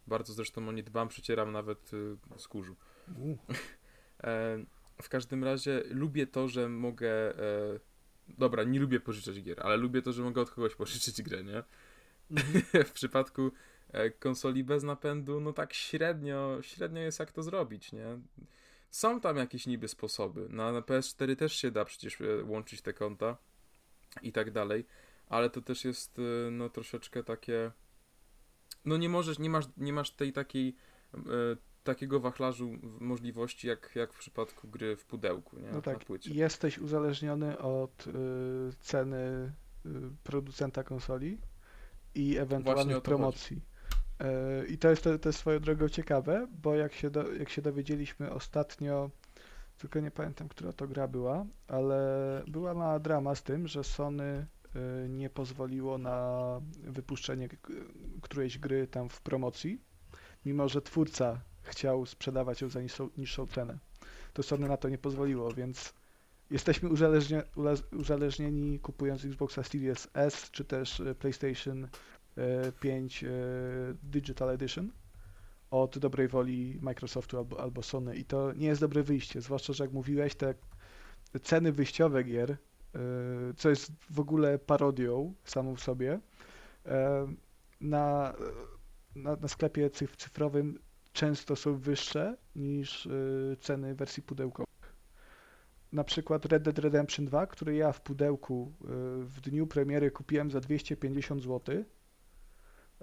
Bardzo zresztą o nie dbam, przecieram nawet y, z kurzu. U. E, w każdym razie lubię to, że mogę... E, dobra, nie lubię pożyczać gier, ale lubię to, że mogę od kogoś pożyczyć grę, nie? Mhm. W przypadku e, konsoli bez napędu, no tak średnio, średnio jest jak to zrobić, nie? Są tam jakieś niby sposoby. Na, na P S cztery też się da przecież e, łączyć te konta i tak dalej, ale to też jest e, no troszeczkę takie... No nie możesz, nie masz, nie masz tej takiej e, takiego wachlarzu możliwości jak, jak w przypadku gry w pudełku, nie? No Na tak, płycie. jesteś uzależniony od y, ceny y, producenta konsoli i Właśnie ewentualnych o to chodzi. promocji. Y, I to jest, to, to jest swoją drogą ciekawe, bo jak się, do, jak się dowiedzieliśmy ostatnio, tylko nie pamiętam, która to gra była, ale była mała drama z tym, że Sony y, nie pozwoliło na wypuszczenie k- którejś gry tam w promocji, mimo że twórca chciał sprzedawać ją za niższą, niższą cenę. To Sony na to nie pozwoliło, więc jesteśmy uzależnia, ule- uzależnieni kupując Xboxa Series S czy też e, PlayStation e, pięć e, Digital Edition od dobrej woli Microsoftu albo, albo Sony i to nie jest dobre wyjście, zwłaszcza, że jak mówiłeś, te ceny wyjściowe gier, e, co jest w ogóle parodią samą w sobie, e, na, na, na sklepie cyf- cyfrowym często są wyższe niż e, ceny wersji pudełkowej. Na przykład Red Dead Redemption dwa, który ja w pudełku y, w dniu premiery kupiłem za dwieście pięćdziesiąt złotych, y,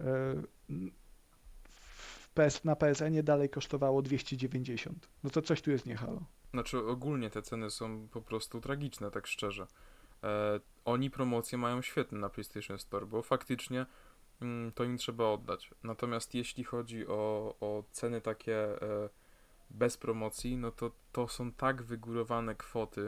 w P S, na P S N dalej kosztowało dwieście dziewięćdziesiąt. No to coś tu jest nie halo. Znaczy ogólnie te ceny są po prostu tragiczne, tak szczerze. E, oni promocje mają świetne na PlayStation Store, bo faktycznie mm, to im trzeba oddać. Natomiast jeśli chodzi o, o ceny takie e, bez promocji, no to to są tak wygórowane kwoty.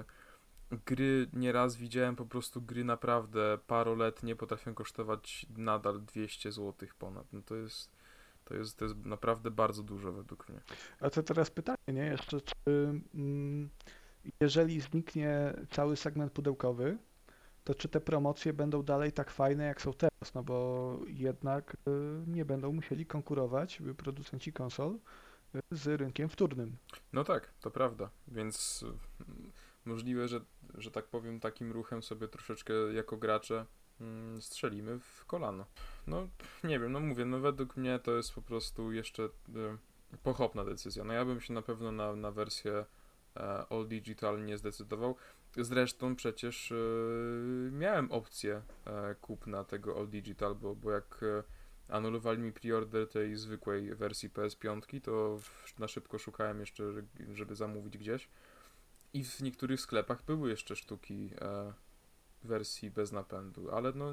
Gry nieraz widziałem po prostu gry naprawdę paroletnie potrafią kosztować nadal dwieście złotych ponad. No to jest, to jest, to jest naprawdę bardzo dużo według mnie. A to teraz pytanie, nie? Jeszcze, czy mm, jeżeli zniknie cały segment pudełkowy, to czy te promocje będą dalej tak fajne, jak są teraz? No bo jednak y, nie będą musieli konkurować y, producenci konsol y, z rynkiem wtórnym. No tak, to prawda, więc mm, możliwe, że, że tak powiem, takim ruchem sobie troszeczkę jako gracze mm, strzelimy w kolano. No, nie wiem, no mówię, no według mnie to jest po prostu jeszcze y, pochopna decyzja. No ja bym się na pewno na, na wersję e, All Digital nie zdecydował. Zresztą przecież y, miałem opcję e, kupna tego All Digital, bo, bo jak e, anulowali mi preorder tej zwykłej wersji P S pięć, to w, na szybko szukałem jeszcze, żeby zamówić gdzieś. I w niektórych sklepach były jeszcze sztuki e, wersji bez napędu, ale no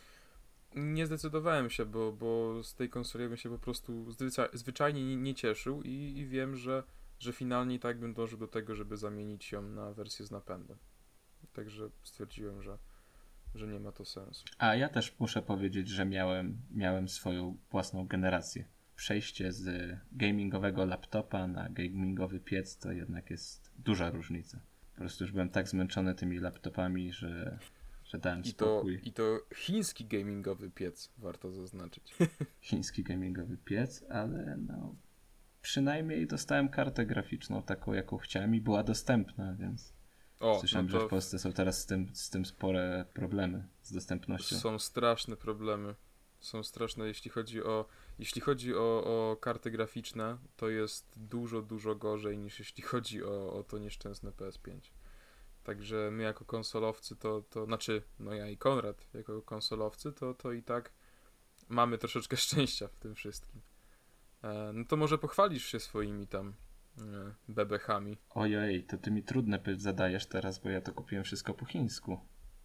nie zdecydowałem się, bo, bo z tej konsoli bym się po prostu zwyczaj, zwyczajnie nie, nie cieszył i, i wiem, że, że finalnie i tak bym dążył do tego, żeby zamienić ją na wersję z napędem. Także stwierdziłem, że, że nie ma to sensu. A ja też muszę powiedzieć, że miałem, miałem swoją własną generację. Przejście z gamingowego laptopa na gamingowy piec to jednak jest duża różnica. Po prostu już byłem tak zmęczony tymi laptopami, że, że dałem I to, spokój. I to chiński gamingowy piec, warto zaznaczyć. Chiński gamingowy piec, ale no przynajmniej dostałem kartę graficzną taką, jaką chciałem i była dostępna, więc O, słyszałem, no że to w Polsce są teraz z tym, z tym spore problemy z dostępnością. są straszne problemy. Są straszne, jeśli chodzi o jeśli chodzi o, o karty graficzne, to jest dużo, dużo gorzej niż jeśli chodzi o, o to nieszczęsne P S pięć. Także my jako konsolowcy to, to znaczy, no ja i Konrad jako konsolowcy, to, to i tak mamy troszeczkę szczęścia w tym wszystkim. E, no to może pochwalisz się swoimi tam e, bebechami. Ojej, to ty mi trudne pyt zadajesz teraz, bo ja to kupiłem wszystko po chińsku.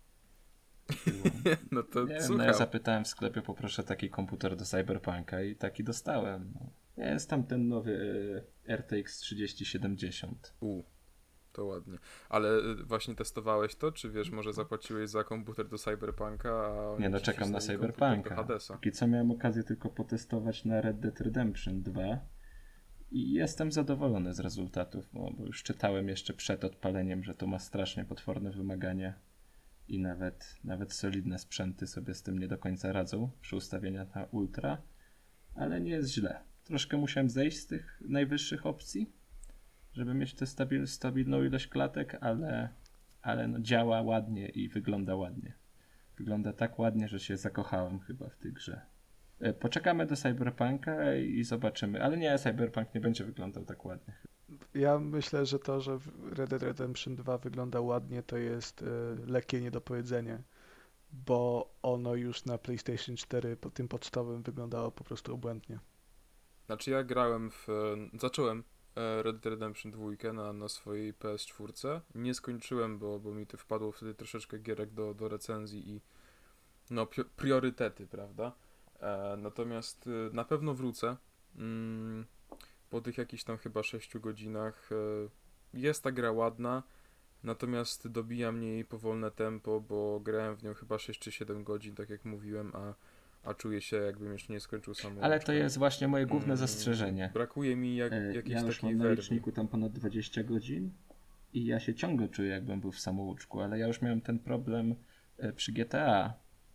No to Nie wiem, no słucham. ja zapytałem w sklepie, poproszę taki komputer do Cyberpunka i taki dostałem. No. Jest tam ten nowy e, R T X trzydzieści siedemdziesiąt. U, to ładnie. Ale y, właśnie testowałeś to, czy wiesz, może zapłaciłeś za komputer do Cyberpunka, a oni Nie no, ci czekam na wcisnęli komputer do Cyberpunka. Hadesa. Póki co miałem okazję tylko potestować na Red Dead Redemption dwa i jestem zadowolony z rezultatów, bo, bo już czytałem jeszcze przed odpaleniem, że to ma strasznie potworne wymagania i nawet, nawet solidne sprzęty sobie z tym nie do końca radzą przy ustawieniach na ultra, ale nie jest źle. troszkę musiałem zejść z tych najwyższych opcji, żeby mieć tę stabil, stabilną ilość klatek, ale, ale no działa ładnie i wygląda ładnie. Wygląda tak ładnie, że się zakochałem chyba w tej grze. Poczekamy do Cyberpunka i zobaczymy. Ale nie, Cyberpunk nie będzie wyglądał tak ładnie. Ja myślę, że to, że Red Dead Redemption dwa wygląda ładnie, to jest y, lekkie niedopowiedzenie, bo ono już na PlayStation cztery po tym podstawowym wyglądało po prostu obłędnie. Znaczy ja grałem w... Zacząłem e, Red Dead Redemption dwa na, na swojej P S cztery. Nie skończyłem, bo, bo mi to wpadło wtedy troszeczkę gierek do, do recenzji i no pi- priorytety, prawda? E, natomiast e, na pewno wrócę. Mm, po tych jakichś tam chyba sześciu godzinach. E, jest ta gra ładna, natomiast dobija mnie jej powolne tempo, bo grałem w nią chyba sześć czy siedem godzin, tak jak mówiłem, a, a czuję się, jakbym jeszcze nie skończył samego. Ale to jest właśnie moje główne Mm, zastrzeżenie. Brakuje mi jak, E, jakiejś ja już takiej mam na werwy. liczniku tam ponad dwadzieścia godzin i ja się ciągle czuję, jakbym był w samouczku, ale ja już miałem ten problem e, przy G T A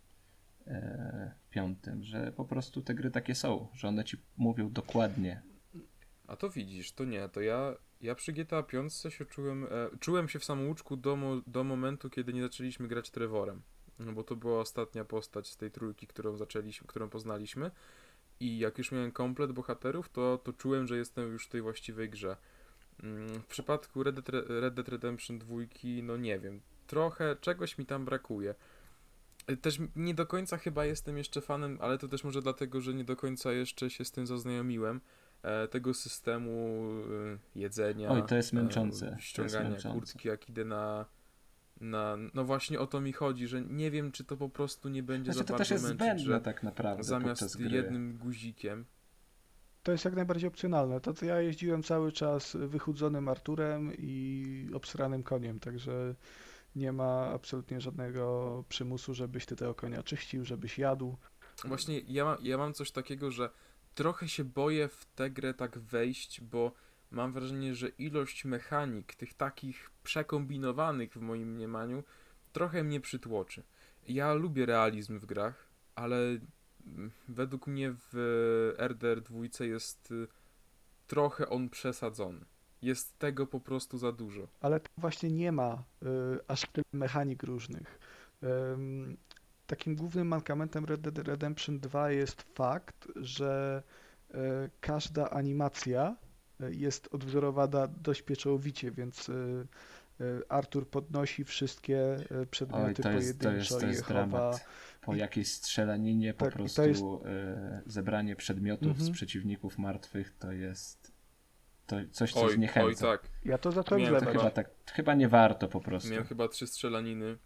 e, piątym, że po prostu te gry takie są, że one ci mówią dokładnie. A to widzisz, to nie, to ja, ja przy G T A pięć się czułem, e, czułem się w samouczku do, mo, do momentu, kiedy nie zaczęliśmy grać Trevorem. No bo to była ostatnia postać z tej trójki, którą zaczęliśmy, którą poznaliśmy. I jak już miałem komplet bohaterów, to, to czułem, że jestem już w tej właściwej grze. Mm, w przypadku Red Dead, Red Dead Redemption dwa, no nie wiem, trochę czegoś mi tam brakuje. Też nie do końca chyba jestem jeszcze fanem, ale to też może dlatego, że nie do końca jeszcze się z tym zaznajomiłem. E, tego systemu e, jedzenia, Oj, to jest e, męczące. To ściągania jest męczące. kurtki, jak idę na, na... No właśnie o to mi chodzi, że nie wiem, czy to po prostu nie będzie Znaczy, za to bardzo też jest męczyć, zbędne że tak naprawdę podczas zamiast gry. jednym guzikiem. To jest jak najbardziej opcjonalne. To, to ja jeździłem cały czas wychudzonym Arturem i obsranym koniem, także nie ma absolutnie żadnego przymusu, żebyś ty tego konia czyścił, żebyś jadł. Właśnie ja, ma, ja mam coś takiego, że trochę się boję w tę grę tak wejść, bo mam wrażenie, że ilość mechanik, tych takich przekombinowanych w moim mniemaniu, trochę mnie przytłoczy. Ja lubię realizm w grach, ale mm, według mnie w R D R dwa jest y, trochę on przesadzony. Jest tego po prostu za dużo. Ale tam właśnie nie ma y, aż tyle mechanik różnych. Ym, takim głównym mankamentem Red Dead Redemption dwa jest fakt, że y, każda animacja y, jest odwzorowana dość pieczołowicie, więc y, y, Artur podnosi wszystkie y, Oj, przedmioty to jest, to jest, pojedynczo to i jest je chowa. dramat. Po jakiejś strzelaninie po Tak, i to prostu jest- e, zebranie przedmiotów z Mhm. przeciwników martwych to jest to coś, co Oj, zniechęca. oj tak. Ja to zacząłem Miałem To zlewać. chyba, tak, chyba nie warto po prostu. Miałem chyba trzy strzelaniny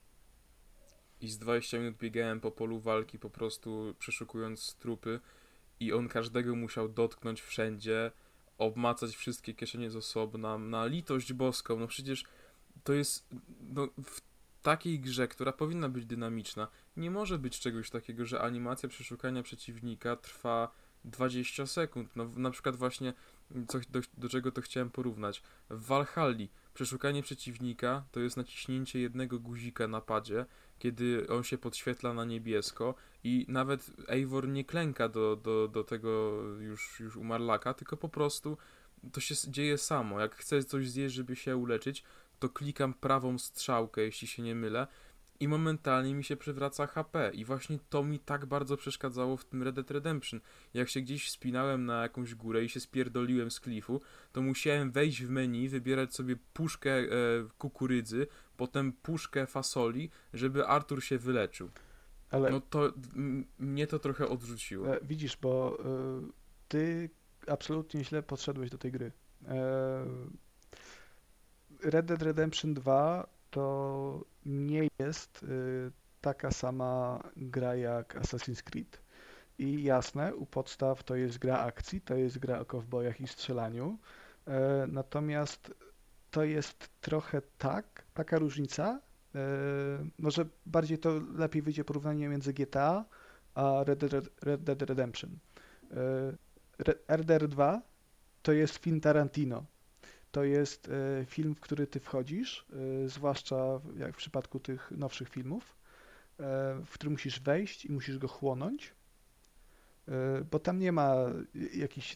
i z dwadzieścia minut biegałem po polu walki, po prostu przeszukując trupy i on każdego musiał dotknąć wszędzie, obmacać wszystkie kieszenie z osobna, na litość boską, no przecież to jest, no w takiej grze, która powinna być dynamiczna, nie może być czegoś takiego, że animacja przeszukania przeciwnika trwa dwadzieścia sekund, no na przykład właśnie, co, do, do czego to chciałem porównać, w Valhalli przeszukanie przeciwnika to jest naciśnięcie jednego guzika na padzie, kiedy on się podświetla na niebiesko i nawet Eivor nie klęka do, do, do tego już, już umarlaka, tylko po prostu to się dzieje samo. Jak chcę coś zjeść, żeby się uleczyć, to klikam prawą strzałkę, jeśli się nie mylę, i momentalnie mi się przywraca H P. I właśnie to mi tak bardzo przeszkadzało w tym Red Dead Redemption. Jak się gdzieś wspinałem na jakąś górę i się spierdoliłem z klifu, to musiałem wejść w menu, wybierać sobie puszkę e, kukurydzy, potem puszkę fasoli, żeby Artur się wyleczył. Ale No to m, mnie to trochę odrzuciło. E, Widzisz, bo y, ty absolutnie źle podszedłeś do tej gry. E, Red Dead Redemption dwa to nie jest y, taka sama gra jak Assassin's Creed. I jasne, u podstaw to jest gra akcji, to jest gra o kowbojach i strzelaniu. E, natomiast to jest trochę tak, taka różnica. E, może bardziej to lepiej wyjdzie porównanie między G T A a Red Dead, Red Dead Redemption. E, Re- R D R dwa to jest film Tarantino. To jest e, film, w który ty wchodzisz, e, zwłaszcza w- jak w przypadku tych nowszych filmów, e, w który musisz wejść i musisz go chłonąć, e, bo tam nie ma jakichś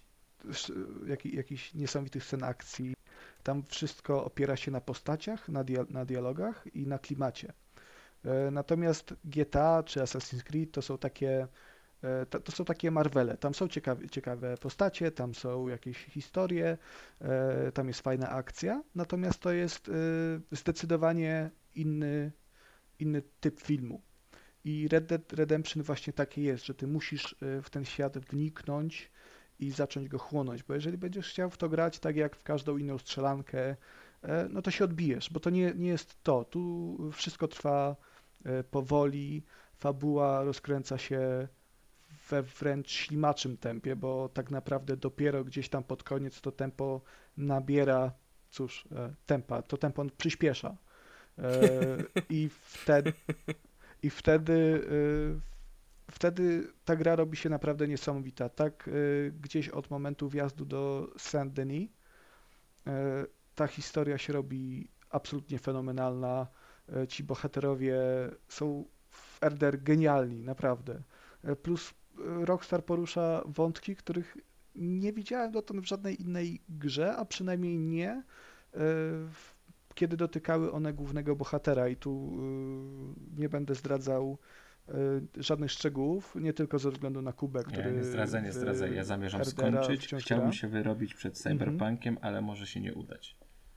jak, jakichś niesamowitych scen akcji. Tam wszystko opiera się na postaciach, na, dia na dialogach i na klimacie. E, Natomiast G T A czy Assassin's Creed to są takie, e, to, to są takie Marvele. Tam są ciekawe, ciekawe postacie, tam są jakieś historie, e, tam jest fajna akcja, natomiast to jest e, zdecydowanie inny, inny typ filmu. I Red Dead Redemption właśnie takie jest, że ty musisz e, w ten świat wniknąć i zacząć go chłonąć, bo jeżeli będziesz chciał w to grać tak jak w każdą inną strzelankę, e, no to się odbijesz, bo to nie, nie jest to. Tu wszystko trwa e, powoli, fabuła rozkręca się we wręcz ślimaczym tempie, bo tak naprawdę dopiero gdzieś tam pod koniec to tempo nabiera, cóż, e, tempa, to tempo przyspiesza. E, I wtedy, i wtedy, y, wtedy ta gra robi się naprawdę niesamowita. Tak y, gdzieś od momentu wjazdu do Saint-Denis y, ta historia się robi absolutnie fenomenalna. Y, Ci bohaterowie są w R D R genialni, naprawdę. Y, Plus y, Rockstar porusza wątki, których nie widziałem dotąd w żadnej innej grze, a przynajmniej nie, y, w- kiedy dotykały one głównego bohatera. I tu y, nie będę zdradzał y, żadnych szczegółów, nie tylko ze względu na Kubę, Nie, który nie zdradzaj, nie w zdradzaj. Ja zamierzam R D R-a skończyć. wciąż Chciałbym gra. się wyrobić przed Mhm. Cyberpunkiem, ale może się nie udać.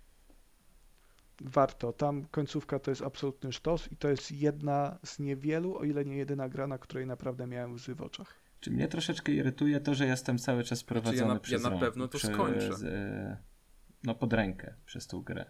Warto. Tam końcówka to jest absolutny sztos i to jest jedna z niewielu, o ile nie jedyna gra, na której naprawdę miałem łzy w oczach. Czy mnie troszeczkę irytuje to, że jestem cały czas prowadzony ja na- przez ja na rąk- pewno to przez, skończę. e, no pod rękę przez tą grę.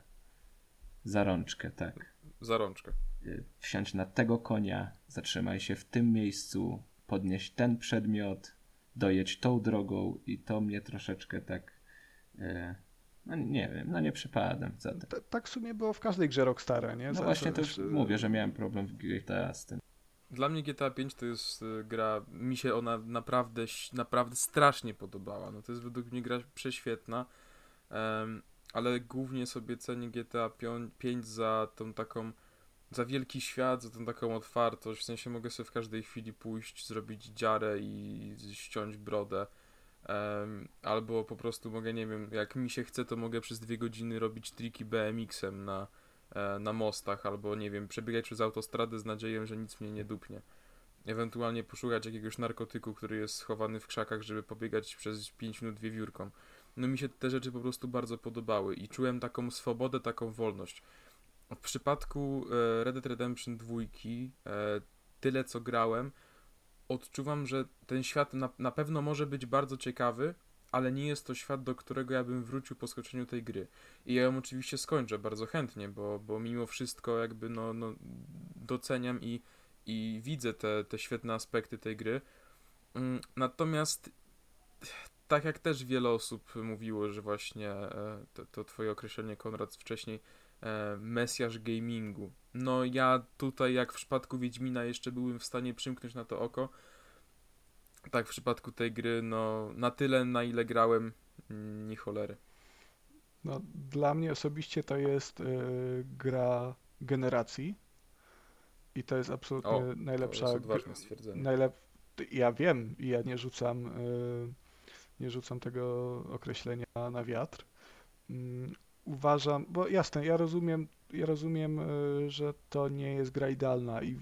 Za rączkę, tak. Za rączkę. E, Wsiądź na tego konia, zatrzymaj się w tym miejscu, podnieś ten przedmiot, dojedź tą drogą i to mnie troszeczkę tak... E, no nie wiem, no nie przypadam za tym. Ta- Tak w sumie było w każdej grze Rockstara, nie? No Za- właśnie za- też z- mówię, że miałem problem w G T A z tym. Dla mnie G T A pięć to jest y, gra, mi się ona naprawdę, ś- naprawdę strasznie podobała. No to jest według mnie gra prześwietna, em, ale głównie sobie cenię G T A pięć za tą taką, za wielki świat, za tą taką otwartość. W sensie mogę sobie w każdej chwili pójść, zrobić dziarę i ściąć brodę. Em, albo po prostu mogę, nie wiem, jak mi się chce, to mogę przez dwie godziny robić triki B M X-em na, e, na mostach, albo nie wiem, przebiegać przez autostradę z nadzieją, że nic mnie nie dupnie. Ewentualnie poszukać jakiegoś narkotyku, który jest schowany w krzakach, żeby pobiegać przez pięć minut wiewiórką. No mi się te rzeczy po prostu bardzo podobały i czułem taką swobodę, taką wolność. W przypadku e, Red Dead Redemption dwa, e, tyle co grałem, odczuwam, że ten świat na, na pewno może być bardzo ciekawy, ale nie jest to świat, do którego ja bym wrócił po skończeniu tej gry. I ja ją oczywiście skończę bardzo chętnie, bo, bo mimo wszystko jakby no, no doceniam i, i widzę te, te świetne aspekty tej gry. Mm, Natomiast tak jak też wiele osób mówiło, że właśnie e, to, to twoje określenie, Konrad, wcześniej e, mesjasz gamingu. No ja tutaj, jak w przypadku Wiedźmina, jeszcze byłem w stanie przymknąć na to oko. Tak w przypadku tej gry, no na tyle, na ile grałem, mm, ni cholery. No, dla mnie osobiście to jest y, gra generacji i to jest absolutnie O, to najlepsza jest gr- odważne stwierdzenie. najlep... Ja wiem i ja nie rzucam, y, nie rzucam tego określenia na wiatr. Mm, Uważam, bo jasne, ja rozumiem, ja rozumiem, y, że to nie jest gra idealna i w,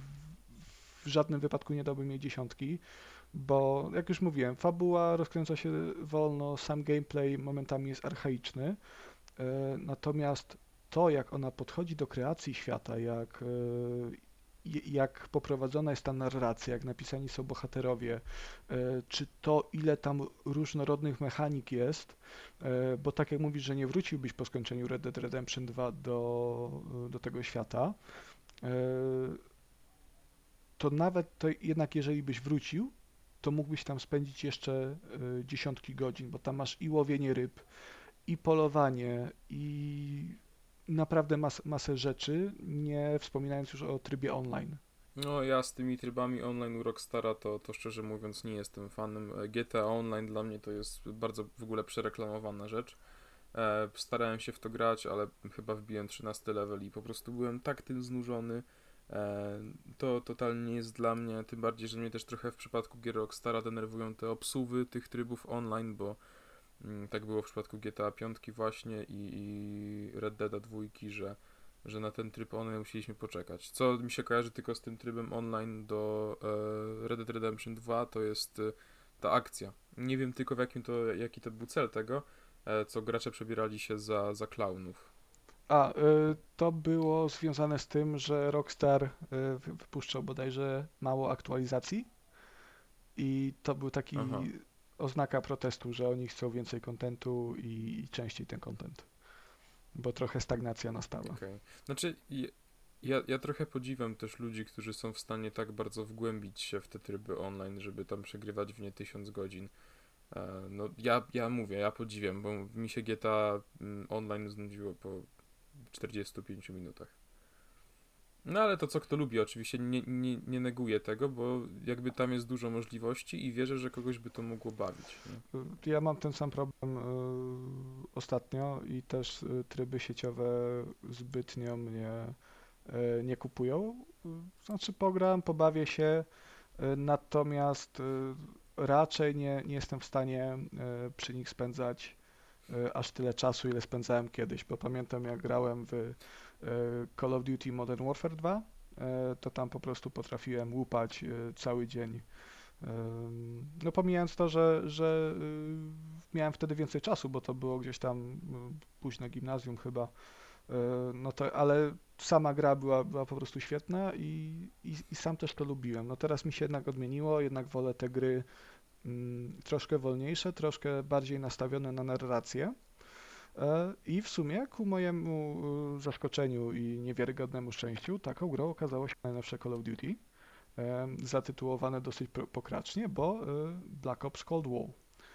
w żadnym wypadku nie dałbym jej dziesiątki, bo jak już mówiłem, fabuła rozkręca się wolno, sam gameplay momentami jest archaiczny, y, natomiast to, jak ona podchodzi do kreacji świata, jak, y, j- jak poprowadzona jest ta narracja, jak napisani są bohaterowie, y, czy to, ile tam różnorodnych mechanik jest, y, bo tak jak mówisz, że nie wróciłbyś po skończeniu Red Dead Redemption dwa do, do tego świata, y, to nawet to jednak jeżeli byś wrócił, to mógłbyś tam spędzić jeszcze y, dziesiątki godzin, bo tam masz i łowienie ryb, i polowanie, i naprawdę mas, masę rzeczy, nie wspominając już o trybie online. No ja z tymi trybami online u Rockstara to, to szczerze mówiąc nie jestem fanem. G T A Online dla mnie to jest bardzo w ogóle przereklamowana rzecz. E, starałem się w to grać, ale chyba wbiłem trzynasty level i po prostu byłem tak tym znużony. E, to totalnie nie jest dla mnie, tym bardziej, że mnie też trochę w przypadku gier Rockstara denerwują te obsuwy tych trybów online, bo Mm, Tak było w przypadku G T A pięć właśnie i, i Red Deada dwa, że, że na ten tryb online musieliśmy poczekać. Co mi się kojarzy tylko z tym trybem online do e, Red Dead Redemption dwa, to jest e, ta akcja. Nie wiem tylko w jakim to, jaki to był cel tego, e, co gracze przebierali się za, za klaunów. A, y, to było związane z tym, że Rockstar y, wy- wypuszczał bodajże mało aktualizacji i to był Aha. taki oznaka protestu, że oni chcą więcej kontentu i, i częściej ten kontent, bo trochę stagnacja nastała. Okej. Znaczy, je- ja, ja trochę podziwiam też ludzi, którzy są w stanie tak bardzo wgłębić się w te tryby online, żeby tam przegrywać w nie tysiąc godzin. E, No, ja, ja mówię, ja podziwiam, bo mi się G T A mm, online znudziło po czterdziestu pięciu minutach. No ale to co kto lubi, oczywiście nie, nie, nie neguję tego, bo jakby tam jest dużo możliwości i wierzę, że kogoś by to mogło bawić. Nie? Y, Ja mam ten sam problem y, ostatnio i też y, tryby sieciowe zbytnio mnie y, nie kupują. Y, Znaczy pogram, pobawię się, y, natomiast y, raczej nie, nie jestem w stanie y, przy nich spędzać y, aż tyle czasu, ile spędzałem kiedyś, bo pamiętam jak grałem w y, Call of Duty Modern Warfare dwa, y, to tam po prostu potrafiłem łupać y, cały dzień. Ym, No pomijając to, że, że y, miałem wtedy więcej czasu, bo to było gdzieś tam y, późne gimnazjum chyba, y, no to, ale sama gra była, była po prostu świetna i, i, i sam też to lubiłem. No teraz mi się jednak odmieniło, jednak wolę te gry mm, troszkę wolniejsze, troszkę bardziej nastawione na narrację. E, I w sumie ku mojemu y, zaskoczeniu i niewiarygodnemu szczęściu taką grą okazało się najnowsze Call of Duty, e, zatytułowane dosyć pro- pokracznie, bo e, Black Ops Cold War.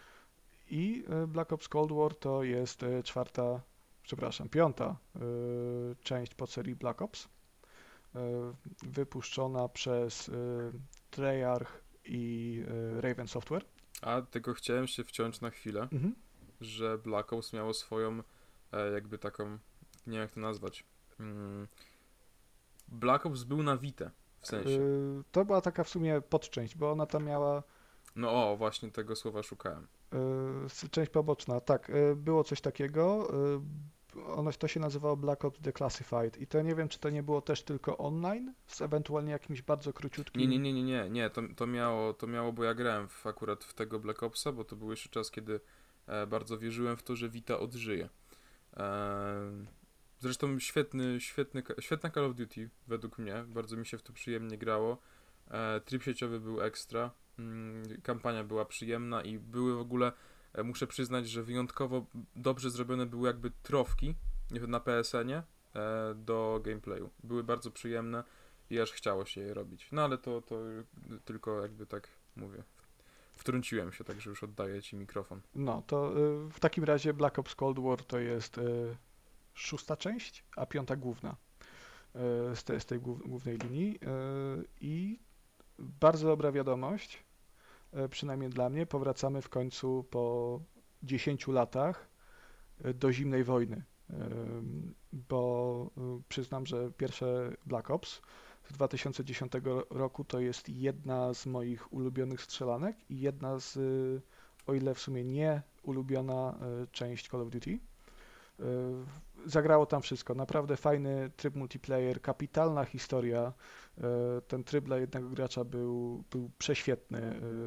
I e, Black Ops Cold War to jest e, czwarta, przepraszam, piąta e, część podserii Black Ops, e, wypuszczona przez e, Treyarch i e, Raven Software. A tego chciałem się wciąć na chwilę, Mhm. że Black Ops miało swoją e, jakby taką, nie wiem jak to nazwać. Mm, Black Ops był na Vita, w E, sensie. To była taka w sumie podczęść, bo ona tam miała No o, właśnie tego słowa szukałem. e, s- część poboczna. Tak, e, było coś takiego. e, Ono to się nazywało Black Ops Declassified i to nie wiem, czy to nie było też tylko online, z ewentualnie jakimś bardzo Nie, króciutkim. nie, nie, nie, nie, nie, to, to miało, to miało, bo ja grałem w, akurat w tego Black Opsa, bo to był jeszcze czas, kiedy e, bardzo wierzyłem w to, że Vita odżyje. E, zresztą świetny, świetny, świetna Call of Duty, według mnie, bardzo mi się w to przyjemnie grało. E, tryb sieciowy był ekstra, mm, kampania była przyjemna i były w ogóle, e, muszę przyznać, że wyjątkowo dobrze zrobione były jakby trofki na P S N ie e, do gameplayu. Były bardzo przyjemne i aż chciało się je robić. No ale to, to tylko jakby tak mówię. Wtrąciłem się, także już oddaję ci mikrofon. No, to y, w takim razie Black Ops Cold War to jest y, szósta część, a piąta główna y, z, te, z tej głów, głównej linii. Y, I bardzo dobra wiadomość, y, przynajmniej dla mnie, powracamy w końcu po dziesięciu latach y, do zimnej wojny. Y, Bo y, przyznam, że pierwsze Black Ops z dwa tysiące dziesiątego roku to jest jedna z moich ulubionych strzelanek i jedna z, y, o ile w sumie nie ulubiona y, część Call of Duty. Y, Zagrało tam wszystko. Naprawdę fajny tryb multiplayer, kapitalna historia. Y, Ten tryb dla jednego gracza był, był prześwietny,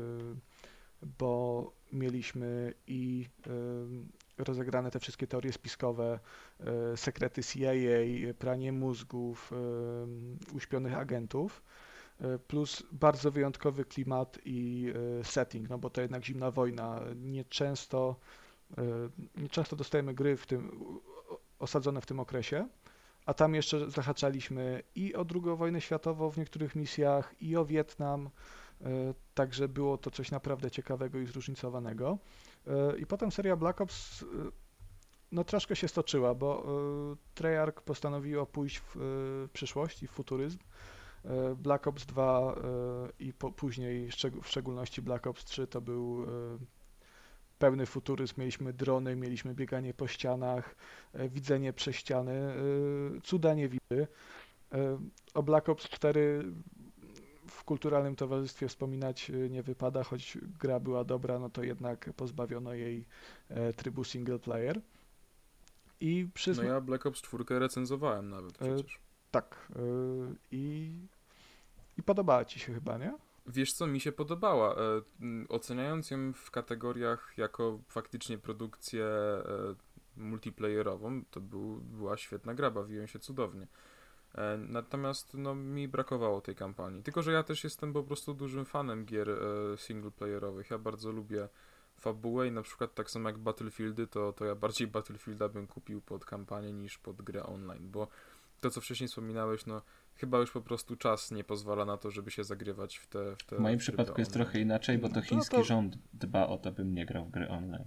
y, bo mieliśmy i y, rozegrane te wszystkie teorie spiskowe, y, sekrety C I A, pranie mózgów, y, uśpionych agentów, y, plus bardzo wyjątkowy klimat i y, setting, no bo to jednak zimna wojna. Nieczęsto, y, nieczęsto dostajemy gry w tym, o- osadzone w tym okresie, a tam jeszcze zahaczaliśmy i o drugą wojnę światową w niektórych misjach, i o Wietnam, y, także było to coś naprawdę ciekawego i zróżnicowanego. Y, I potem seria Black Ops y, no troszkę się stoczyła, bo y, Treyarch postanowiło pójść w y, przyszłość i w futuryzm. Y, Black Ops dwa y, i po, później szczeg- w szczególności Black Ops trzy to był y, pełny futuryzm. Mieliśmy drony, mieliśmy bieganie po ścianach, y, widzenie przez ściany, y, cuda niewidy. Y, O Black Ops cztery w w kulturalnym towarzystwie wspominać y, nie wypada, choć gra była dobra, no to jednak pozbawiono jej e, trybu single player. I No przyzna... ja Black Ops cztery recenzowałem nawet E, przecież. tak. y, I, I podobała ci się chyba, nie? Wiesz co, mi się podobała. E, m, oceniając ją w kategoriach jako faktycznie produkcję e, multiplayerową, to był, była świetna gra, bawiłem się cudownie. E, natomiast no, mi brakowało tej kampanii. Tylko, że ja też jestem po prostu dużym fanem gier e, singleplayerowych. Ja bardzo lubię fabułę i na przykład tak samo jak Battlefieldy, to, to ja bardziej Battlefielda bym kupił pod kampanię niż pod grę online, bo to, co wcześniej wspominałeś, no chyba już po prostu czas nie pozwala na to, żeby się zagrywać w te w te W moim tryby przypadku jest online. trochę inaczej, bo to No chiński to- rząd dba o to, bym nie grał w gry online.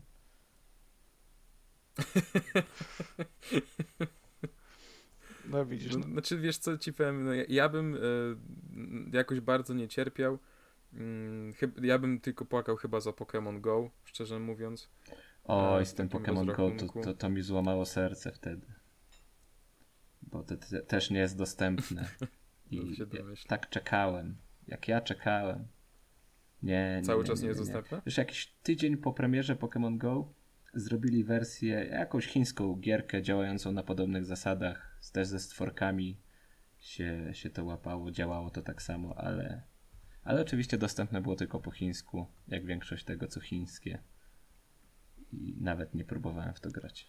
No widzisz, No, no, znaczy, wiesz co ci powiem, no, ja, ja bym e, m, jakoś bardzo nie cierpiał. Mm, chyb, ja bym tylko płakał chyba za Pokémon Go, szczerze mówiąc. Oj, E, z w tym takim Pokémon Go to, rozrachunku. to, to mi złamało serce wtedy. Bo to te, też nie jest dostępne. No, I się ja domyślam. tak czekałem. Jak ja czekałem. Nie, nie, Cały nie, czas nie nie, jest nie. dostępne? Już jakiś tydzień po premierze Pokémon Go zrobili wersję, jakąś chińską gierkę działającą na podobnych zasadach, też ze stworkami się, się to łapało, działało to tak samo, ale, ale oczywiście dostępne było tylko po chińsku, jak większość tego co chińskie. I nawet nie próbowałem w to grać.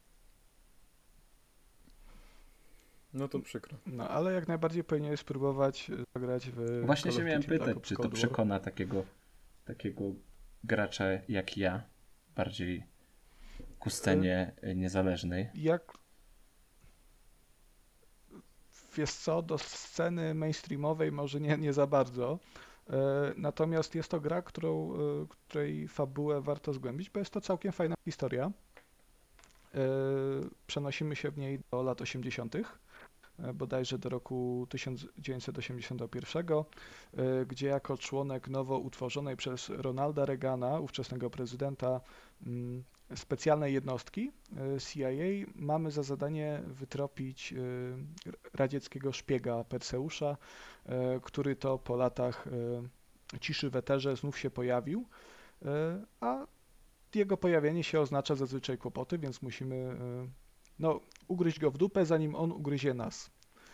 No to przykro. no ale jak najbardziej powinieneś spróbować y, zagrać w Właśnie Call się of miałem Duty Black pytać, Ops czy to Cold War. przekona takiego, takiego gracza jak ja, bardziej ku scenie y, niezależnej. Jak wiesz co, do sceny mainstreamowej może nie, nie za bardzo. E, Natomiast jest to gra, którą, e, której fabułę warto zgłębić, bo jest to całkiem fajna historia. E, Przenosimy się w niej do lat osiemdziesiątych, e, bodajże do roku tysiąc dziewięćset osiemdziesiątego pierwszego, e, gdzie jako członek nowo utworzonej przez Ronalda Reagana, ówczesnego prezydenta, mm, specjalnej jednostki e, C I A mamy za zadanie wytropić e, radzieckiego szpiega Perseusza, e, który to po latach e, ciszy w eterze znów się pojawił, e, a jego pojawienie się oznacza zazwyczaj kłopoty, więc musimy e, no, ugryźć go w dupę, zanim on ugryzie nas.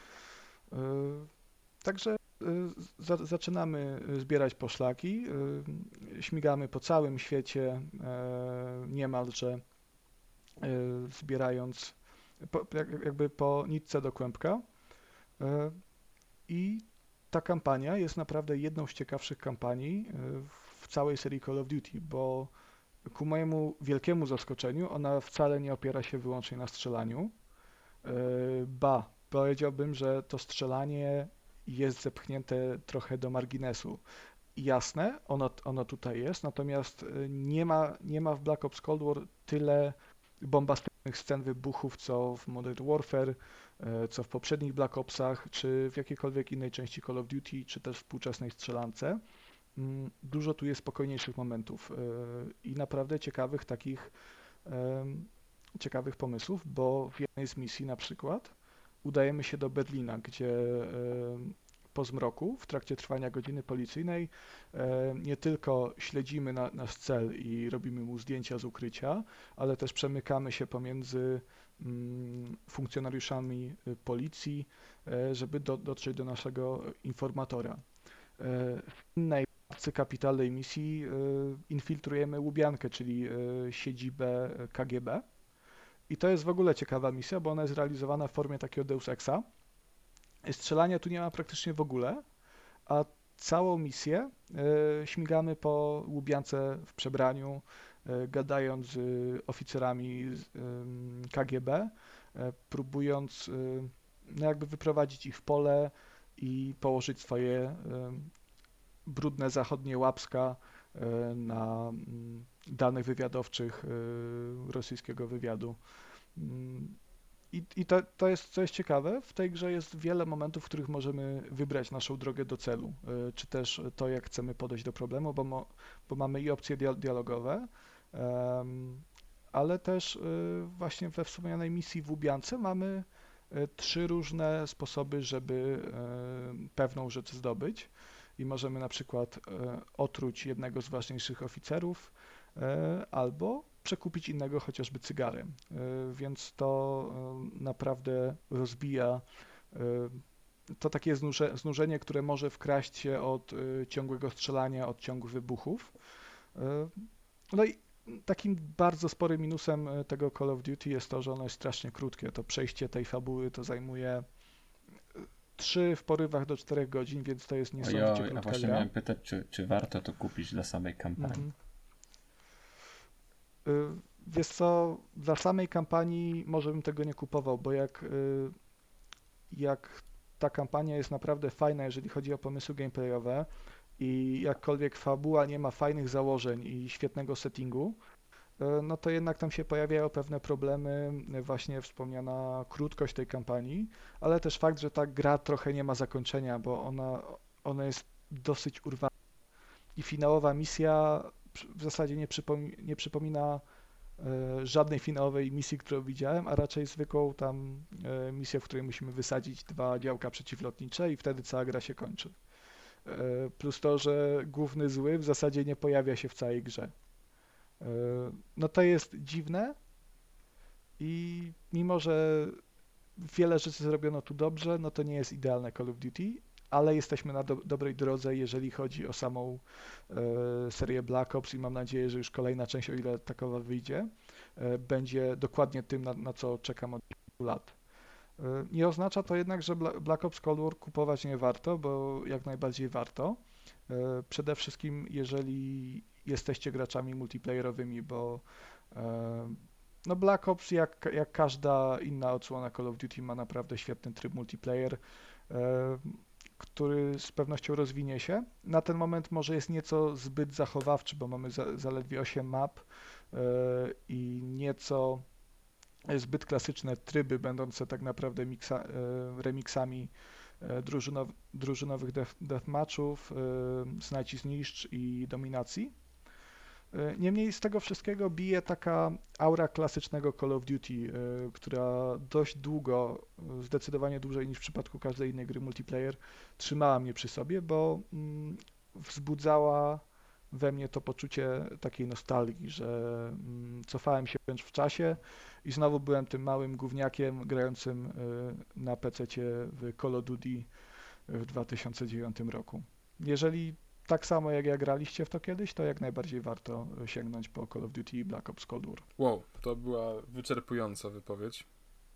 E, Także e, za, zaczynamy zbierać poszlaki, e, śmigamy po całym świecie e, niemalże, e, zbierając po, jak, jakby po nitce do kłębka. E, I ta kampania jest naprawdę jedną z ciekawszych kampanii e, w całej serii Call of Duty, bo ku mojemu wielkiemu zaskoczeniu ona wcale nie opiera się wyłącznie na strzelaniu. E, Ba, powiedziałbym, że to strzelanie jest zepchnięte trochę do marginesu. Jasne, ono, ono tutaj jest, natomiast e, nie ma, nie ma w Black Ops Cold War tyle bombastycznych scen wybuchów, co w Modern Warfare, e, co w poprzednich Black Opsach, czy w jakiejkolwiek innej części Call of Duty, czy też współczesnej strzelance. Mm, Dużo tu jest spokojniejszych momentów e, i naprawdę ciekawych takich em, ciekawych pomysłów, bo w jednej z misji na przykład udajemy się do Berlina, gdzie em, po zmroku, w trakcie trwania godziny policyjnej, e, nie tylko śledzimy na, nasz cel i robimy mu zdjęcia z ukrycia, ale też przemykamy się pomiędzy mm, funkcjonariuszami y, policji, e, żeby do, dotrzeć do naszego informatora. E, W innej pracy kapitalnej misji e, infiltrujemy Łubiankę, czyli e, siedzibę K G B. I to jest w ogóle ciekawa misja, bo ona jest realizowana w formie takiego Deus Exa. Strzelania tu nie ma praktycznie w ogóle, a całą misję e, śmigamy po Łubiance w przebraniu, e, gadając z e, oficerami z, em, K G B, e, próbując e, no jakby wyprowadzić ich w pole i położyć swoje em, brudne zachodnie łapska e, na mm, danych wywiadowczych e, rosyjskiego wywiadu. Mm, I, i to, to jest, co jest ciekawe, w tej grze jest wiele momentów, w których możemy wybrać naszą drogę do celu, e, czy też to, jak chcemy podejść do problemu, bo, mo, bo mamy i opcje dia- dialogowe, em, ale też e, właśnie we wspomnianej misji w Łubiance mamy e, trzy różne sposoby, żeby e, pewną rzecz zdobyć. i możemy na przykład e, otruć jednego z ważniejszych oficerów e, albo przekupić innego chociażby cygarem. E, Więc to e, naprawdę rozbija e, to takie znuże, znużenie, które może wkraść się od e, ciągłego strzelania, od ciągłych wybuchów. E, No i takim bardzo sporym minusem e, tego Call of Duty jest to, że ono jest strasznie krótkie. To przejście tej fabuły to zajmuje trzy w porywach do czterech godzin, więc to jest niesamowicie Ojoj, a krótka właśnie gra. miałem pytać, czy, czy warto to kupić dla samej kampanii. Mhm. Y, Wiesz co, dla samej kampanii może bym tego nie kupował, bo jak, y, jak ta kampania jest naprawdę fajna, jeżeli chodzi o pomysły gameplayowe i jakkolwiek fabuła nie ma fajnych założeń i świetnego settingu, y, no to jednak tam się pojawiają pewne problemy, y, właśnie wspomniana krótkość tej kampanii, ale też fakt, że ta gra trochę nie ma zakończenia, bo ona, ona jest dosyć urwana i finałowa misja przy- w zasadzie nie, przypomi nie przypomina e, żadnej finałowej misji, którą widziałem, a raczej zwykłą tam e, misję, w której musimy wysadzić dwa działka przeciwlotnicze i wtedy cała gra się kończy. E, Plus to, że główny zły w zasadzie nie pojawia się w całej grze. E, No to jest dziwne i mimo, że wiele rzeczy zrobiono tu dobrze, no to nie jest idealne Call of Duty, ale jesteśmy na do dobrej drodze, jeżeli chodzi o samą e, serię Black Ops i mam nadzieję, że już kolejna część, o ile takowa wyjdzie, e, będzie dokładnie tym, na, na co czekam od kilku lat. E, Nie oznacza to jednak, że Bla Black Ops Cold War kupować nie warto, bo jak najbardziej warto. E, Przede wszystkim, jeżeli jesteście graczami multiplayerowymi, bo e, no Black Ops, jak, jak każda inna odsłona Call of Duty, ma naprawdę świetny tryb multiplayer, e, który z pewnością rozwinie się. Na ten moment może jest nieco zbyt zachowawczy, bo mamy za, zaledwie osiem map e, i nieco zbyt klasyczne tryby, będące tak naprawdę miksa, e, remixami e, drużynow, drużynowych death, deathmatchów, e, znajdź i zniszcz i dominacji. E, Niemniej z tego wszystkiego bije taka aura klasycznego Call of Duty, e, która dość długo, e, zdecydowanie dłużej niż w przypadku każdej innej gry multiplayer, trzymała mnie przy sobie, bo mm, wzbudzała we mnie to poczucie takiej nostalgii, że mm, cofałem się wręcz w czasie i znowu byłem tym małym gówniakiem grającym e, na pececie w Call of Duty w dwa tysiące dziewiątym roku. Jeżeli tak samo jak ja graliście w to kiedyś, to jak najbardziej warto sięgnąć po Call of Duty i Black Ops Cold War. Wow, to była wyczerpująca wypowiedź.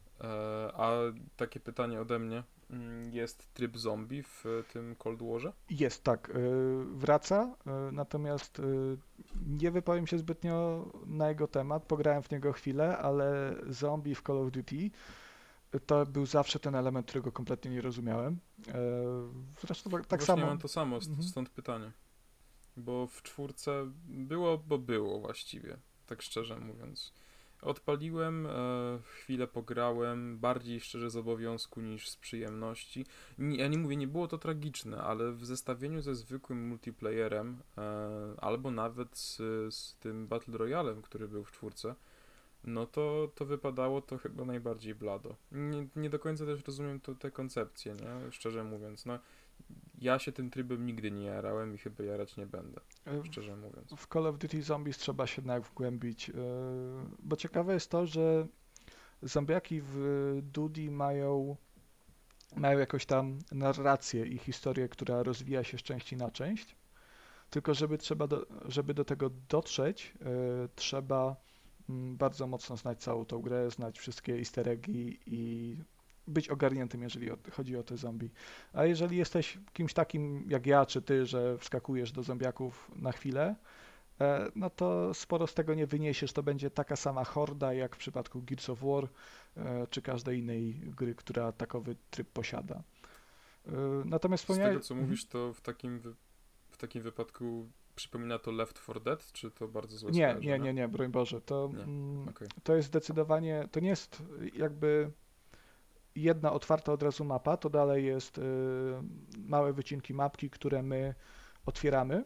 E, a takie pytanie ode mnie. Mm, Jest tryb zombie w e, tym Cold Warze? Jest tak, y, wraca, y, natomiast y, nie wypowiem się zbytnio na jego temat, pograłem w niego chwilę, ale zombie w Call of Duty y, to był zawsze ten element, którego kompletnie nie rozumiałem. E, Zresztą tak, tak Właśnie samo. mam to samo, st- Mhm. stąd pytanie. Bo w czwórce było, bo było właściwie, tak szczerze mówiąc. Odpaliłem, e, chwilę pograłem, bardziej szczerze z obowiązku niż z przyjemności. Nie, ja nie mówię, nie było to tragiczne, ale w zestawieniu ze zwykłym multiplayerem, e, albo nawet z, z tym Battle Royalem, który był w czwórce, no to, to wypadało to chyba najbardziej blado. Nie, nie do końca też rozumiem to, te koncepcje, nie? Szczerze mówiąc. No, ja się tym trybem nigdy nie jarałem i chyba jarać nie będę, E, szczerze mówiąc. W Call of Duty Zombies trzeba się jednak wgłębić, y, bo ciekawe jest to, że zombiaki w Duty mają mają jakąś tam narrację i historię, która rozwija się z części na część. Tylko żeby trzeba do, żeby do tego dotrzeć, y, trzeba mm, bardzo mocno znać całą tą grę, znać wszystkie easter eggi i być ogarniętym, jeżeli o, chodzi o te zombie. A jeżeli jesteś kimś takim jak ja czy ty, że wskakujesz do zombiaków na chwilę, e, no to sporo z tego nie wyniesiesz. To będzie taka sama horda jak w przypadku Gears of War e, czy każdej innej gry, która takowy tryb posiada. E, Natomiast Z tego, wspomniałeś... co Mhm. mówisz, to w takim, wy- w takim wypadku przypomina to Left four Dead, czy to bardzo złe Nie, nie, skojarzenie? nie, nie, broń Boże. To, Nie, mm, okej. to jest zdecydowanie, to nie jest jakby jedna otwarta od razu mapa, to dalej jest y, małe wycinki mapki, które my otwieramy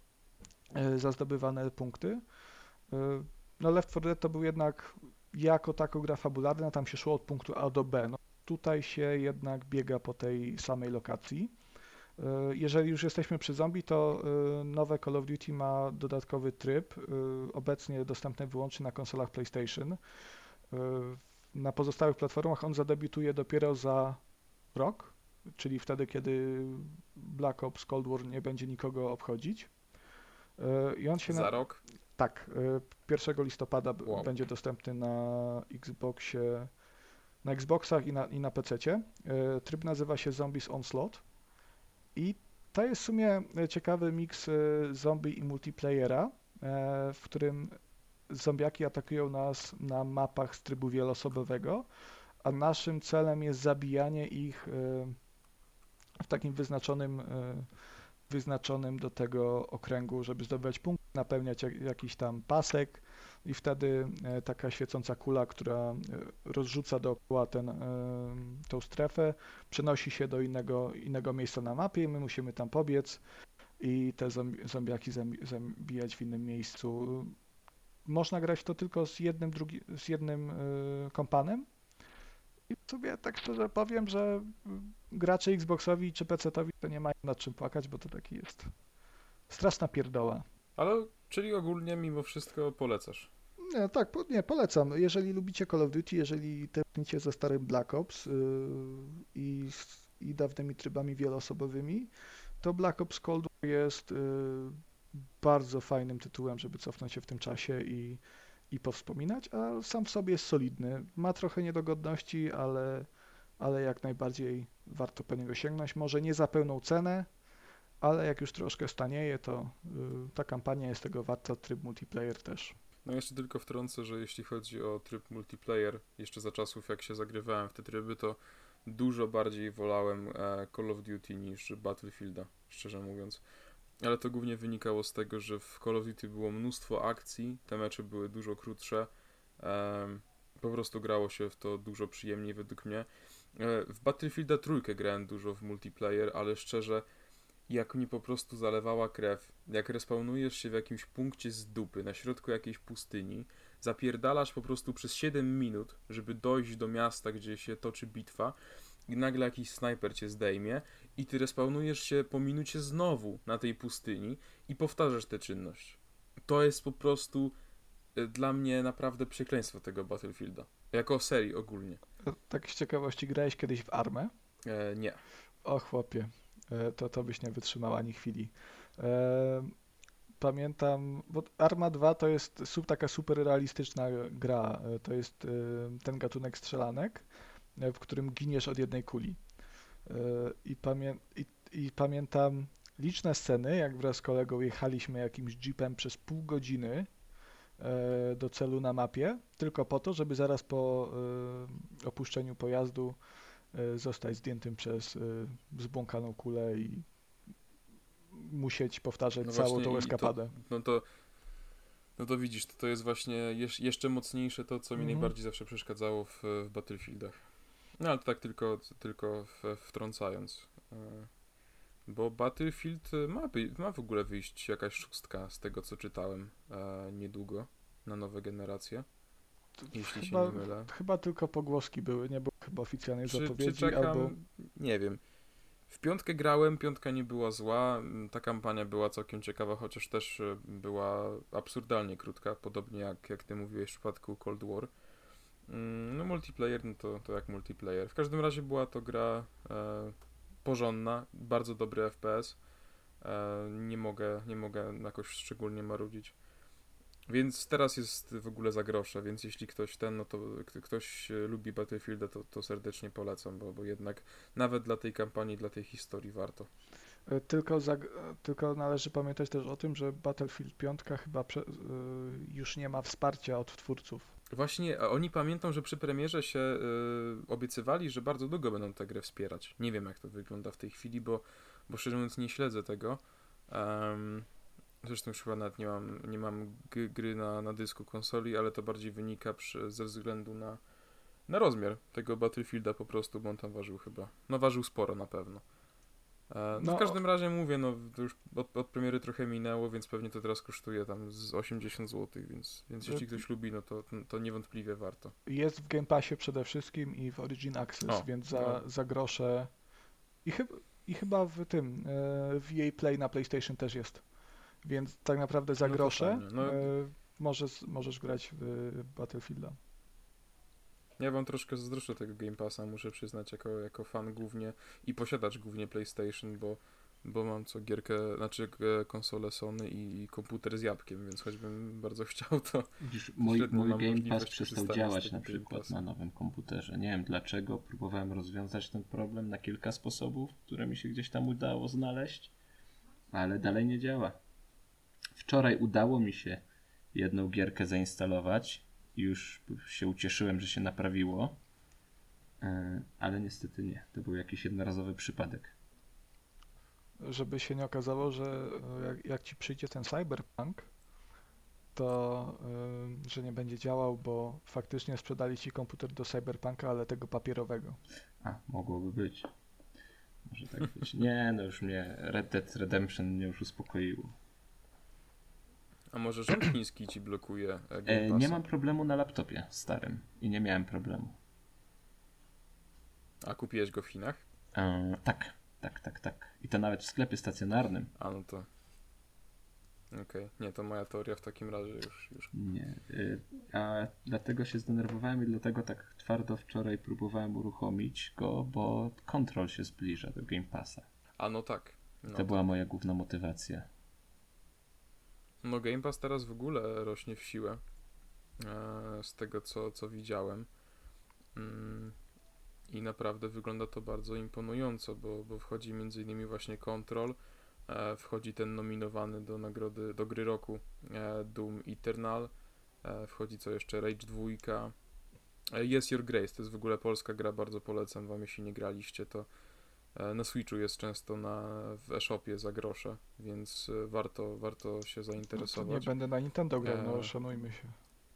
y, za zdobywane punkty. Y, No Left four Dead to był jednak jako tako gra fabularna, tam się szło od punktu A do B. No, tutaj się jednak biega po tej samej lokacji. Jeżeli już jesteśmy przy zombie, to nowe Call of Duty ma dodatkowy tryb, obecnie dostępny wyłącznie na konsolach PlayStation. Na pozostałych platformach on zadebiutuje dopiero za rok, czyli wtedy, kiedy Black Ops Cold War nie będzie nikogo obchodzić. I on się Za na... rok? Tak, pierwszego listopada Wow. będzie dostępny na Xboxie, na Xboxach i na, i na pececie. Tryb nazywa się Zombies Onslaught i to jest w sumie ciekawy miks zombie i multiplayera, w którym zombiaki atakują nas na mapach z trybu wieloosobowego, a naszym celem jest zabijanie ich w takim wyznaczonym, wyznaczonym do tego okręgu, żeby zdobywać punkty, napełniać jakiś tam pasek i wtedy taka świecąca kula, która rozrzuca dookoła ten, tą strefę, przenosi się do innego, innego miejsca na mapie i my musimy tam pobiec i te zombiaki zabijać w innym miejscu. Można grać to tylko z jednym, drugi, z jednym kompanem. I sobie tak szczerze powiem, że gracze Xboxowi czy pecetowi to nie mają nad czym płakać, bo to taki jest straszna pierdoła. Ale, czyli ogólnie mimo wszystko polecasz? Nie, tak, po, nie, polecam. Jeżeli lubicie Call of Duty, jeżeli tęsknicie za starym Black Ops yy, i, i dawnymi trybami wieloosobowymi, to Black Ops Cold War jest yy, bardzo fajnym tytułem, żeby cofnąć się w tym czasie i, i powspominać, a sam w sobie jest solidny. Ma trochę niedogodności, ale, ale jak najbardziej warto po niego sięgnąć. Może nie za pełną cenę, ale jak już troszkę stanieje, to yy, ta kampania jest tego warta, tryb multiplayer też. No jeszcze tylko wtrącę, że jeśli chodzi o tryb multiplayer, jeszcze za czasów jak się zagrywałem w te tryby, to dużo bardziej wolałem Call of Duty niż Battlefielda, szczerze mówiąc. Ale to głównie wynikało z tego, że w Call of Duty było mnóstwo akcji, te mecze były dużo krótsze, um, po prostu grało się w to dużo przyjemniej według mnie. W Battlefielda trójkę grałem dużo w multiplayer, ale szczerze, jak mi po prostu zalewała krew, jak respawnujesz się w jakimś punkcie z dupy, na środku jakiejś pustyni, zapierdalasz po prostu przez siedem minut, żeby dojść do miasta, gdzie się toczy bitwa i nagle jakiś snajper cię zdejmie i ty respawnujesz się po minucie znowu na tej pustyni i powtarzasz tę czynność. To jest po prostu dla mnie naprawdę przekleństwo tego Battlefielda. Jako serii ogólnie. Tak z ciekawości, grałeś kiedyś w Armę? E, nie. O chłopie, to, to byś nie wytrzymał ani chwili. E, pamiętam, bo Arma dwa to jest sub, taka super realistyczna gra. To jest ten gatunek strzelanek, w którym giniesz od jednej kuli. E, i, pamię i, I pamiętam liczne sceny, jak wraz z kolegą jechaliśmy jakimś jeepem przez pół godziny e, do celu na mapie, tylko po to, żeby zaraz po e, opuszczeniu pojazdu zostać zdjętym przez y, zbłąkaną kulę i musieć powtarzać No całą właśnie tą i eskapadę. To, no to no to widzisz, to, to jest właśnie jeż, jeszcze mocniejsze to, co mi Mhm. najbardziej zawsze przeszkadzało w, w Battlefieldach. No ale to tak tylko, tylko w, wtrącając. Bo Battlefield ma, by, ma w ogóle wyjść jakaś szóstka z tego, co czytałem e, niedługo na nowe generacje. Jeśli Chyba, się nie mylę. chyba tylko pogłoski były, nie było chyba oficjalnej Czy, zapowiedzi, czy czekam? albo... Nie wiem. W piątkę grałem, piątka nie była zła, ta kampania była całkiem ciekawa, chociaż też była absurdalnie krótka, podobnie jak, jak ty mówiłeś w przypadku Cold War. No multiplayer, no to, to jak multiplayer. W każdym razie była to gra e, porządna, bardzo dobry F P S. E, nie mogę, nie mogę jakoś szczególnie marudzić. Więc teraz jest w ogóle za grosze, więc jeśli ktoś ten, no to ktoś lubi Battlefielda, to, to serdecznie polecam, bo, bo jednak nawet dla tej kampanii, dla tej historii warto. Tylko, za, tylko należy pamiętać też o tym, że Battlefield pięć chyba prze, już nie ma wsparcia od twórców. Właśnie, a oni pamiętam, że przy premierze się y, obiecywali, że bardzo długo będą tę grę wspierać. Nie wiem, jak to wygląda w tej chwili, bo, bo szczerze mówiąc nie śledzę tego. Um, Zresztą już chyba nawet nie mam, nie mam g- gry na, na dysku konsoli, ale to bardziej wynika przy, ze względu na, na rozmiar tego Battlefielda po prostu, bo on tam ważył chyba. No ważył sporo na pewno. E, no, No. w każdym razie mówię, no to już od, od premiery trochę minęło, więc pewnie to teraz kosztuje tam z osiemdziesiąt złotych, więc, więc jeśli ktoś lubi, no to, to niewątpliwie warto. Jest w Game Passie przede wszystkim i w Origin Access, O, więc za, no. za grosze i chyba i chyba w tym, e, w E A Play na PlayStation też jest. Więc tak naprawdę za No to grosze fajnie. No, e, możesz, możesz grać w Battlefielda. ja wam troszkę zazdroszczę tego Game Passa, muszę przyznać, jako, jako fan głównie i posiadacz głównie PlayStation, bo, bo mam co gierkę, znaczy e, konsolę Sony i, i komputer z jabłkiem, więc choćbym bardzo chciał, to Widzisz, mój, średnio mój mam Game Pass możliwość przestał korzystania z działać tego na Game przykład Passa. na nowym komputerze. Nie wiem dlaczego, próbowałem rozwiązać ten problem na kilka sposobów, które mi się gdzieś tam udało znaleźć, ale dalej nie działa. Wczoraj udało mi się jedną gierkę zainstalować i już się ucieszyłem, że się naprawiło, yy, ale niestety nie. To był jakiś jednorazowy przypadek. Żeby się nie okazało, że e, jak, jak ci przyjdzie ten Cyberpunk, to y, że nie będzie działał, bo faktycznie sprzedali ci komputer do Cyberpunka, ale tego papierowego. A, mogłoby być. Może tak być. Nie, no już mnie Red Dead Redemption mnie już uspokoiło. A może rząd chiński ci blokuje e, Game E, Passa? nie mam problemu na laptopie starym i nie miałem problemu. A kupiłeś go w Chinach? E, tak, tak, tak, tak. I to nawet w sklepie stacjonarnym. A no to... Okej, okay. Nie, to moja teoria w takim razie już... już... Nie. E, a dlatego się zdenerwowałem i dlatego tak twardo wczoraj próbowałem uruchomić go, bo Control się zbliża do Game Passa. A no tak. No to tak. była moja główna motywacja. No Game Pass teraz w ogóle rośnie w siłę. E, z tego co, co widziałem. Mm, I naprawdę wygląda to bardzo imponująco, bo, bo wchodzi między innymi właśnie Control, e, wchodzi ten nominowany do nagrody, do gry roku e, Doom Eternal, e, wchodzi co jeszcze, Rage dwa, e, Yes Your Grace, to jest w ogóle polska gra, bardzo polecam wam, jeśli nie graliście, to e, na Switchu jest często na, w e-shopie za grosze, więc e, warto, warto się No to zainteresować. nie będę na Nintendo grał, no E, szanujmy się.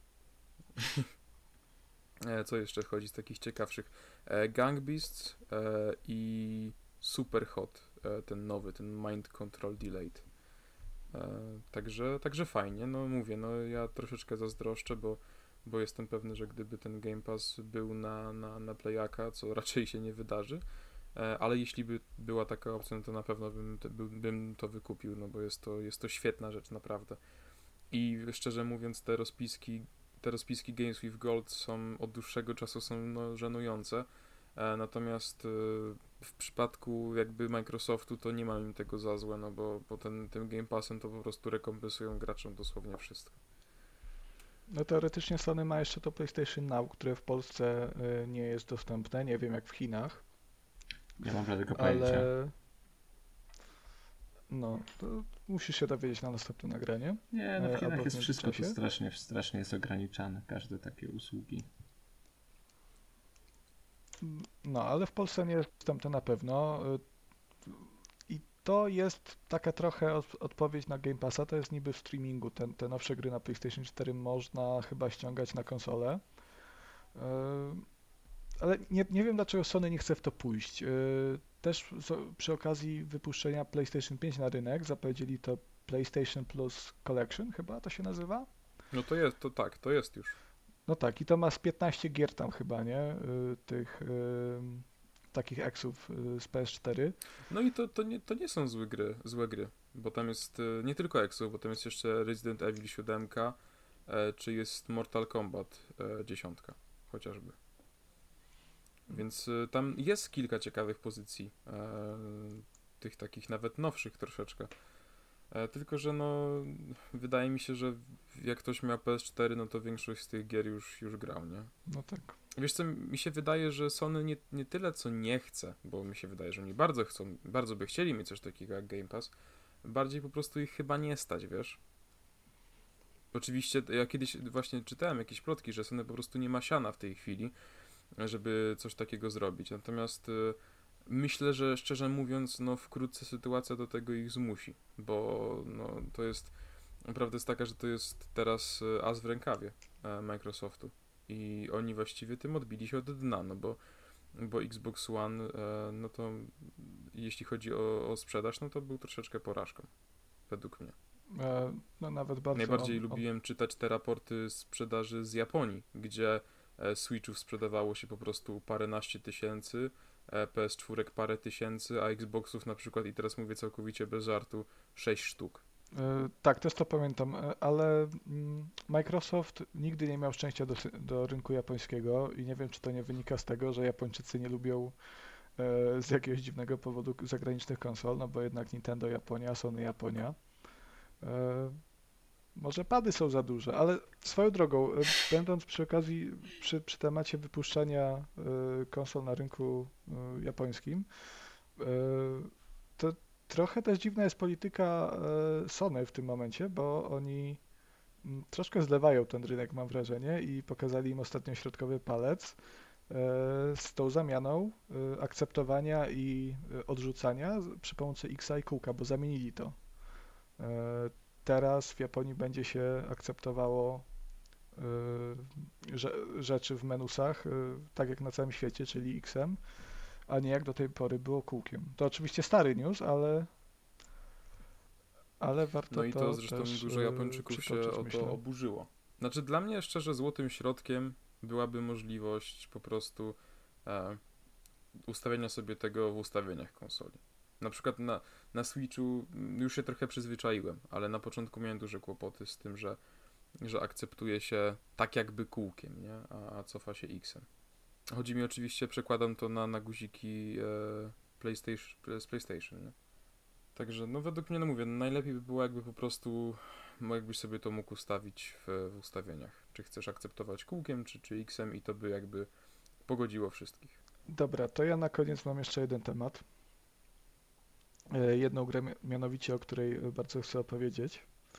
E, Co jeszcze wchodzi z takich ciekawszych? E, Gang Beasts e, i Super Hot, e, ten nowy, ten Mind Control Delayed. E, także, także fajnie, no mówię, no ja troszeczkę zazdroszczę, bo, bo jestem pewny, że gdyby ten Game Pass był na, na, na Playaka, co raczej się nie wydarzy, e, ale jeśli by była taka opcja, no to na pewno bym, te, by, bym to wykupił, no bo jest to, jest to świetna rzecz, naprawdę. I szczerze mówiąc, te rozpiski te rozpiski Games with Gold są od dłuższego czasu są no, żenujące, e, natomiast e, w przypadku jakby Microsoftu to nie mam im tego za złe, no bo, bo ten, tym Game Passem to po prostu rekompensują graczom dosłownie wszystko. No teoretycznie Sony ma jeszcze to PlayStation Now, które w Polsce y, nie jest dostępne, nie wiem jak w Chinach, Nie mam żadnego pojęcia. ale no, to musisz się dowiedzieć na następne nagranie. Nie, no w E, Chinach albo w jest wszystko tu międzyczasie. strasznie, strasznie jest ograniczane, każde takie usługi. No, ale w Polsce nie jest dostępne na pewno. Y, I to jest taka trochę od, odpowiedź na Game Passa, to jest niby w streamingu. Ten, te nowsze gry na PlayStation cztery można chyba ściągać na konsolę. Y, Ale nie, nie wiem dlaczego Sony nie chce w to pójść. Y, Też z- przy okazji wypuszczenia PlayStation pięć na rynek zapowiedzieli to PlayStation Plus Collection, chyba to się nazywa? No to jest, to tak, to jest już. No tak, i to ma z piętnaście gier tam chyba, nie? Y, Tych y, takich eksów y, z P S cztery. No i to, to, nie, to nie są złe gry, złe gry, bo tam jest e, nie tylko Exo, bo tam jest jeszcze Resident Evil siedem, e, czy jest Mortal Kombat e, dziesięć chociażby. Więc y, tam jest kilka ciekawych pozycji, e, tych takich nawet nowszych troszeczkę. E, tylko, że no, wydaje mi się, że jak ktoś miał P S cztery, no to większość z tych gier już, już grał, nie? No tak. Wiesz co, mi się wydaje, że Sony nie, nie tyle co nie chce, bo mi się wydaje, że oni bardzo chcą, bardzo by chcieli mieć coś takiego jak Game Pass, bardziej po prostu ich chyba nie stać, wiesz? Oczywiście, ja kiedyś właśnie czytałem jakieś plotki, że Sony po prostu nie ma siana w tej chwili, żeby coś takiego zrobić. Natomiast y, myślę, że szczerze mówiąc, no wkrótce sytuacja do tego ich zmusi, bo no, to jest, prawda jest taka, że to jest teraz y, as w rękawie e, Microsoftu i oni właściwie tym odbili się od dna, no bo, bo Xbox One, e, no to jeśli chodzi o, o sprzedaż, no to był troszeczkę porażką, według mnie. E, No nawet bardzo. Najbardziej on- on- lubiłem czytać te raporty sprzedaży z Japonii, gdzie e, Switchów sprzedawało się po prostu paręnaście tysięcy, e, P S cztery parę tysięcy, a Xboxów na przykład, i teraz mówię całkowicie bez żartu, sześć sztuk. E, Tak, też to pamiętam, e, ale mm, Microsoft nigdy nie miał szczęścia do, sy- do rynku japońskiego i nie wiem, czy to nie wynika z tego, że Japończycy nie lubią e, z jakiegoś dziwnego powodu zagranicznych konsol, no bo jednak Nintendo Japonia, Sony Japonia. E, Może pady są za duże, ale swoją drogą, e, będąc przy okazji, przy, przy temacie wypuszczania e, konsol na rynku e, japońskim, e, to trochę też dziwna jest polityka e, Sony w tym momencie, bo oni mm, troszkę zlewają ten rynek, mam wrażenie, i pokazali im ostatnio środkowy palec e, z tą zamianą e, akceptowania i e, odrzucania z- przy pomocy Xa i kółka, bo zamienili to. E, Teraz w Japonii będzie się akceptowało e, rze- rzeczy w menusach, e, tak jak na całym świecie, czyli Xem, a nie jak do tej pory było kółkiem. To oczywiście stary news, ale, ale warto No i to to zresztą też dużo e, Japończyków się przytoczyć, o myślę. to oburzyło. Znaczy dla mnie szczerze złotym środkiem byłaby możliwość po prostu e, ustawienia sobie tego w ustawieniach konsoli. Na przykład na, na Switchu mm, już się trochę przyzwyczaiłem, ale na początku miałem duże kłopoty z tym, że, że akceptuje się tak jakby kółkiem, nie? A, a cofa się Xem. Chodzi mi oczywiście, przekładam to na, na guziki e, PlayStation, z PlayStation, nie? Także no według mnie, no mówię, najlepiej by było jakby po prostu, no jakbyś sobie to mógł ustawić w, w ustawieniach. Czy chcesz akceptować kółkiem, czy, czy Xem i to by jakby pogodziło wszystkich. Dobra, to ja na koniec mam jeszcze jeden temat. E, Jedną grę, mi- mianowicie, o której e, bardzo chcę opowiedzieć.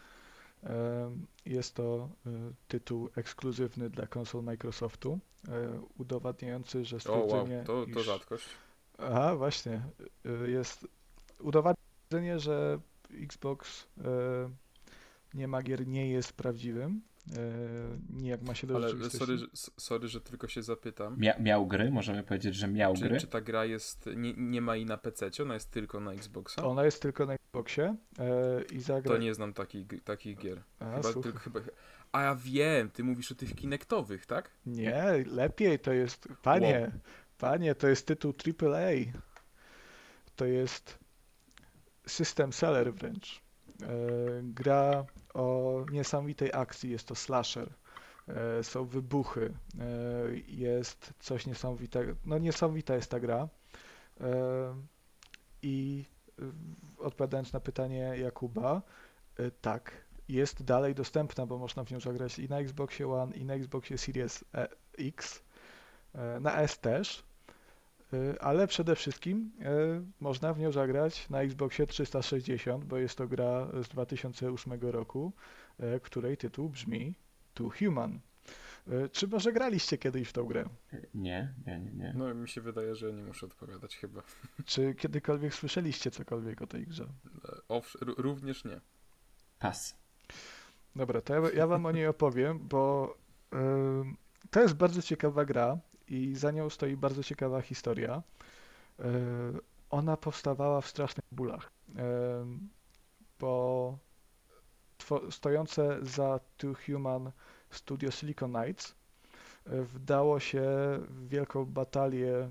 Em, Jest to e, tytuł ekskluzywny dla konsol Microsoftu, e, udowadniający, że O wow, stwierdzenie, to, to iż... rzadkość. Aha, właśnie. e, Jest udowadnienie, że Xbox e, nie ma gier, nie jest prawdziwym, e, nijak ma się do Ale rzeczywistości. sorry, że- s- sorry, że tylko się zapytam. Mia- miał gry? Możemy powiedzieć, że miał Czy, gry? czy ta gra jest, nie, nie ma jej na pececie, ona jest tylko na Xboxa? Ona jest tylko na Xboxie e, i zagra... To nie znam takich, g- takich gier. A, Chyba słuchaj. tylko chyba. A ja wiem, ty mówisz o tych kinektowych, tak? Nie, lepiej to jest, panie, panie, to jest tytuł triple A. To jest system seller wręcz. E, gra o niesamowitej akcji, jest to slasher. E, są wybuchy, e, jest coś niesamowitego. No niesamowita jest ta gra. E, I e, odpowiadając na pytanie Jakuba, e, tak, jest dalej dostępna, bo można w nią zagrać i na Xboxie One, i na Xboxie Series e, X, e, na S też, e, ale przede wszystkim e, można w nią zagrać na Xboxie trzysta sześćdziesiąt, bo jest to gra z dwa tysiące ósmego roku, e, której tytuł brzmi To Human. E, Czy może graliście kiedyś w tą grę? Nie, nie, nie, nie. No mi się wydaje, że ja nie muszę odpowiadać chyba. Czy kiedykolwiek słyszeliście cokolwiek o tej grze? E, Owsz, r- również nie. Pas. Dobra, to ja, ja wam o niej opowiem, bo ym, to jest bardzo ciekawa gra i za nią stoi bardzo ciekawa historia. Yy, ona powstawała w strasznych bólach, ym, bo two, stojące za To Human studio Silicon Knights yy, wdało się w wielką batalię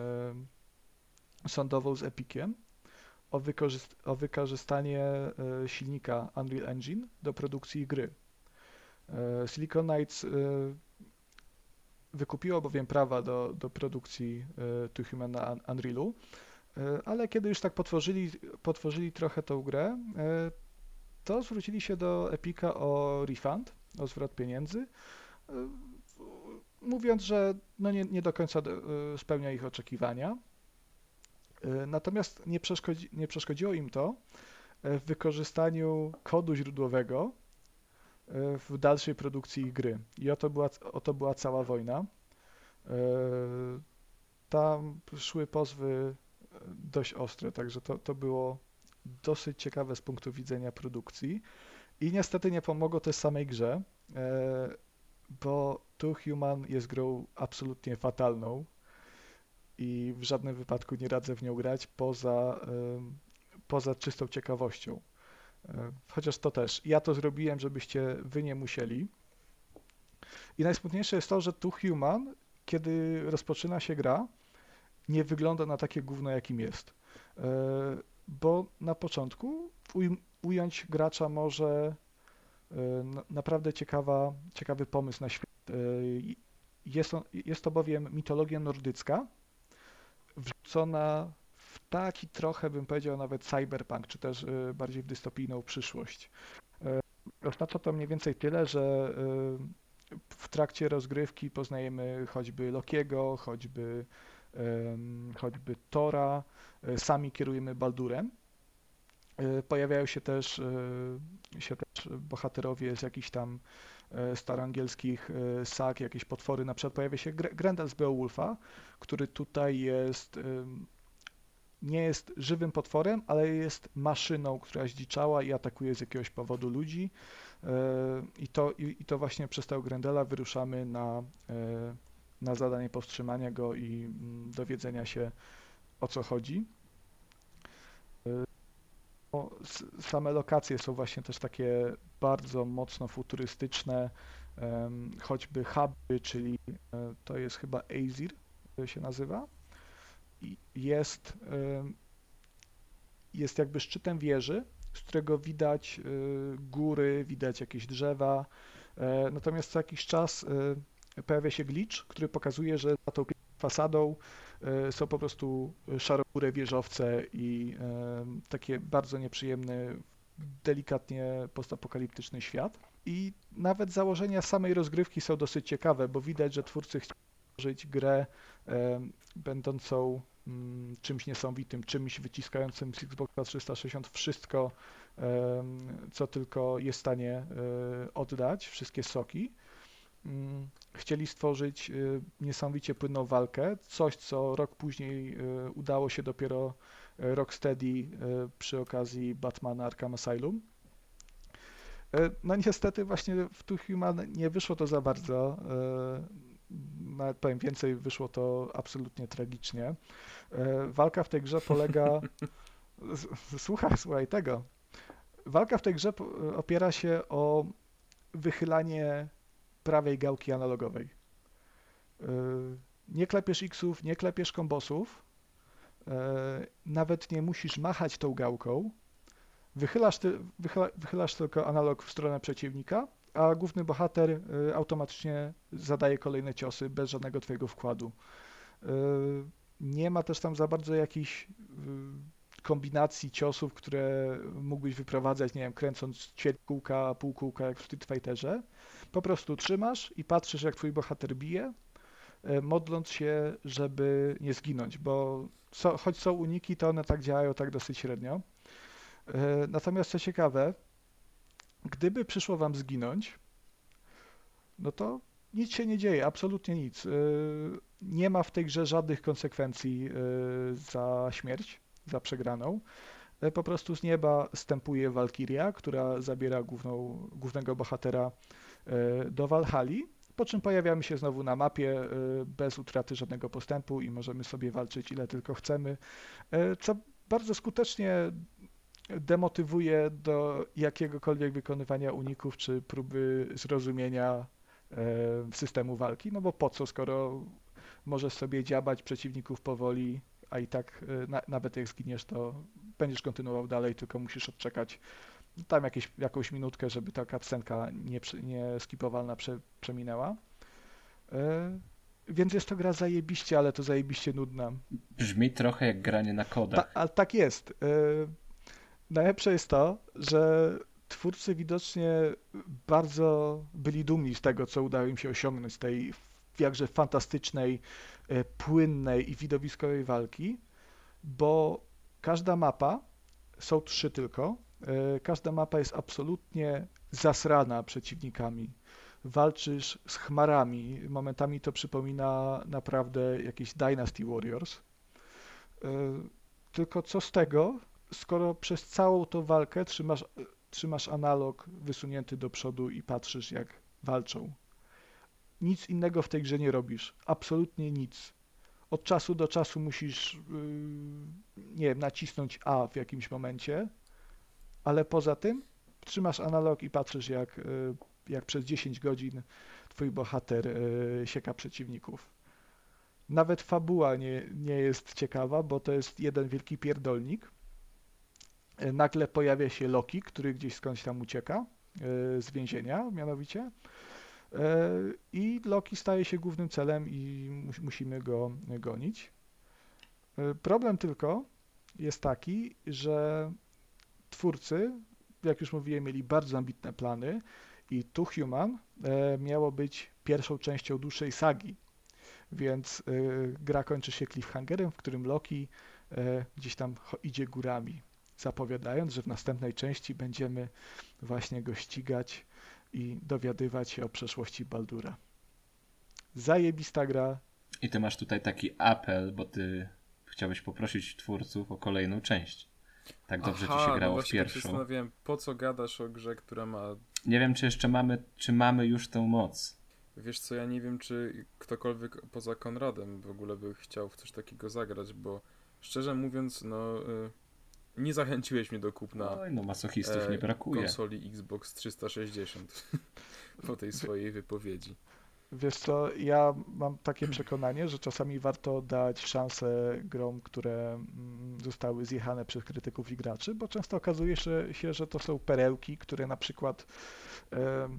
yy, sądową z Epiciem o, wykorzyst- o wykorzystanie e, silnika Unreal Engine do produkcji gry. E, Silicon Knights e, wykupiło bowiem prawa do, do produkcji e, To Human na Un- Unrealu, e, ale kiedy już tak potworzyli, potworzyli trochę tą grę, e, to zwrócili się do Epica o refund, o zwrot pieniędzy, e, mówiąc, że no nie, nie do końca e, spełnia ich oczekiwania. E, Natomiast nie, przeszkodzi, nie przeszkodziło im to e, w wykorzystaniu kodu źródłowego e, w dalszej produkcji ich gry. I o to była, o to była cała wojna. E, Tam szły pozwy e, dość ostre, także to, to było dosyć ciekawe z punktu widzenia produkcji. I niestety nie pomogło też samej grze, e, bo To Human jest grą absolutnie fatalną i w żadnym wypadku nie radzę w nią grać poza, em, poza czystą ciekawością. E, Chociaż to też. Ja to zrobiłem, żebyście wy nie musieli. I najsmutniejsze jest to, że To Human, kiedy rozpoczyna się gra, nie wygląda na takie gówno, jakim jest. E, Bo na początku uj- ująć gracza może e, na- naprawdę ciekawa, ciekawy pomysł na świat. E, Jest, on, jest to bowiem mitologia nordycka, wrzucona w taki trochę, bym powiedział, nawet cyberpunk, czy też e, bardziej w dystopijną przyszłość. E, Oznacza to mniej więcej tyle, że e, w trakcie rozgrywki poznajemy choćby Lokiego, choćby, em, choćby Tora, e, sami kierujemy Baldurem. E, Pojawiają się też, e, się też bohaterowie z jakichś tam e, staroangielskich e, sag, jakieś potwory. Na przykład pojawia się Gre- Grendel z Beowulfa, który tutaj jest, em, nie jest żywym potworem, ale jest maszyną, która zdziczała i atakuje z jakiegoś powodu ludzi. E, I to, i, i to właśnie przez tego Grendela wyruszamy na, e, na zadanie powstrzymania go i mm, dowiedzenia się, o co chodzi. No, s- same lokacje są właśnie też takie bardzo mocno futurystyczne, em, choćby huby, czyli e, to jest chyba Aesir e, się nazywa. I jest, em, jest jakby szczytem wieży, z którego widać e, góry, widać jakieś drzewa. E, Natomiast co jakiś czas e, pojawia się glitch, który pokazuje, że za tą piękną fasadą e, są po prostu szarobure wieżowce i e, takie bardzo nieprzyjemny, delikatnie postapokaliptyczny świat. I nawet założenia samej rozgrywki są dosyć ciekawe, bo widać, że twórcy chcieli stworzyć grę e, będącą mm, czymś niesamowitym, czymś wyciskającym z Xboxa trzysta sześćdziesiąt wszystko, em, co tylko jest w stanie e, oddać, wszystkie soki. Mm, Chcieli stworzyć y, niesamowicie płynną walkę, coś co rok później y, udało się dopiero y, Rocksteady y, przy okazji Batmana Arkham Asylum. Y, No niestety właśnie w Two Human nie wyszło to za bardzo. y, Nawet powiem więcej, wyszło to absolutnie tragicznie. Y, Walka w tej grze polega... s- Słuchaj, słuchaj tego. Walka w tej grze po- opiera się o wychylanie prawej gałki analogowej. Yy, Nie klepiesz X-ów, nie klepiesz kombosów, yy, nawet nie musisz machać tą gałką, wychylasz, ty, wychyla, wychylasz tylko analog w stronę przeciwnika, a główny bohater yy, automatycznie zadaje kolejne ciosy bez żadnego twojego wkładu. Yy, Nie ma też tam za bardzo jakichś yy, kombinacji ciosów, które mógłbyś wyprowadzać, nie wiem, kręcąc ćwierć kółka, pół kółka jak w Street Fighterze. Po prostu trzymasz i patrzysz, jak twój bohater bije, e, modląc się, żeby nie zginąć, bo so, choć są uniki, to one tak działają tak dosyć średnio. E, Natomiast co ciekawe, gdyby przyszło wam zginąć, no to nic się nie dzieje, absolutnie nic. E, Nie ma w tej grze żadnych konsekwencji e, za śmierć, za przegraną. E, Po prostu z nieba stępuje Walkiria, która zabiera główną, głównego bohatera e, do Walhali, po czym pojawiamy się znowu na mapie e, bez utraty żadnego postępu i możemy sobie walczyć ile tylko chcemy, e, co bardzo skutecznie demotywuje do jakiegokolwiek wykonywania uników czy próby zrozumienia e, systemu walki, no bo po co, skoro możesz sobie dziabać przeciwników powoli, a i tak e, na, nawet jak zginiesz, to będziesz kontynuował dalej, tylko musisz odczekać tam jakieś, jakąś minutkę, żeby ta cutscenka nie, przy- nie skipowalna prze, przeminęła. E, Więc jest to gra zajebiście, ale to zajebiście nudna. Brzmi trochę jak granie na Ta, kodach. ale tak jest. E, Najlepsze jest to, że twórcy widocznie bardzo byli dumni z tego, co udało im się osiągnąć, z tej jakże fantastycznej, e, płynnej i widowiskowej walki, bo każda mapa, są trzy tylko, e, każda mapa jest absolutnie zasrana przeciwnikami. Walczysz z chmarami, momentami to przypomina naprawdę jakieś Dynasty Warriors. E, Tylko co z tego, skoro przez całą tą walkę trzymasz, trzymasz analog wysunięty do przodu i patrzysz, jak walczą. Nic innego w tej grze nie robisz. Absolutnie nic. Od czasu do czasu musisz, yy, nie wiem, nacisnąć A w jakimś momencie, ale poza tym trzymasz analog i patrzysz, jak, yy, jak przez dziesięć godzin twój bohater yy, sieka przeciwników. Nawet fabuła nie, nie jest ciekawa, bo to jest jeden wielki pierdolnik. E, Nagle pojawia się Loki, który gdzieś skądś tam ucieka e, z więzienia, mianowicie. E, I Loki staje się głównym celem i mus- musimy go gonić. E, Problem tylko jest taki, że twórcy, jak już mówiłem, mieli bardzo ambitne plany i Two Human e, miało być pierwszą częścią dłuższej sagi, więc e, gra kończy się cliffhangerem, w którym Loki e, gdzieś tam cho- idzie górami, zapowiadając, że w następnej części będziemy właśnie go ścigać i dowiadywać się o przeszłości Baldura. Zajebista gra. I ty masz tutaj taki apel, bo ty chciałeś poprosić twórców o kolejną część. Tak dobrze ci się Aha, no grało w właśnie tak się pierwszą. zastanawiałem, po co gadasz o grze, która ma... Nie wiem, czy jeszcze mamy, czy mamy już tę moc. Wiesz co, ja nie wiem, czy ktokolwiek poza Konradem w ogóle by chciał w coś takiego zagrać, bo szczerze mówiąc, no... y, nie zachęciłeś mnie do kupna Oj, no masochistów e, nie brakuje. konsoli Xbox trzysta sześćdziesiąt po tej swojej wypowiedzi. Wiesz co, ja mam takie przekonanie, że czasami warto dać szansę grom, które mm, zostały zjechane przez krytyków i graczy, bo często okazuje się, się, że to są perełki, które na przykład em,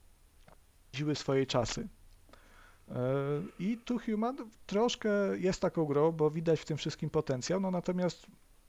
żyły swoje czasy. E, I Two Human troszkę jest taką grą, bo widać w tym wszystkim potencjał, no natomiast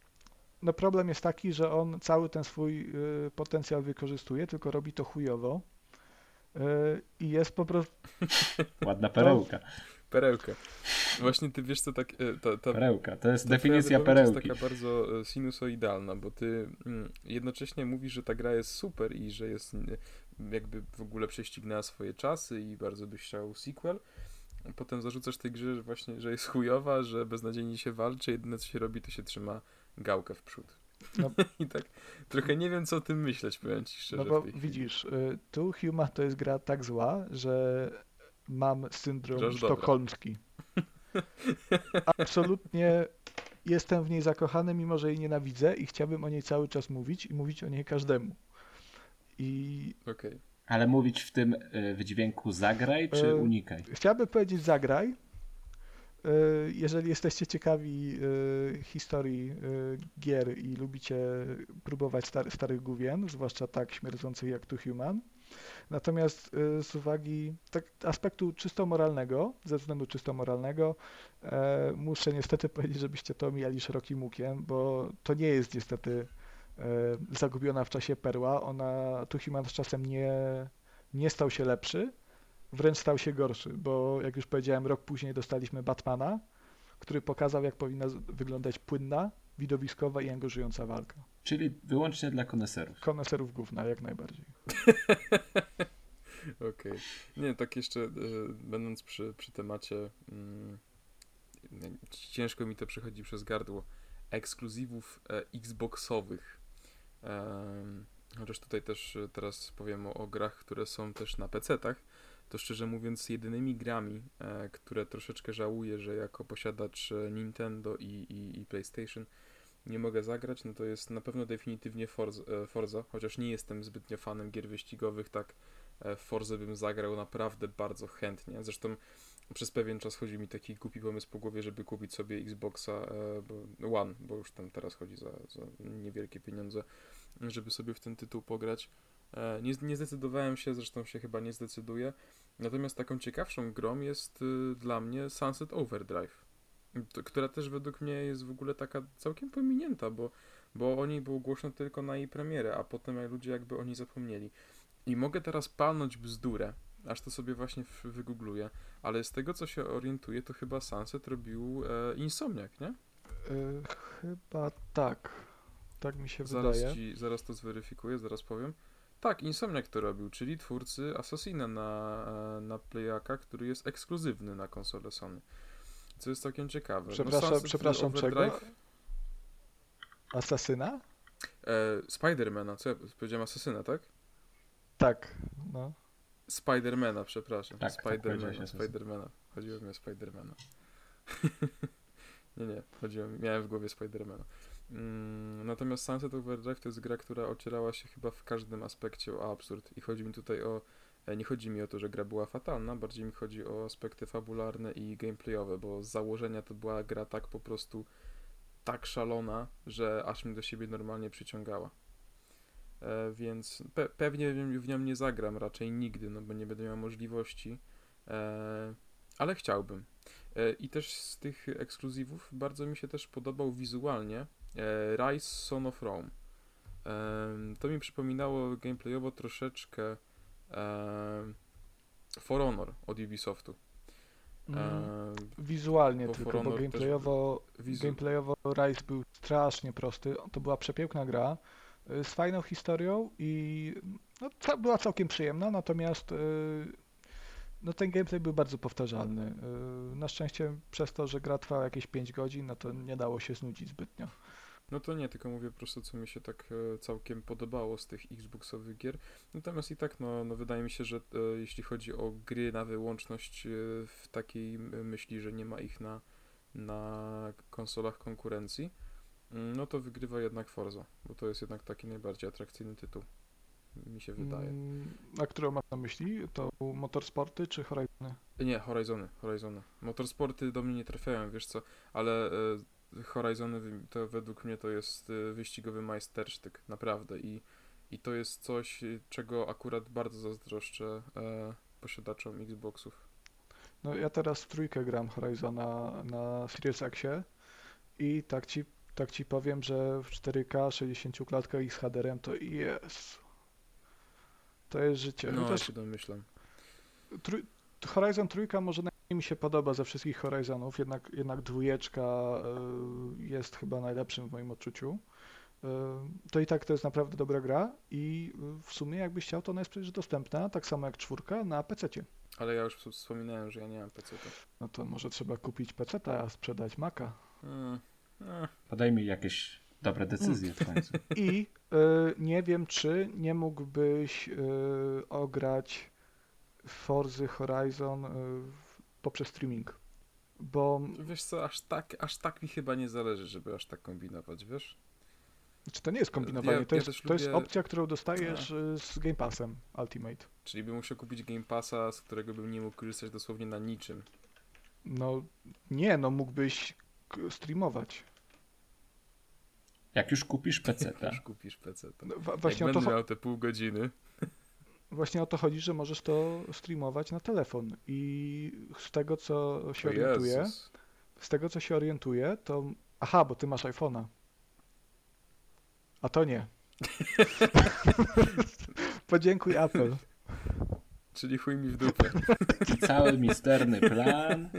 no problem jest taki, że on cały ten swój y, potencjał wykorzystuje, tylko robi to chujowo. Y, I jest po prostu. Ładna perełka. Perełka. Właśnie ty wiesz co, tak, e, ta, ta, Perełka. To jest ta definicja twoja wypowiedź perełki. jest taka bardzo e, sinusoidalna, bo ty mm, jednocześnie mówisz, że ta gra jest super i że jest mm, jakby w ogóle prześcignęła swoje czasy i bardzo byś chciał sequel. Potem zarzucasz tej grze, że właśnie, że jest chujowa, że beznadziejnie się walczy, jedyne co się robi, to się trzyma gałkę w przód. No, I tak trochę nie wiem, co o tym myśleć, powiem ci szczerze. no bo w tej chwili. widzisz, y, Two Human to jest gra tak zła, że mam syndrom Że aż dobra. sztokholmski. Absolutnie jestem w niej zakochany, mimo że jej nienawidzę i chciałbym o niej cały czas mówić i mówić o niej każdemu. I Okej. Ale mówić w tym y, wydźwięku zagraj, czy E, unikaj? chciałbym powiedzieć zagraj. E, Jeżeli jesteście ciekawi e, historii e, gier i lubicie próbować star starych gówien, zwłaszcza tak śmierdzących jak Two Human. Natomiast e, z uwagi tak, aspektu czysto moralnego, ze względu czysto moralnego, e, muszę niestety powiedzieć, żebyście to mijali szerokim łukiem, bo to nie jest niestety e, zagubiona w czasie perła. Ona, Two Human z czasem nie, nie stał się lepszy, wręcz stał się gorszy, bo jak już powiedziałem, rok później dostaliśmy Batmana, który pokazał, jak powinna z- wyglądać płynna, widowiskowa i angażująca walka. Czyli wyłącznie dla koneserów. Koneserów gówna, jak najbardziej. Okej. Nie, tak jeszcze e, będąc przy, przy temacie, mm, nie, ciężko mi to przechodzi przez gardło, ekskluzywów e, Xboxowych. Em, chociaż tutaj też e, teraz powiem o, o grach, które są też na pecetach, to szczerze mówiąc jedynymi grami, e, które troszeczkę żałuję, że jako posiadacz e, Nintendo i, i, i PlayStation nie mogę zagrać, no to jest na pewno definitywnie Forza, e, Forza, chociaż nie jestem zbytnio fanem gier wyścigowych, tak e, w Forzę bym zagrał naprawdę bardzo chętnie. Zresztą przez pewien czas chodzi mi taki głupi pomysł po głowie, żeby kupić sobie Xboxa e, bo, One, bo już tam teraz chodzi za, za niewielkie pieniądze, żeby sobie w ten tytuł pograć. E, nie, nie zdecydowałem się, zresztą się chyba nie zdecyduję. Natomiast taką ciekawszą grą jest y, dla mnie Sunset Overdrive, to, która też według mnie jest w ogóle taka całkiem pominięta, bo, bo o niej było głośno tylko na jej premierę, a potem jak ludzie jakby o niej zapomnieli. I mogę teraz palnąć bzdurę, aż to sobie właśnie w- wygoogluję, ale z tego co się orientuję, to chyba Sunset robił e, Insomniac, nie? E, chyba tak. Tak mi się Zaraz wydaje. ci, zaraz to zweryfikuję, zaraz powiem. Tak, Insomniac to robił, czyli twórcy Assassina na, e, na Playaka, który jest ekskluzywny na konsolę Sony. Co jest całkiem ciekawe. Przepraszam, Sunset przepraszam, czego? Overdrive, Asasyna? e, Spidermana, co ja powiedziałem Assassina, tak? Tak, no. Spidermana, przepraszam. Tak, tak, Spidermana, powiedziałeś Assassin. Spidermana. Chodziło mi o Spidermana. nie, nie, chodziło mi, miałem w głowie Spidermana. Mm, natomiast Sunset Overdrive to jest gra, która ocierała się chyba w każdym aspekcie o absurd. I chodzi mi tutaj o Nie chodzi mi o to, że gra była fatalna, bardziej mi chodzi o aspekty fabularne i gameplayowe, bo z założenia to była gra tak po prostu tak szalona, że aż mnie do siebie normalnie przyciągała. E, więc pe- pewnie w nią nie zagram raczej nigdy, no bo nie będę miał możliwości, e, ale chciałbym. E, I też z tych ekskluzywów bardzo mi się też podobał wizualnie e, Rise Son of Rome. E, to mi przypominało gameplayowo troszeczkę e, For Honor od Ubisoftu. Mm, wizualnie bo tylko, For bo Honor gameplayowo, też wizu- gameplayowo Rise był strasznie prosty. To była przepiękna gra y, z fajną historią i no, ca- była całkiem przyjemna, natomiast y, no, ten gameplay był bardzo powtarzalny. Y, Na szczęście przez to, że gra trwała jakieś pięć godzin, no to nie dało się znudzić zbytnio. No to nie, tylko mówię po prostu, co mi się tak e, całkiem podobało z tych Xboxowych gier. Natomiast i tak, no, no wydaje mi się, że e, jeśli chodzi o gry na wyłączność e, w takiej m- myśli, że nie ma ich na, na konsolach konkurencji, mm, no to wygrywa jednak Forza, bo to jest jednak taki najbardziej atrakcyjny tytuł, mi się wydaje. Mm, A którą masz na myśli? To Motorsporty czy Horizony? Nie, Horizony, Horizony. Motorsporty do mnie nie trafiają, wiesz co, ale e, Horizony wy- to według mnie to jest e, wyścigowy majstersztyk, naprawdę i, i to jest coś, e, czego akurat bardzo zazdroszczę e, posiadaczom Xboxów. No ja teraz w trójkę gram Horizona na Series Xie i tak ci, tak ci powiem, że w cztery K sześćdziesiąt klatkach i z H D R-em to jest. To jest życie. No, ja Chociaż się domyślam. trój, Horizon trójka może najmniej mi się podoba ze wszystkich Horizonów, jednak, jednak dwójeczka y, jest chyba najlepszym w moim odczuciu. Y, To i tak to jest naprawdę dobra gra i y, w sumie jakbyś chciał, to ona jest przecież dostępna, tak samo jak czwórka na pececie. Ale ja już wsp- wspominałem, że ja nie mam P C. No to może trzeba kupić peceta, a sprzedać Maca. Hmm. eh, Podejmij jakieś dobre decyzje w końcu. I y, nie wiem, czy nie mógłbyś y, ograć Forzy Horizon y, w- poprzez streaming. Bo Wiesz co, aż tak, aż tak mi chyba nie zależy, żeby aż tak kombinować, wiesz? czy to nie jest kombinowanie, Ja- to, ja jest, też to jest lubię- opcja, którą dostajesz y, z Game Passem Ultimate. Czyli bym musiał kupić Game Passa, z którego bym nie mógł korzystać dosłownie na niczym. No nie, no mógłbyś k- streamować. Jak już kupisz peceta, Już kupisz P C. To. No, wa- Jak właśnie, o to, będę cho- miał te pół godziny. właśnie o to chodzi, że możesz to streamować na telefon. I z tego, co się O orientuję, Jezus. z tego, co się orientuję, to... Aha, bo ty masz iPhone'a. A to nie. Podziękuj Apple. Czyli chuj mi w dupę. cały misterny plan.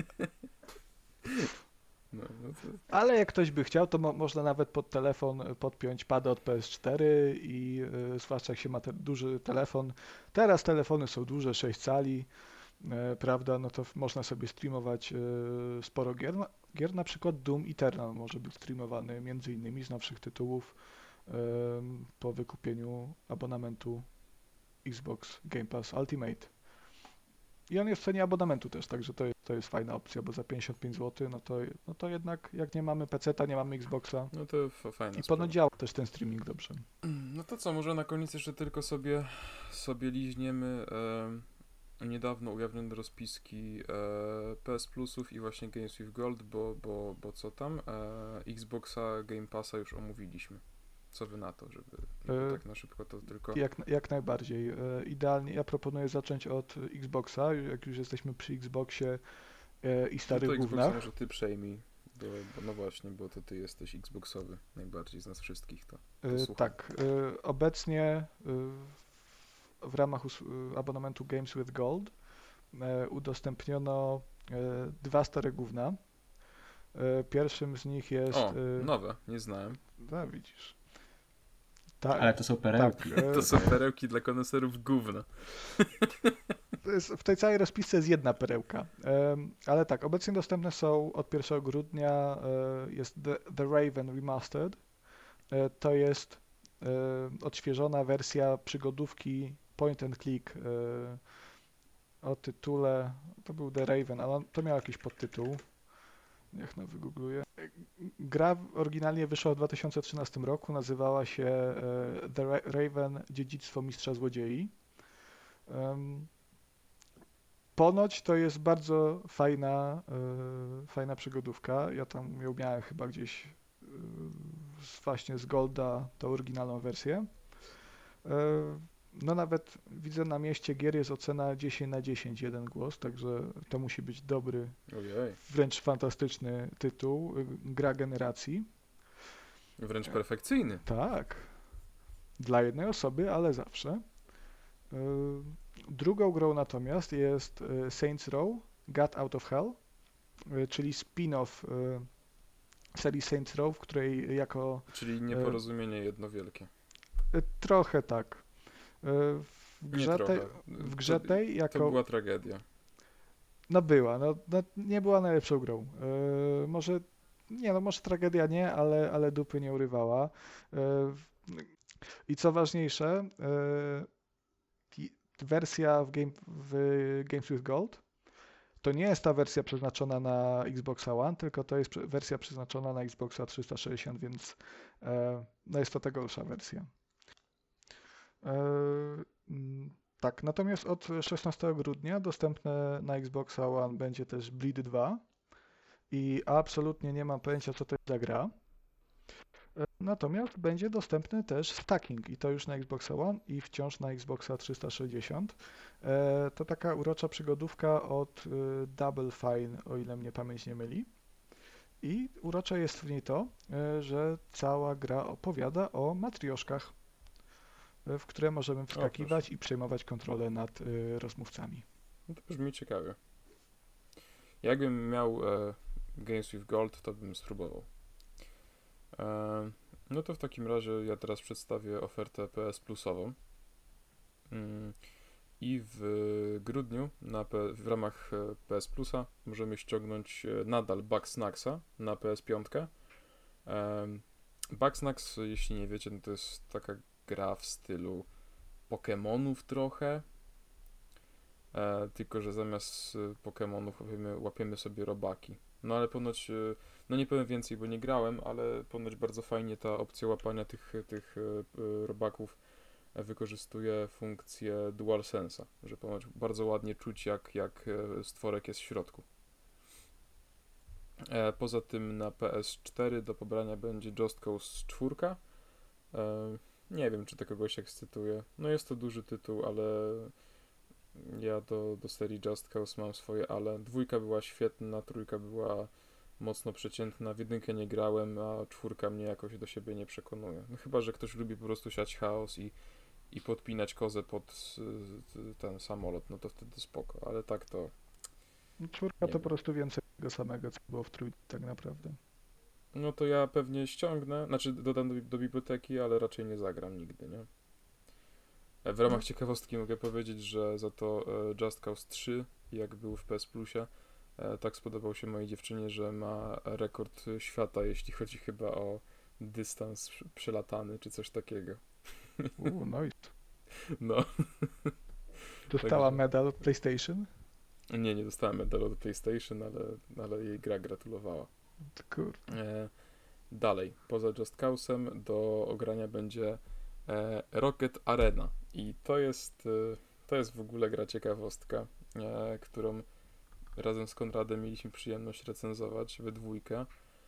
No, no to... Ale jak ktoś by chciał, to mo można nawet pod telefon podpiąć pada od P S cztery i y, zwłaszcza jak się ma te duży telefon. Teraz telefony są duże, sześć cali, y, prawda, no to można sobie streamować y, sporo gier. Na, gier, na przykład Doom Eternal może być streamowany między innymi z nowszych tytułów y, po wykupieniu abonamentu Xbox Game Pass Ultimate. I on jest w cenie abonamentu też, także to jest, to jest fajna opcja, bo za pięćdziesiąt pięć złotych, no to, no to jednak jak nie mamy peceta, nie mamy Xboxa no to f- fajna i sprawa. ponoć działa też ten streaming dobrze. No to co, może na koniec jeszcze tylko sobie, sobie liźniemy e, niedawno ujawnione rozpiski e, P S Plusów i właśnie Games with Gold, bo, bo, bo co tam? E, Xboxa, Game Passa już omówiliśmy. Co wy na to, żeby, żeby E, tak na szybko to tylko... Jak, jak najbardziej. E, Idealnie, ja proponuję zacząć od Xboxa, jak już jesteśmy przy Xboxie e, i No starych to Xboxa gównach. może ty przejmij, bo, bo no właśnie, bo to ty jesteś Xboxowy najbardziej z nas wszystkich, to, to E, słucham. Tak, e, obecnie e, w ramach us- e, abonamentu Games with Gold e, udostępniono e, dwa stare gówna. E, Pierwszym z nich jest... O, e, nowe, nie znałem. No widzisz. Tak, Ale to są perełki. tak. e, To są perełki dla koneserów gówna. To jest, w tej całej rozpisce jest jedna perełka. Em, ale tak, obecnie dostępne są od pierwszego grudnia, e, jest The, The Raven Remastered. E, to jest e, odświeżona wersja przygodówki point and click e, o tytule, to był The Raven, ale on- to miał jakiś podtytuł. Niech no wygoogluję. E, Gra oryginalnie wyszła w dwa tysiące trzynastym roku, nazywała się e, The Ra- Raven Dziedzictwo Mistrza Złodziei. Em, ponoć to jest bardzo fajna, y, fajna przygodówka. Ja tam ją miałem chyba gdzieś y, z- właśnie z Golda, tą oryginalną wersję. Y, No nawet widzę na mieście gier jest ocena dziesięć na dziesięć, jeden głos, także to musi być dobry, Ojej, wręcz fantastyczny tytuł, y, gra generacji. wręcz perfekcyjny. Tak, dla jednej osoby, ale zawsze. Y, Drugą grą natomiast jest y, Saints Row Got Out of Hell, y, czyli spin-off y, serii Saints Row, w której jako Czyli nieporozumienie jedno wielkie. y, trochę tak. Y, W Nie grze, tej, trochę. w grze To, tej to jako była tragedia. no była, no, no nie była najlepszą grą. Y, może nie, no może tragedia nie, ale, ale dupy nie urywała. Y, I co ważniejsze, y, i wersja w, game, w Games with Gold to nie jest ta wersja przeznaczona na Xboxa One, tylko to jest prze- wersja przeznaczona na Xboxa trzysta sześćdziesiąt, więc e, no jest to tego gorsza wersja. E, mm, tak, natomiast od szesnastego grudnia dostępne na Xboxa One będzie też Bleed dwa i absolutnie nie mam pojęcia, co to jest za gra. E, Natomiast będzie dostępny też Stacking i to już na Xboxa One i wciąż na Xboxa trzysta sześćdziesiąt. E, To taka urocza przygodówka od y, Double Fine, o ile mnie pamięć nie myli. I urocze jest w niej to, e, że cała gra opowiada o matrioszkach, e, w które możemy wskakiwać i przejmować kontrolę nad y, rozmówcami. No to brzmi ciekawie. Jakbym miał e, Games with Gold, to bym spróbował. E, no to w takim razie ja teraz przedstawię ofertę P S Plusową. Mm, I w grudniu na P- w ramach e, P S Plusa możemy ściągnąć e, nadal Bugsnaxa na P S pięć. Um, Bugsnax, jeśli nie wiecie, no to jest taka gra w stylu Pokemonów trochę. E, tylko, że zamiast e, Pokemonów łapiemy, łapiemy sobie robaki. No ale ponoć, e, no nie powiem więcej, bo nie grałem, ale ponoć bardzo fajnie ta opcja łapania tych, tych e, e, robaków e, wykorzystuje funkcję DualSense'a, że ponoć bardzo ładnie czuć, jak, jak e, stworek jest w środku. E, poza tym na P S cztery do pobrania będzie Just Cause cztery. E, nie wiem, czy to kogoś ekscytuje. No jest to duży tytuł, ale ja do, do serii Just Cause mam swoje ale. Dwójka była świetna, trójka była mocno przeciętna, w jedynkę nie grałem, a czwórka mnie jakoś do siebie nie przekonuje. No chyba, że ktoś lubi po prostu siać chaos i, i podpinać kozę pod y, ten samolot, no to wtedy spoko, ale tak to Czwórka nie to wiem. po prostu więcej tego samego, co było w trójce tak naprawdę. No to ja pewnie ściągnę, znaczy dodam do, do biblioteki, ale raczej nie zagram nigdy, nie? E, W ramach ciekawostki mogę powiedzieć, że za to e, Just Cause trzy, jak był w P S Plusie, e, tak spodobał się mojej dziewczynie, że ma rekord świata, jeśli chodzi chyba o dystans przy- przelatany, czy coś takiego. Uuu, no i No, dostała Także- medal od PlayStation? nie, nie dostałem medalu od PlayStation, ale, ale jej gra gratulowała. To Kurde. E, dalej, poza Just Cause'em do ogrania będzie e, Rocket Arena i to jest, e, to jest w ogóle gra ciekawostka, e, którą razem z Konradem mieliśmy przyjemność recenzować we dwójkę.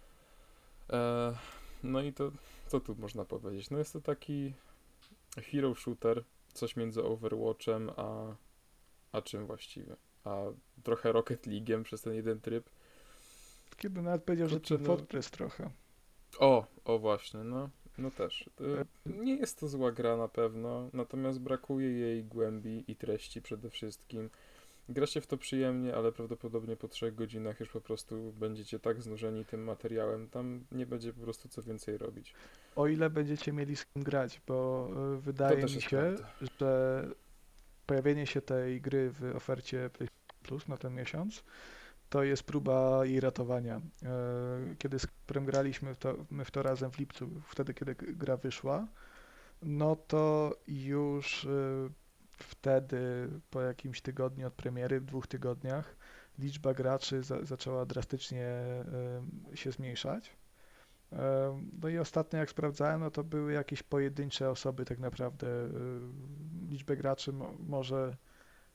E, no i to, co tu można powiedzieć? No jest to taki hero shooter, coś między Overwatchem a, a czym właściwie? A trochę Rocket League'iem przez ten jeden tryb. Taki bym nawet powiedział, że Kurczę, Team no- Fortress trochę. O, o właśnie, no, no też. Y, Nie jest to zła gra na pewno, natomiast brakuje jej głębi i treści przede wszystkim. Gra się w to przyjemnie, ale prawdopodobnie po trzech godzinach już po prostu będziecie tak znużeni tym materiałem, tam nie będzie po prostu co więcej robić. O ile będziecie mieli z kim grać, bo y, To wydaje też mi jest się, prawda. że pojawienie się tej gry w ofercie PlayStation Plus na ten miesiąc to jest próba jej ratowania. E, Kiedy z Kasperem graliśmy w to, my w to razem w lipcu, wtedy kiedy g- gra wyszła, no to już y, wtedy po jakimś tygodniu od premiery, w dwóch tygodniach, liczba graczy za, zaczęła drastycznie y, się zmniejszać. E, No i ostatnio jak sprawdzałem, no to były jakieś pojedyncze osoby tak naprawdę. y, Liczbę graczy mo, może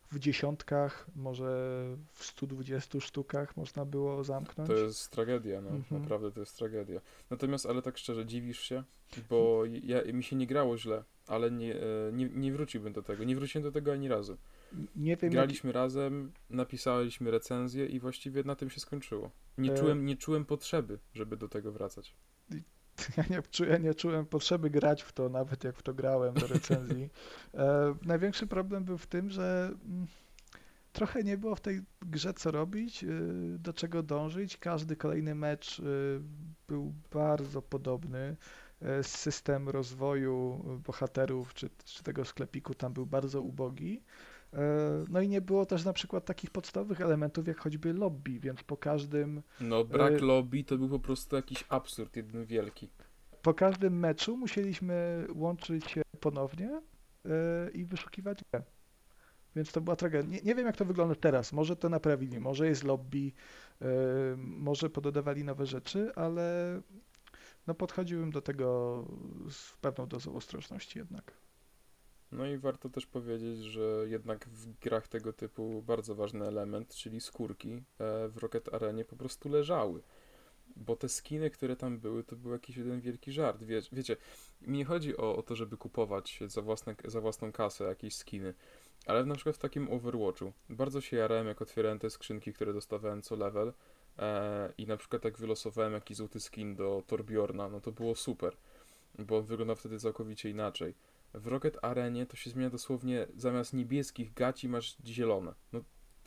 w dziesiątkach, może w stu dwudziestu sztukach można było zamknąć. To jest tragedia, no. Mhm. Naprawdę to jest tragedia. Natomiast, ale tak szczerze, dziwisz się? Bo ja, mi się nie grało źle, ale nie, e, nie, nie wróciłbym do tego. Nie wróciłem do tego ani razu. Nie wiem, jak... Graliśmy razem, napisaliśmy recenzję i właściwie na tym się skończyło. Nie, E- czułem, nie czułem potrzeby, żeby do tego wracać. Ja nie, czuję, nie czułem potrzeby grać w to, nawet jak w to grałem do recenzji. E, największy problem był w tym, że mm, trochę nie było w tej grze co robić, y, do czego dążyć. Każdy kolejny mecz y, był bardzo podobny. E, System rozwoju bohaterów czy, czy tego sklepiku tam był bardzo ubogi. E, No i nie było też na przykład takich podstawowych elementów jak choćby lobby, więc po każdym No, brak E- lobby to był po prostu jakiś absurd, jeden wielki. po każdym meczu musieliśmy łączyć się ponownie e, i wyszukiwać grę. Więc to była tragedia. Nie, nie wiem, jak to wygląda teraz. Może to naprawili, może jest lobby, e, może pododawali nowe rzeczy, ale no podchodziłem do tego z pewną dozą ostrożności jednak. No i warto też powiedzieć, że jednak w grach tego typu bardzo ważny element, czyli skórki e, w Rocket Arenie po prostu leżały. Bo te skiny, które tam były, to był jakiś jeden wielki żart. Wie, wiecie, mi nie chodzi o, o to, żeby kupować za, własne, za własną kasę jakieś skiny, ale na przykład w takim Overwatchu bardzo się jarałem, jak otwierałem te skrzynki, które dostawałem co level e, i na przykład jak wylosowałem jakiś złoty skin do Torbjorna, no to było super, bo on wyglądał wtedy całkowicie inaczej. W Rocket Arenie to się zmienia dosłownie, zamiast niebieskich gaci masz zielone. No,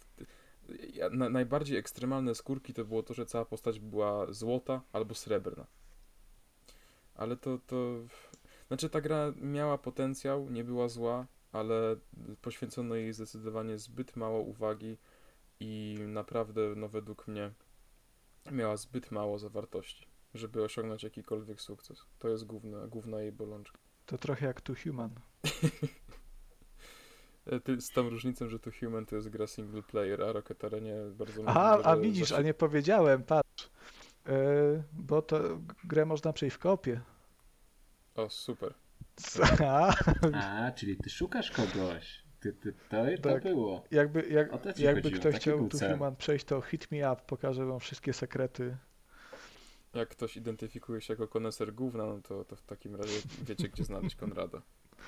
ja, na, najbardziej ekstremalne skórki to było to, że cała postać była złota albo srebrna. Ale to, to... Znaczy ta gra miała potencjał, nie była zła, ale poświęcono jej zdecydowanie zbyt mało uwagi i naprawdę, no według mnie, miała zbyt mało zawartości, żeby osiągnąć jakikolwiek sukces. To jest główna, główna jej bolączka. To trochę jak Two Human. E, ty- Z tą różnicą, że to Human to jest gra single player, a Rocket Arena bardzo Aha, możliwe, a że widzisz, zawsze- a nie powiedziałem, patrz. E, bo to grę można przejść w kopie. O, super. A, A, czyli ty szukasz kogoś. Ty, ty, to, to Tak. było. jakby, jak, O to ci jakby chodziło, ktoś taki chciał był tu cel. Human przejść, to hit me up, pokażę wam wszystkie sekrety. Jak ktoś identyfikuje się jako koneser gówna, no to, to w takim razie wiecie, gdzie znaleźć Konrada.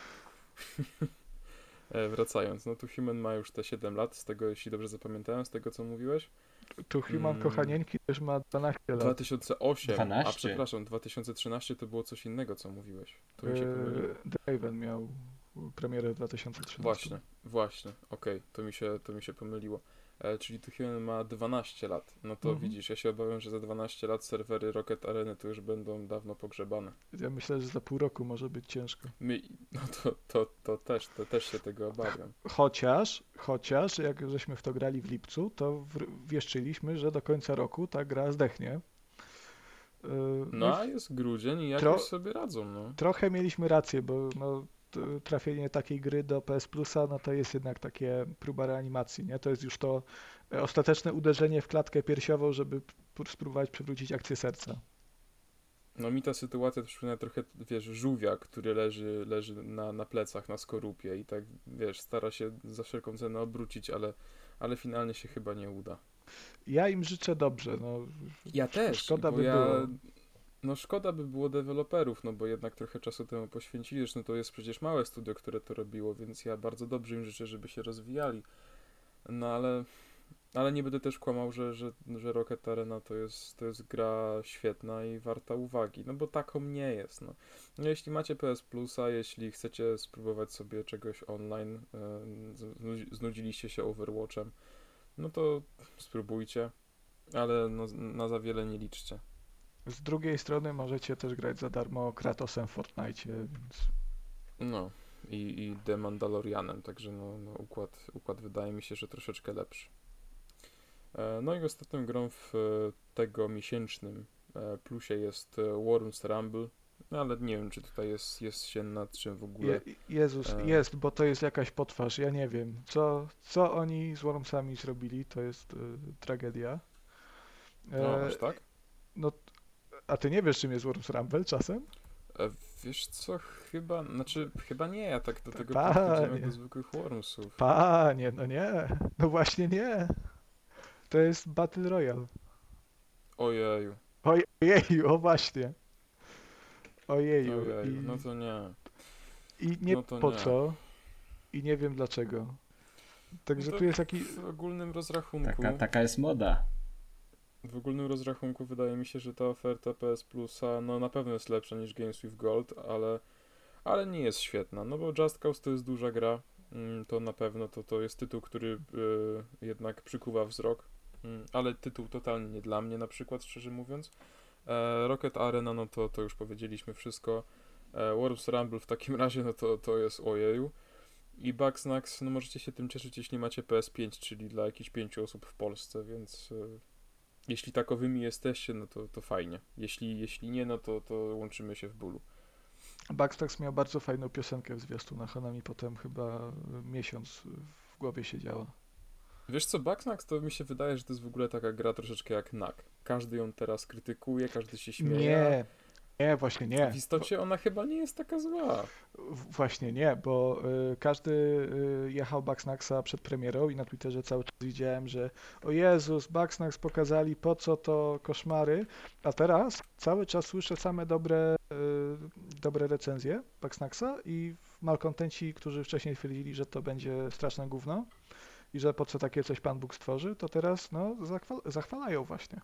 E, Wracając, no tu Human ma już te siedem lat, z tego, jeśli dobrze zapamiętałem, z tego co mówiłeś. Tu Human Mm. kochanieńki też ma dwanaście lat. dwa tysiące osiem, a dwanaście. przepraszam, dwa tysiące trzynaście to było coś innego, co mówiłeś. To mi się Yy, pomyliło. Draven miał premierę w dwa tysiące trzynastym. Właśnie, właśnie, okej, to mi się, to mi się pomyliło. E, czyli tu Human ma dwanaście lat. No to Mhm. widzisz, ja się obawiam, że za dwanaście lat serwery Rocket Areny to już będą dawno pogrzebane. Ja myślę, że za pół roku może być ciężko. My, no to, to, to też, to też się tego obawiam. Chociaż, chociaż jak żeśmy w to grali w lipcu, to w, wieszczyliśmy, że do końca roku ta gra zdechnie. Yy, No i a jest grudzień i jakoś Tro- sobie radzą, no. trochę mieliśmy rację, bo no, t- trafienie takiej gry do P S Plusa, no to jest jednak takie próba reanimacji, nie? To jest już to e, ostateczne uderzenie w klatkę piersiową, żeby p- spróbować przywrócić akcję serca. No mi ta sytuacja to przypomina trochę, wiesz, żółwia, który leży, leży na, na plecach, na skorupie i tak, wiesz, stara się za wszelką cenę obrócić, ale, ale finalnie się chyba nie uda. Ja im życzę dobrze, no. Ja też, Szkoda bo by ja... było. No szkoda by było deweloperów, no bo jednak trochę czasu temu poświęcili, zresztą to jest przecież małe studio, które to robiło, więc ja bardzo dobrze im życzę, żeby się rozwijali. No ale, ale nie będę też kłamał, że, że, że Rocket Arena to jest, to jest gra świetna i warta uwagi, no bo taką nie jest, no. No jeśli macie P S Plusa, jeśli chcecie spróbować sobie czegoś online, e, znu- znudziliście się Overwatchem, no to spróbujcie, ale no, na za wiele nie liczcie. Z drugiej strony możecie też grać za darmo Kratosem w Fortnite, więc No i, i The Mandalorianem, także no, no układ, układ wydaje mi się, że troszeczkę lepszy. E, No i ostatnią grą w e, tego miesięcznym e, plusie jest e, Worms Rumble, no ale nie wiem, czy tutaj jest, jest się nad czym w ogóle. Je, Jezus, e, jest, bo to jest jakaś potwarz, ja nie wiem. Co, co oni z Wormsami zrobili, to jest y, tragedia. No, E, aż tak? no, a ty nie wiesz, czym jest Worms Rumble czasem? E, Wiesz co, chyba, znaczy chyba nie, ja tak do tego Panie. podchodzimy jak do zwykłych Wormsów. Panie, no nie. No właśnie nie. To jest Battle Royale. Ojeju, Ojeju, o właśnie. Ojeju. ojeju, I, no to nie, i nie no to po nie. co. I nie wiem dlaczego. No Także to tu jest taki... w ogólnym rozrachunku, Taka, taka jest moda. w ogólnym rozrachunku wydaje mi się, że ta oferta P S Plusa, no na pewno jest lepsza niż Games with Gold, ale, ale nie jest świetna, no bo Just Cause to jest duża gra, mm, to na pewno, to, to jest tytuł, który y, jednak przykuwa wzrok, mm, ale tytuł totalnie nie dla mnie na przykład, szczerze mówiąc. E, Rocket Arena, no to, to już powiedzieliśmy wszystko. E, Worms Rumble w takim razie, no to, to jest ojeju. I Bugsnax, no możecie się tym cieszyć, jeśli macie P S pięć, czyli dla jakichś pięciu osób w Polsce, więc e, jeśli takowymi jesteście, no to, to fajnie. Jeśli, jeśli nie, no to, to łączymy się w bólu. Bugsnax miał bardzo fajną piosenkę w zwiastunach. Ona mi potem chyba miesiąc w głowie siedziała. Wiesz co, Bugsnax to mi się wydaje, że to jest w ogóle taka gra troszeczkę jak Knack. Każdy ją teraz krytykuje, każdy się śmieje. Nie, nie, właśnie nie. W istocie ona chyba nie jest taka zła. W- Właśnie nie, bo y, każdy y, jechał Bugsnaxa przed premierą i na Twitterze cały czas widziałem, że o Jezus, Bugsnax pokazali, po co to koszmary, a teraz cały czas słyszę same dobre, y, dobre recenzje Bugsnaxa i malkontenci, którzy wcześniej twierdzili, że to będzie straszne gówno i że po co takie coś Pan Bóg stworzy, to teraz no, zachwal- zachwalają właśnie.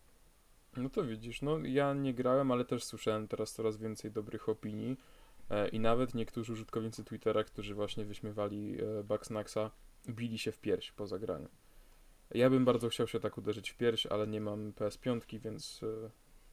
No to widzisz, no ja nie grałem, ale też słyszałem teraz coraz więcej dobrych opinii e, i nawet niektórzy użytkownicy Twittera, którzy właśnie wyśmiewali e, Bugsnaxa, bili się w pierś po zagraniu. Ja bym bardzo chciał się tak uderzyć w pierś, ale nie mam P S pięć, więc, e,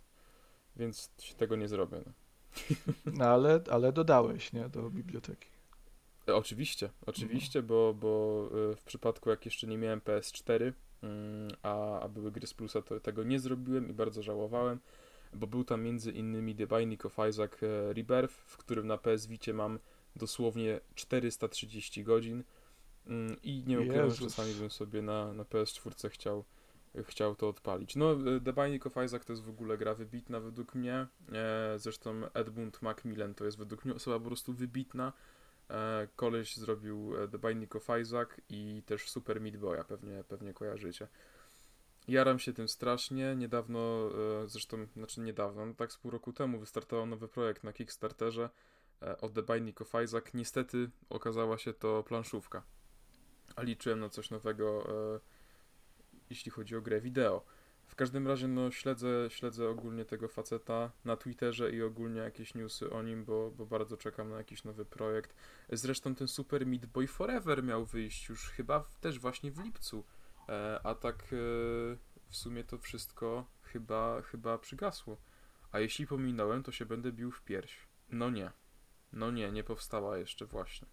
więc się tego nie zrobię. No. No ale, ale dodałeś, nie, do biblioteki. E, Oczywiście, oczywiście, bo, bo e, w przypadku jak jeszcze nie miałem P S cztery, mm, a, a były gry z Plusa, to tego nie zrobiłem i bardzo żałowałem, bo był tam między innymi The Binding of Isaac e, Rebirth, w którym na P S Vicie mam dosłownie czterysta trzydzieści godzin mm, i nie ukrywam, że Jezus. czasami bym sobie na, na P S cztery chciał, chciał to odpalić. No, e, The Binding of Isaac to jest w ogóle gra wybitna według mnie, e, zresztą Edmund Macmillan to jest według mnie osoba po prostu wybitna. E, Koleś zrobił e, The Binding of Isaac i też Super Meat Boya, pewnie, pewnie kojarzycie. Jaram się tym strasznie. Niedawno, e, zresztą, znaczy niedawno, no tak z pół roku temu wystartował nowy projekt na Kickstarterze e, o The Binding of Isaac. Niestety okazała się to planszówka. A liczyłem na coś nowego, e, jeśli chodzi o grę wideo. W każdym razie, no, śledzę, śledzę ogólnie tego faceta na Twitterze i ogólnie jakieś newsy o nim, bo, bo bardzo czekam na jakiś nowy projekt. Zresztą ten Super Meat Boy Forever miał wyjść już chyba w, też właśnie w lipcu, e, a tak e, w sumie to wszystko chyba, chyba przygasło. A jeśli pominąłem, to się będę bił w pierś. No nie. No nie, nie powstała jeszcze właśnie.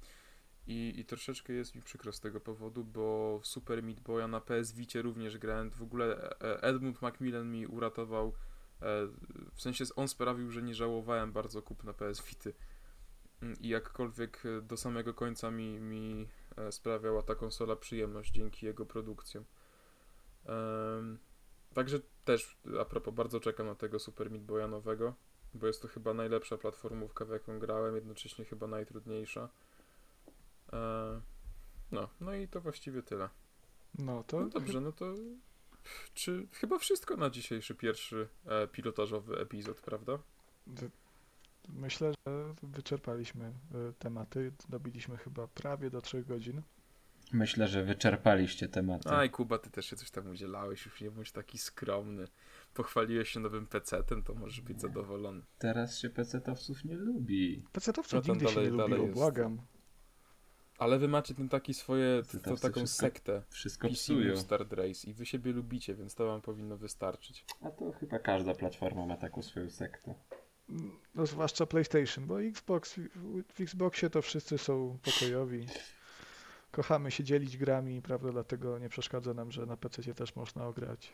I, I troszeczkę jest mi przykro z tego powodu, bo w Super Meat Boya na P S Vicie również grałem. W ogóle e, Edmund Macmillan mi uratował, e, w sensie on sprawił, że nie żałowałem bardzo kupna P S Vity. Mm, I jakkolwiek e, do samego końca mi, mi e, sprawiała ta konsola przyjemność dzięki jego produkcjom. Em, Także też, a propos, bardzo czekam na tego Super Meat Boya nowego, bo jest to chyba najlepsza platformówka, w jaką grałem, jednocześnie chyba najtrudniejsza. E, No, no i to właściwie tyle. No to No dobrze, no to czy chyba wszystko na dzisiejszy pierwszy e, pilotażowy epizod, prawda? wy- myślę, że wyczerpaliśmy y, tematy. Dobiliśmy chyba prawie do trzech godzin. Myślę, że wyczerpaliście tematy. Aj, Kuba, ty też się coś tam udzielałeś, już nie bądź taki skromny. Pochwaliłeś się nowym pecetem, to możesz być zadowolony. Teraz się pecetowców nie lubi. No Pecetowców tam nigdy się dalej- nie dalej lubiło, jest. błagam. Ale wy macie ten taki swoje, to, Pecetowcy taką wszystko- sektę. Wszystko P C psują. New Start Race i wy siebie lubicie, więc to wam powinno wystarczyć. A to chyba każda platforma ma taką swoją sektę. No zwłaszcza PlayStation, bo Xbox, w Xboxie to wszyscy są pokojowi. Kochamy się dzielić grami, prawda, dlatego nie przeszkadza nam, że na P C też można ograć.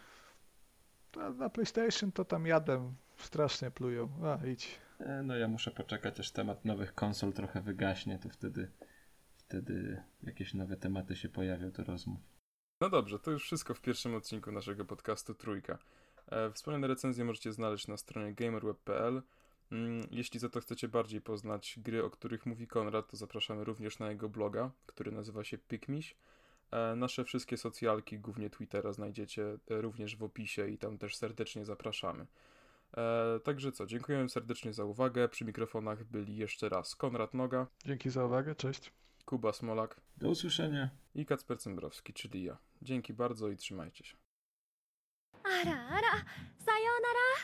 A na PlayStation to tam jadem strasznie plują. A, idź. E, No ja muszę poczekać, aż temat nowych konsol trochę wygaśnie, to wtedy, wtedy jakieś nowe tematy się pojawią do rozmów. No dobrze, to już wszystko w pierwszym odcinku naszego podcastu Trójka. E, Wspomniane recenzje możecie znaleźć na stronie gamerweb kropka p l. Jeśli za to chcecie bardziej poznać gry, o których mówi Konrad, to zapraszamy również na jego bloga, który nazywa się Pykmiś. Nasze wszystkie socjalki, głównie Twittera, znajdziecie również w opisie i tam też serdecznie zapraszamy. Także co, dziękuję serdecznie za uwagę. Przy mikrofonach byli jeszcze raz Konrad Noga. Dzięki za uwagę, cześć. Kuba Smolak. Do usłyszenia. I Kacper Cembrowski, czyli ja. Dzięki bardzo i trzymajcie się. あらあら、さようなら。